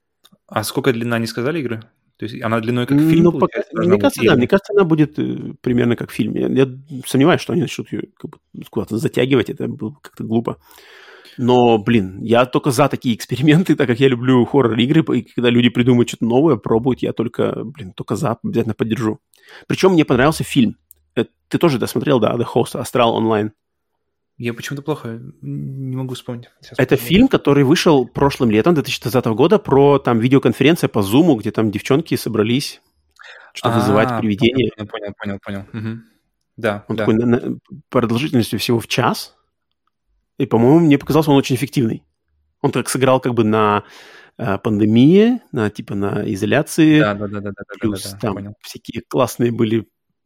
А сколько длина, не сказали, игры? То есть она длиной как фильм, ну, пока, мне кажется, да, мне кажется, она будет э, примерно как фильм. Я, я сомневаюсь, что они начнут ее как бы, куда-то затягивать, это было как-то глупо. Но, блин, я только за такие эксперименты, так как я люблю хоррор-игры, и когда люди придумывают что-то новое, пробуют, я только, блин, только за, обязательно поддержу. Причем мне понравился фильм. Ты тоже досмотрел, да, The Host, Астрал Онлайн? Я почему-то плохо не могу вспомнить. Сейчас это посмотрю. Фильм, который вышел прошлым летом, две тысячи двадцатого года, про там видеоконференция по Zoom, где там девчонки собрались, чтобы А-а-а, вызывать привидения. Понял, понял, понял, понял. Угу. Да, он да. такой на, на, продолжительностью всего в час. И, по-моему, мне показалось, он очень эффективный. Он так сыграл как бы на э, пандемии, на типа на изоляции. Да, да, да, да, да. Плюс да, да, да, там понял. всякие классные были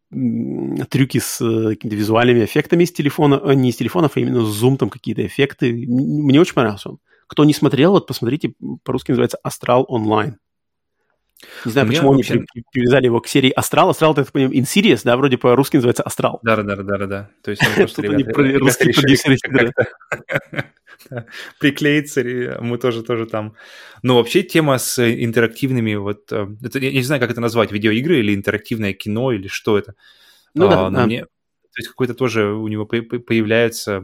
трюки с э, какими-то визуальными эффектами из телефона, а не из телефонов, а именно с Zoom, там какие-то эффекты. Мне очень понравился он. Кто не смотрел, вот посмотрите, по-русски называется «Астрал Онлайн». Не знаю, почему они вообще... привязали его к серии «Астрал». «Астрал» — это, так понимаю, «Insidious», да, вроде по-русски называется «Астрал». Да-да-да-да-да. То есть они просто русские продюсеры приклеиться, мы тоже тоже там. Но вообще тема с интерактивными, вот, это, я не знаю, как это назвать, видеоигры или интерактивное кино, или что это. Ну да, но мне, то есть какой-то тоже у него появляется,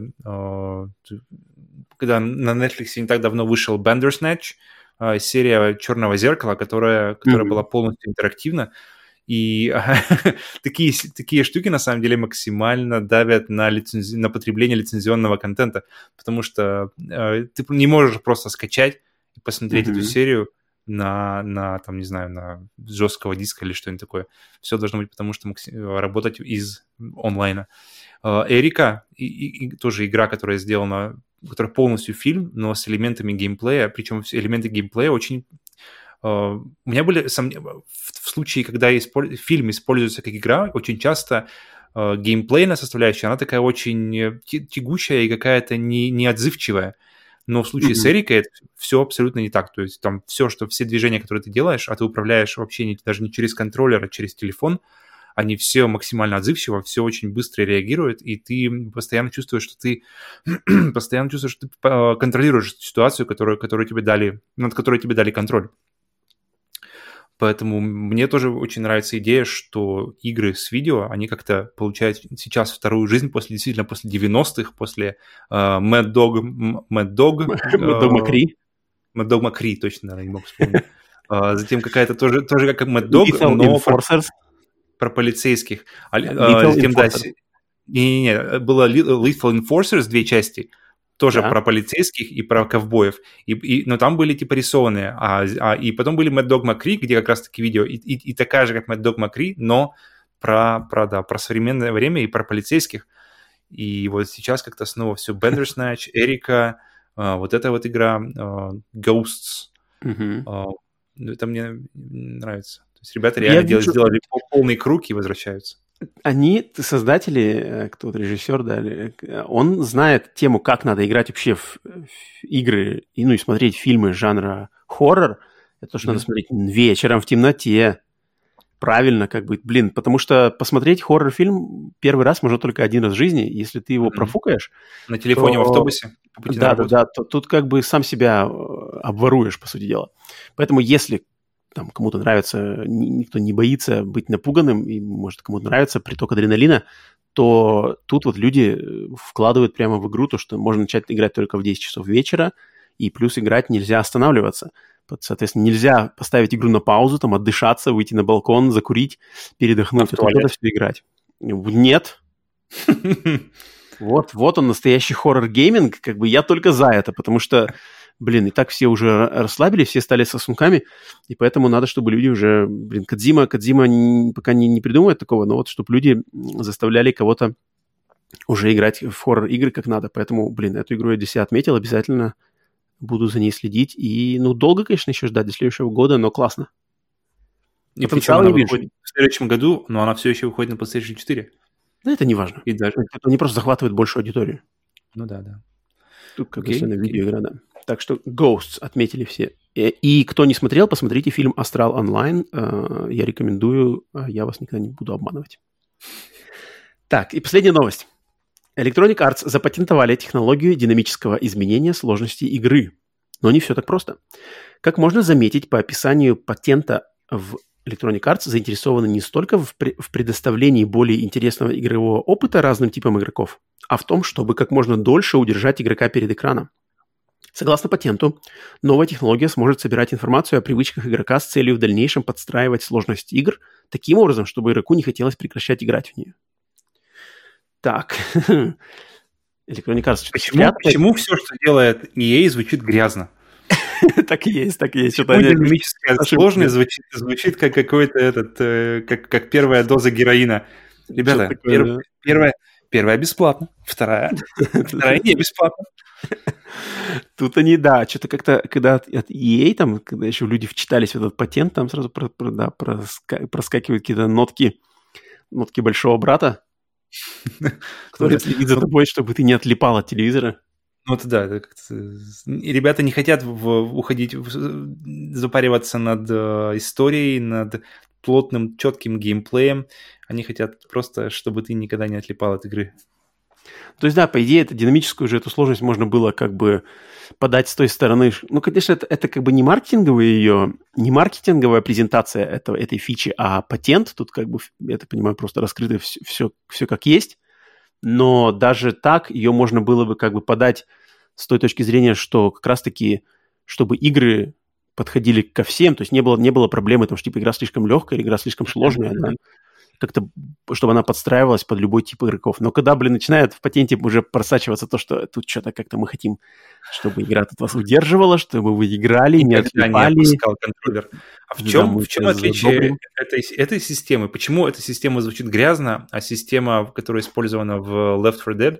когда на Netflix не так давно вышел Bandersnatch, серия «Черного зеркала», которая, которая mm-hmm. была полностью интерактивна. И такие, такие штуки, на самом деле, максимально давят на, лицензи... на потребление лицензионного контента, потому что э, ты не можешь просто скачать и посмотреть mm-hmm. эту серию на, на, там, не знаю, на жесткого диска или что-нибудь такое. Все должно быть, потому что максим... работать из онлайна. Э, Эрика, и, и, и тоже игра, которая сделана, которая полностью фильм, но с элементами геймплея, причем элементы геймплея очень... Uh, у меня были сомнения в, в случае, когда исполь... фильм используется как игра, очень часто uh, геймплейная составляющая, она такая очень тягучая и какая-то не, неотзывчивая. Но в случае mm-hmm. с Эрикой это все абсолютно не так. То есть там все, что все движения, которые ты делаешь, а ты управляешь вообще не, даже не через контроллер, а через телефон, они все максимально отзывчиво, все очень быстро реагируют, и ты постоянно чувствуешь, что ты постоянно чувствуешь, что ты контролируешь ситуацию, которую, которую тебе дали, над которой тебе дали контроль. Поэтому мне тоже очень нравится идея, что игры с видео, они как-то получают сейчас вторую жизнь после, действительно, после девяностых, после uh, Mad Dog... Mad Dog... Mad Dog McCree. Mad Dog McCree, точно, да, не мог вспомнить. Uh, затем какая-то тоже, тоже как Mad Dog, Lethal но Enforcers. Про, про полицейских. Uh, затем, да, не-не-не, было Lethal Enforcers, две части, тоже да. про полицейских и про ковбоев. И, и, но там были типа рисованные. А, а, и потом были Mad Dog McCree, где как раз-таки видео. И, и, и такая же, как Mad Dog McCree, но про, про, да, про современное время и про полицейских. И вот сейчас как-то снова все Bandersnatch, Эрика, а, вот эта вот игра а, Ghosts. Mm-hmm. А, это мне нравится. То есть ребята реально делали, вижу... сделали полный круг и возвращаются. Они, создатели, кто-то режиссер, да, он знает тему, как надо играть вообще в, в игры, и, ну и смотреть фильмы жанра хоррор. Это то, что mm-hmm. надо смотреть вечером в темноте. Правильно, как бы, блин, потому что посмотреть хоррор-фильм первый раз можно только один раз в жизни. Если ты его mm-hmm. профукаешь... На телефоне то... в автобусе? Да, да, да, то тут как бы сам себя обворуешь, по сути дела. Поэтому если там кому-то нравится, никто не боится быть напуганным, и, может, кому-то нравится приток адреналина, то тут вот люди вкладывают прямо в игру то, что можно начать играть только в десять часов вечера, и плюс играть нельзя останавливаться. Соответственно, нельзя поставить игру на паузу, там, отдышаться, выйти на балкон, закурить, передохнуть, а тут надо все играть. Нет. Вот, вот он, настоящий хоррор-гейминг, как бы я только за это, потому что, блин, и так все уже расслабились, все стали сосунками, и поэтому надо, чтобы люди уже, блин, Кодзима, Кодзима не, пока не, не придумывает такого, но вот чтобы люди заставляли кого-то уже играть в хоррор-игры как надо, поэтому, блин, эту игру я для себя отметил, обязательно буду за ней следить, и, ну, долго, конечно, еще ждать, до следующего года, но классно. И причем она выходит в следующем году, но она все еще выходит на PlayStation четыре. Да, это не важно. И даже... Они просто захватывают большую аудиторию. Ну да, да. Тут как бы на видеоигра, да. Так что Ghosts отметили все. И, и кто не смотрел, посмотрите фильм «Астрал онлайн». Я рекомендую, я вас никогда не буду обманывать. Так, и последняя новость. Electronic Arts запатентовали технологию динамического изменения сложности игры. Но не все так просто. Как можно заметить по описанию патента в Electronic Arts заинтересованы не столько в, при- в предоставлении более интересного игрового опыта разным типам игроков, а в том, чтобы как можно дольше удержать игрока перед экраном. Согласно патенту, новая технология сможет собирать информацию о привычках игрока с целью в дальнейшем подстраивать сложность игр таким образом, чтобы игроку не хотелось прекращать играть в нее. Так. Electronic Arts что-то почему, почему все, что делает и эй, звучит грязно? Так и есть, так и есть. Что-то динамическая сложность звучит, звучит как какой-то этот, э, как, как первая доза героина. Ребята, пер, первая, первая бесплатно, вторая, вторая не бесплатно. Тут они, да, что-то как-то, когда от, от и эй, там, когда еще люди вчитались в этот патент, там сразу про, про, да, проска, проскакивают какие-то нотки, нотки большого брата, который следит за тобой, чтобы ты не отлипал от телевизора. Ну, это да, это как-то... Ребята не хотят в, уходить, в, запариваться над э, историей, над плотным, четким геймплеем. Они хотят просто, чтобы ты никогда не отлипал от игры. То есть, да, по идее, это динамическую же эту сложность можно было как бы подать с той стороны. Ну, конечно, это, это как бы не маркетинговая ее, не маркетинговая презентация этого, этой фичи, а патент. Тут как бы, я так понимаю, просто раскрыто все, все, все как есть. Но даже так ее можно было бы как бы подать с той точки зрения, что как раз-таки, чтобы игры подходили ко всем, то есть не было, не было проблемы, потому что типа игра слишком легкая, игра слишком сложная, да, как-то, чтобы она подстраивалась под любой тип игроков. Но когда, блин, начинает в патенте уже просачиваться то, что тут что-то как-то мы хотим, чтобы игра тут вас удерживала, чтобы вы играли, не отлипали. Не опускал контроллер. А в чем, да, в чем отличие этой, этой системы? Почему эта система звучит грязно, а система, которая использована в Left four Dead,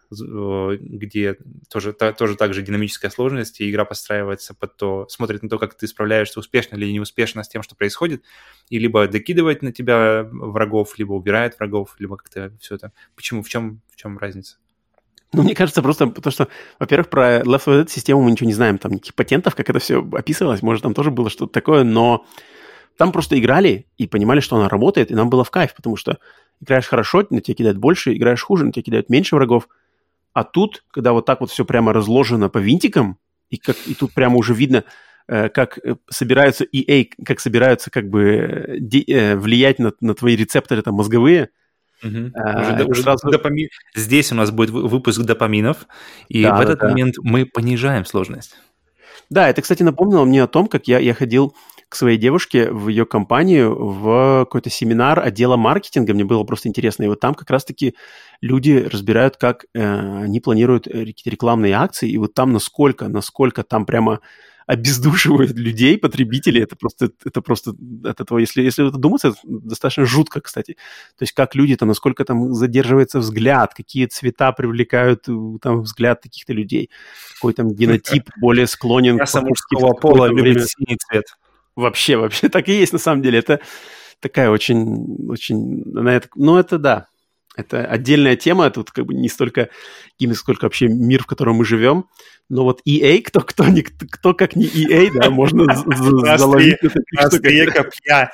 где тоже, та, тоже так же динамическая сложность, и игра подстраивается под то, смотрит на то, как ты справляешься успешно или неуспешно с тем, что происходит, и либо докидывает на тебя врагов, либо убирает врагов, либо как-то все это. Почему? В чем, в чем разница? Ну, мне кажется, просто потому что, во-первых, про Left four Dead систему мы ничего не знаем, там никаких патентов, как это все описывалось, может, там тоже было что-то такое, но там просто играли и понимали, что она работает, и нам было в кайф, потому что играешь хорошо, на тебя кидают больше, играешь хуже, на тебя кидают меньше врагов. А тут, когда вот так вот все прямо разложено по винтикам, и, как, и тут прямо уже видно, э, как собираются и эй, как собираются как бы де, э, влиять на, на твои рецепторы там мозговые. Угу. А, уже уже сразу... допами... Здесь у нас будет выпуск допаминов, и да, в этот да, момент да. мы понижаем сложность. Да, это, кстати, напомнило мне о том, как я, я ходил к своей девушке в ее компанию в какой-то семинар отдела маркетинга. Мне было просто интересно. И вот там как раз-таки люди разбирают, как э, они планируют какие-то рекламные акции. И вот там насколько, насколько там прямо обездушивают людей, потребителей. Это просто, это просто, от этого, если, если это думаться, это достаточно жутко, кстати. То есть как люди там, насколько там задерживается взгляд, какие цвета привлекают там взгляд каких-то людей. Какой там генотип более склонен к мужского пола любит синий цвет. Вообще, вообще так и есть на самом деле. Это такая очень, очень... Она это, ну, это да. Это отдельная тема, тут как бы не столько гейминг, сколько вообще мир, в котором мы живем. Но вот и эй, кто, кто, не, кто как не и эй, да, можно заловить. Острие копья.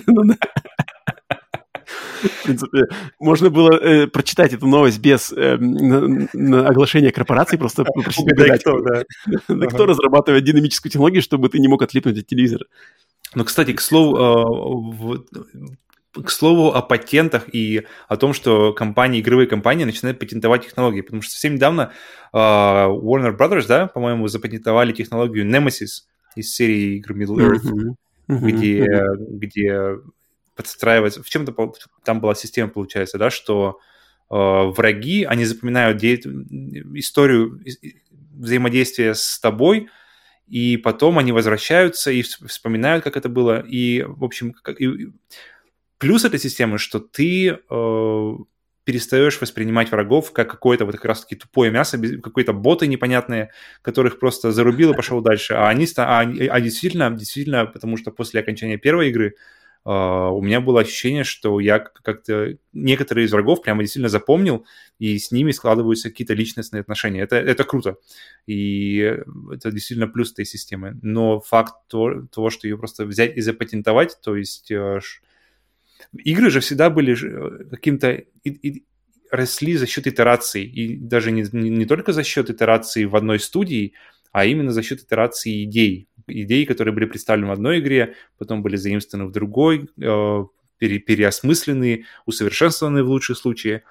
В принципе, можно было э, прочитать эту новость без э, на, на оглашения корпорации, просто попросить угадать, кто, да. uh-huh. кто разрабатывает динамическую технологию, чтобы ты не мог отлипнуть от телевизора. Ну, кстати, к слову, э, к слову о патентах и о том, что компании, игровые компании начинают патентовать технологии, потому что совсем недавно э, Warner Brothers, да, по-моему, запатентовали технологию Nemesis из серии игр Middle-earth, uh-huh. Uh-huh. где, uh-huh. где подстраивается, в чем-то там была система, получается, да, что э, враги, они запоминают де- историю взаимодействия с тобой, и потом они возвращаются и вспоминают, как это было. И, в общем, как, и, плюс этой системы, что ты э, перестаешь воспринимать врагов как какое-то вот как раз-таки тупое мясо, какие-то боты непонятные, которых просто зарубил и пошел дальше. А они, а, а действительно, действительно, потому что после окончания первой игры Uh, у меня было ощущение, что я как-то некоторые из врагов прямо действительно запомнил, и с ними складываются какие-то личностные отношения. Это, это круто. И это действительно плюс этой системы. Но факт того, того что ее просто взять и запатентовать, то есть uh, игры же всегда были каким-то... И, и, росли за счет итераций. И даже не, не, не только за счет итераций в одной студии, а именно за счет итерации идей. Идеи, которые были представлены в одной игре, потом были заимствованы в другой, э, пере, переосмыслены, усовершенствованы в лучшем случае.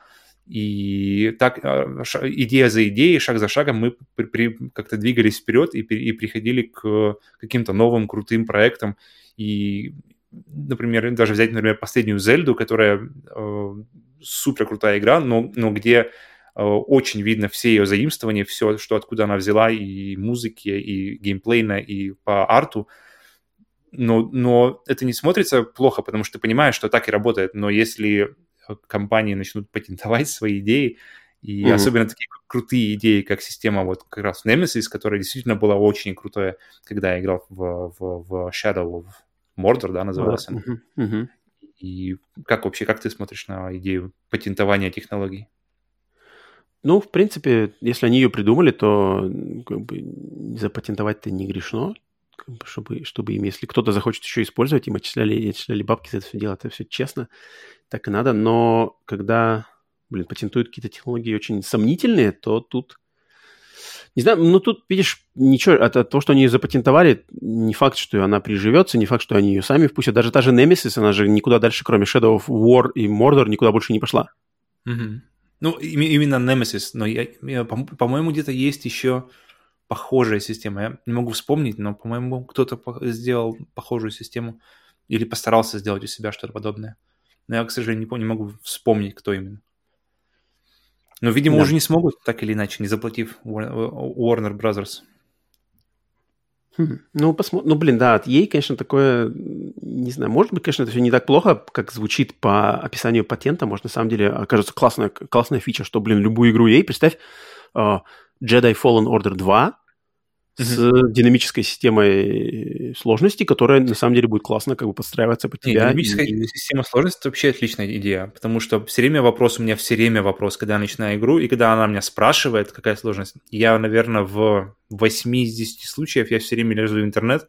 И так э, ш, идея за идеей, шаг за шагом мы при, при, как-то двигались вперед и, и приходили к каким-то новым крутым проектам. И, например, даже взять, например, последнюю Зельду, которая э, супер крутая игра, но, но где очень видно все ее заимствования, все, что откуда она взяла, и музыки, и геймплейно, и по арту. Но, но это не смотрится плохо, потому что ты понимаешь, что так и работает. Но если компании начнут патентовать свои идеи, и mm-hmm. особенно такие крутые идеи, как система вот как раз Nemesis, которая действительно была очень крутая, когда я играл в, в, в Shadow of Mordor, да, назывался. Mm-hmm. Mm-hmm. И как вообще, как ты смотришь на идею патентования технологий? Ну, в принципе, если они ее придумали, то как бы запатентовать-то не грешно, как бы, чтобы, чтобы им, если кто-то захочет еще использовать, им отчисляли, отчисляли бабки за это все дело, это все честно, так и надо. Но когда, блин, патентуют какие-то технологии очень сомнительные, то тут, не знаю, ну тут, видишь, ничего, от, от того, что они ее запатентовали, не факт, что она приживется, не факт, что они ее сами впустят. Даже та же Nemesis, она же никуда дальше, кроме Shadow of War и Mordor, никуда больше не пошла. Mm-hmm. Ну, именно Nemesis, но я, я, по- по-моему, где-то есть еще похожая система. Я не могу вспомнить, но, по-моему, кто-то сделал похожую систему или постарался сделать у себя что-то подобное. Но я, к сожалению, не, помню, не могу вспомнить, кто именно. Но, видимо, да. уже не смогут, так или иначе, не заплатив Warner Brothers. Хм. Ну, посмотрим. Ну, блин, да, от и эй, конечно, такое, не знаю, может быть, конечно, это все не так плохо, как звучит по описанию патента. Может, на самом деле, окажется классная, классная фича, что, блин, любую игру и эй, представь, uh, Jedi Fallen Order два mm-hmm. с динамической системой сложности, которая, на самом деле, будет классно как бы подстраиваться под тебя. Динамическая и... система сложности – это вообще отличная идея, потому что все время вопрос, у меня все время вопрос, когда я начинаю игру, и когда она меня спрашивает, какая сложность, я, наверное, в восемь из десяти случаев я все время лезу в интернет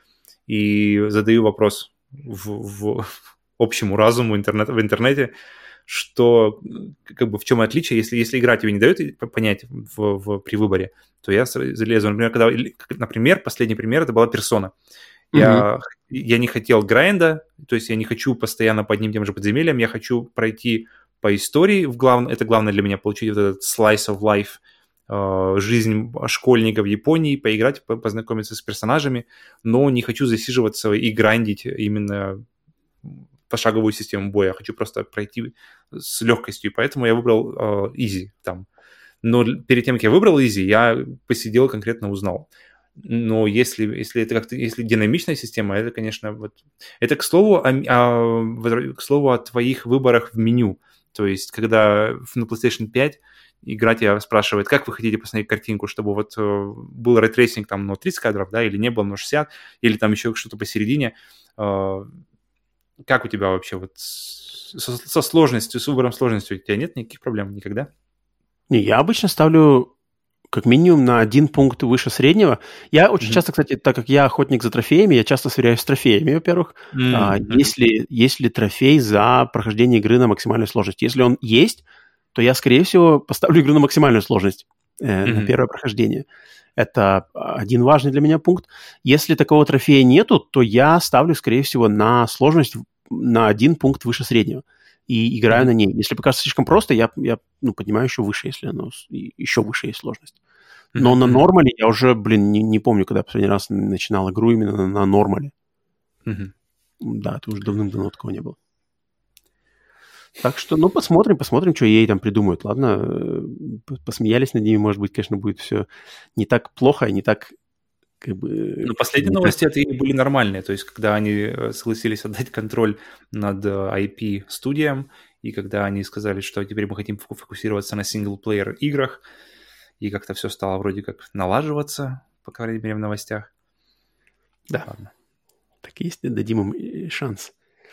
и задаю вопрос в, в общему разуму интернет, в интернете, что, как бы, в чем отличие, если, если игра тебе не дает понять в, в, при выборе, то я залезу. Например, когда, например, последний пример, это была персона. Я, mm-hmm. я не хотел грайнда, то есть я не хочу постоянно по одним тем же подземельям, я хочу пройти по истории, в глав... это главное для меня, получить вот этот slice of life, э, жизнь школьника в Японии, поиграть, познакомиться с персонажами, но не хочу засиживаться и грандить именно пошаговую систему боя, я хочу просто пройти с легкостью, поэтому я выбрал э, easy там. Но перед тем, как я выбрал easy, я посидел, конкретно узнал. Но если, если это как-то, если динамичная система, это, конечно, вот, это к слову, о, о, к слову о твоих выборах в меню. То есть, когда на PlayStation пять игра тебя спрашивает, как вы хотите посмотреть картинку, чтобы вот э, был рейтрейсинг там, ну, тридцать кадров, да, или не было, ну, шестьдесят, или там еще что-то посередине. Э, как у тебя вообще вот с, со, со сложностью, с выбором сложности у тебя нет никаких проблем никогда? Не, я обычно ставлю как минимум на один пункт выше среднего. Я очень mm-hmm. часто, кстати, так как я охотник за трофеями, я часто сверяюсь с трофеями, во-первых. Mm-hmm. А, есть ли, есть ли трофей за прохождение игры на максимальную сложность? Если он есть, то я, скорее всего, поставлю игру на максимальную сложность э, mm-hmm. на первое прохождение. Это один важный для меня пункт. Если такого трофея нету, то я ставлю, скорее всего, на сложность на один пункт выше среднего и играю mm-hmm. на ней. Если покажется слишком просто, я, я ну, поднимаю еще выше, если оно еще выше есть сложность. Но mm-hmm. на нормале я уже, блин, не, не помню, когда последний раз начинал игру именно на, на нормале. Mm-hmm. Да, это уже давным-давно такого не было. Так что, ну, посмотрим, посмотрим, что ей там придумают. Ладно, посмеялись над ними, может быть, конечно, будет все не так плохо, не так, как бы... Ну, последние новости так... это были нормальные, то есть, когда они согласились отдать контроль над ай пи-студиям, и когда они сказали, что теперь мы хотим фокусироваться на синглплеер играх, и как-то все стало вроде как налаживаться, по крайней мере, в новостях. Да, ладно. Так есть, дадим им шанс.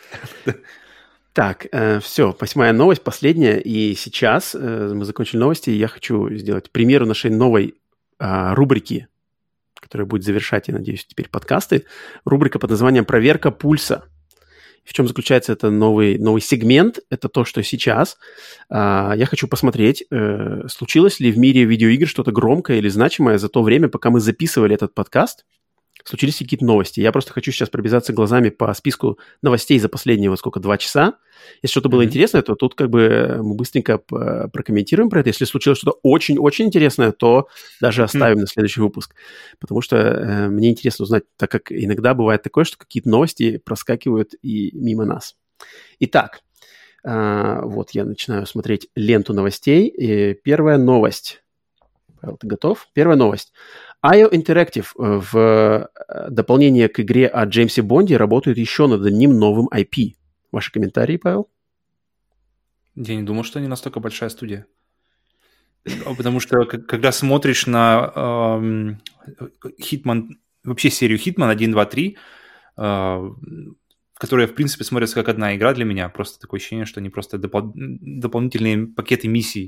Так, э, все, восьмая новость, последняя. И сейчас э, мы закончили новости, и я хочу сделать премьеру нашей новой э, рубрики, которая будет завершать, я надеюсь, теперь подкасты. Рубрика под названием «Проверка пульса». В чем заключается это новый, новый сегмент? Это то, что сейчас э, я хочу посмотреть, э, случилось ли в мире видеоигр что-то громкое или значимое за то время, пока мы записывали этот подкаст. Случились какие-то новости. Я просто хочу сейчас пробежаться глазами по списку новостей за последние, вот сколько, два часа. Если что-то было mm-hmm. интересное, то тут как бы мы быстренько прокомментируем про это. Если случилось что-то очень-очень интересное, то даже оставим mm-hmm. на следующий выпуск. Потому что э, мне интересно узнать, так как иногда бывает такое, что какие-то новости проскакивают и мимо нас. Итак, э, вот я начинаю смотреть ленту новостей. И первая новость. Павел, ты готов? Первая новость. ай о Interactive в дополнение к игре о Джеймсе Бонде работают еще над одним новым ай пи. Ваши комментарии, Павел? Я не думал, что они настолько большая студия. Потому что, когда смотришь на Hitman, вообще серию Hitman один, два, три, которая, в принципе, смотрится как одна игра для меня, просто такое ощущение, что они просто допол- дополнительные пакеты миссий.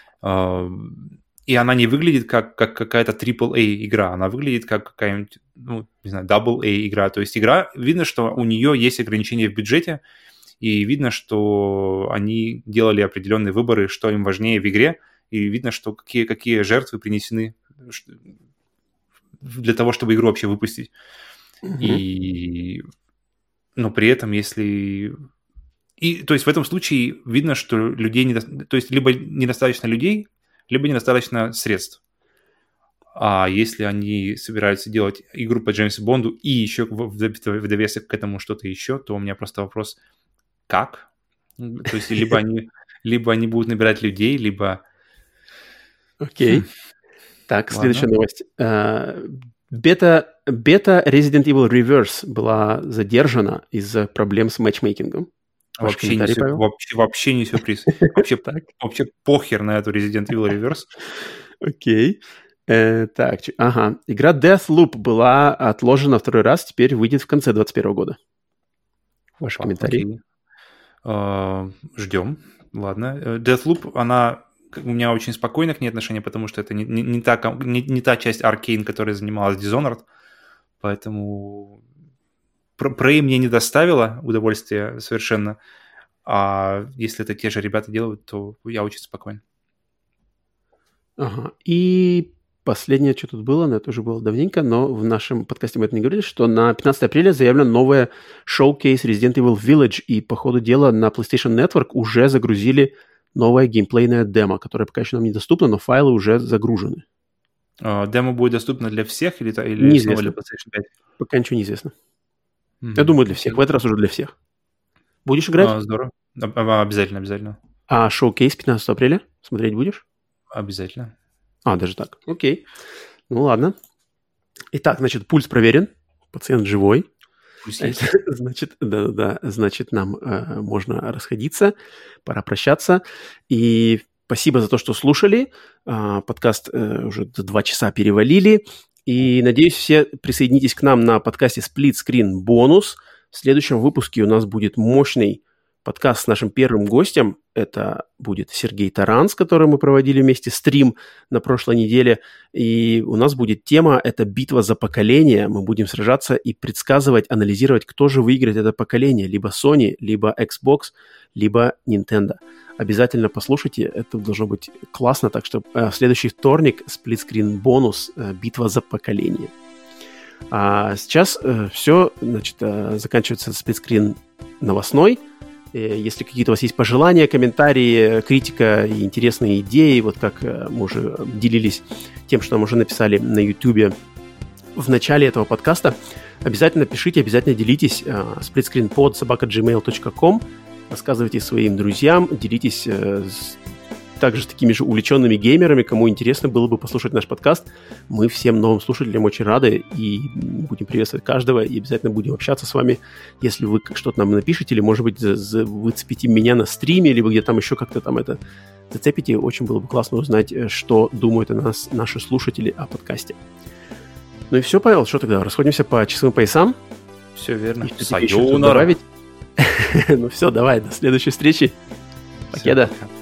И она не выглядит как, как какая-то трипл-эй игра, она выглядит как какая-нибудь, ну, не знаю, дабл-эй игра. То есть игра, видно, что у нее есть ограничения в бюджете, и видно, что они делали определенные выборы, что им важнее в игре, и видно, что какие, какие жертвы принесены для того, чтобы игру вообще выпустить. Mm-hmm. И, но при этом, если... И, то есть в этом случае видно, что людей... Недо... То есть либо недостаточно людей, либо недостаточно средств. А если они собираются делать игру по Джеймсу Бонду и еще в довесок к этому что-то еще, то у меня просто вопрос, как? То есть либо они, либо они будут набирать людей, либо... Окей. Okay. Так, ладно. Следующая новость. Бета, бета Resident Evil Reverse была задержана из-за проблем с матчмейкингом. Вообще не, сюр... вообще, вообще не сюрприз. Вообще, вообще похер на эту Resident Evil Reverse. Окей. Э, так, ага. Игра Deathloop была отложена второй раз, теперь выйдет в конце двадцать первого года. Ваши Опа, комментарии? Uh, ждем. Ладно. Deathloop, она у меня очень спокойно к ней отношение, потому что это не, не, не, та, не, не та часть Arkane, которая занималась Dishonored, поэтому... Prey мне не доставило удовольствия совершенно, а если это те же ребята делают, то я очень спокоен. Ага. И последнее, что тут было, но это уже было давненько, но в нашем подкасте мы это не говорили, что на пятнадцатого апреля заявлено новое шоу-кейс Resident Evil Village, и по ходу дела на PlayStation Network уже загрузили новое геймплейное демо, которое пока еще нам недоступно, но файлы уже загружены. А, демо будет доступно для всех или, или неизвестно. Снова для PlayStation пять? Пока ничего не известно. Mm-hmm. Я думаю, для всех. В этот раз уже для всех. Будешь играть? А, здорово. А, обязательно, обязательно. А шоу-кейс пятнадцатого апреля? Смотреть будешь? Обязательно. А, даже так. Окей. Ну, ладно. Итак, значит, пульс проверен. Пациент живой. Пульс есть. Значит, да-да-да. Значит, нам э, можно расходиться. Пора прощаться. И спасибо за то, что слушали. Э, подкаст э, уже два часа перевалили. И, надеюсь, все присоединитесь к нам на подкасте Split Screen Bonus. В следующем выпуске у нас будет мощный подкаст с нашим первым гостем. Это будет Сергей Таран, с которым мы проводили вместе стрим на прошлой неделе. И у нас будет тема – это битва за поколение. Мы будем сражаться и предсказывать, анализировать, кто же выиграет это поколение. Либо Sony, либо Xbox, либо Nintendo. Обязательно послушайте, это должно быть классно. Так что э, в следующий вторник сплитскрин бонус э, «Битва за поколение». А сейчас э, все, значит, э, заканчивается сплитскрин новостной. Если какие-то у вас есть пожелания, комментарии, критика и интересные идеи, вот как мы уже делились тем, что нам уже написали на YouTube в начале этого подкаста, обязательно пишите, обязательно делитесь. splitscreenpod собака джи мейл точка ком, рассказывайте своим друзьям, делитесь с также с такими же увлеченными геймерами, кому интересно было бы послушать наш подкаст. Мы всем новым слушателям очень рады и будем приветствовать каждого, и обязательно будем общаться с вами, если вы что-то нам напишите, или, может быть, за, за, выцепите меня на стриме, либо где-то там еще как-то там это зацепите. Очень было бы классно узнать, что думают о нас наши слушатели о подкасте. Ну и все, Павел, что тогда? Расходимся по часовым поясам? Все верно. Сайонара. Ну все, давай, до следующей встречи. Покеда.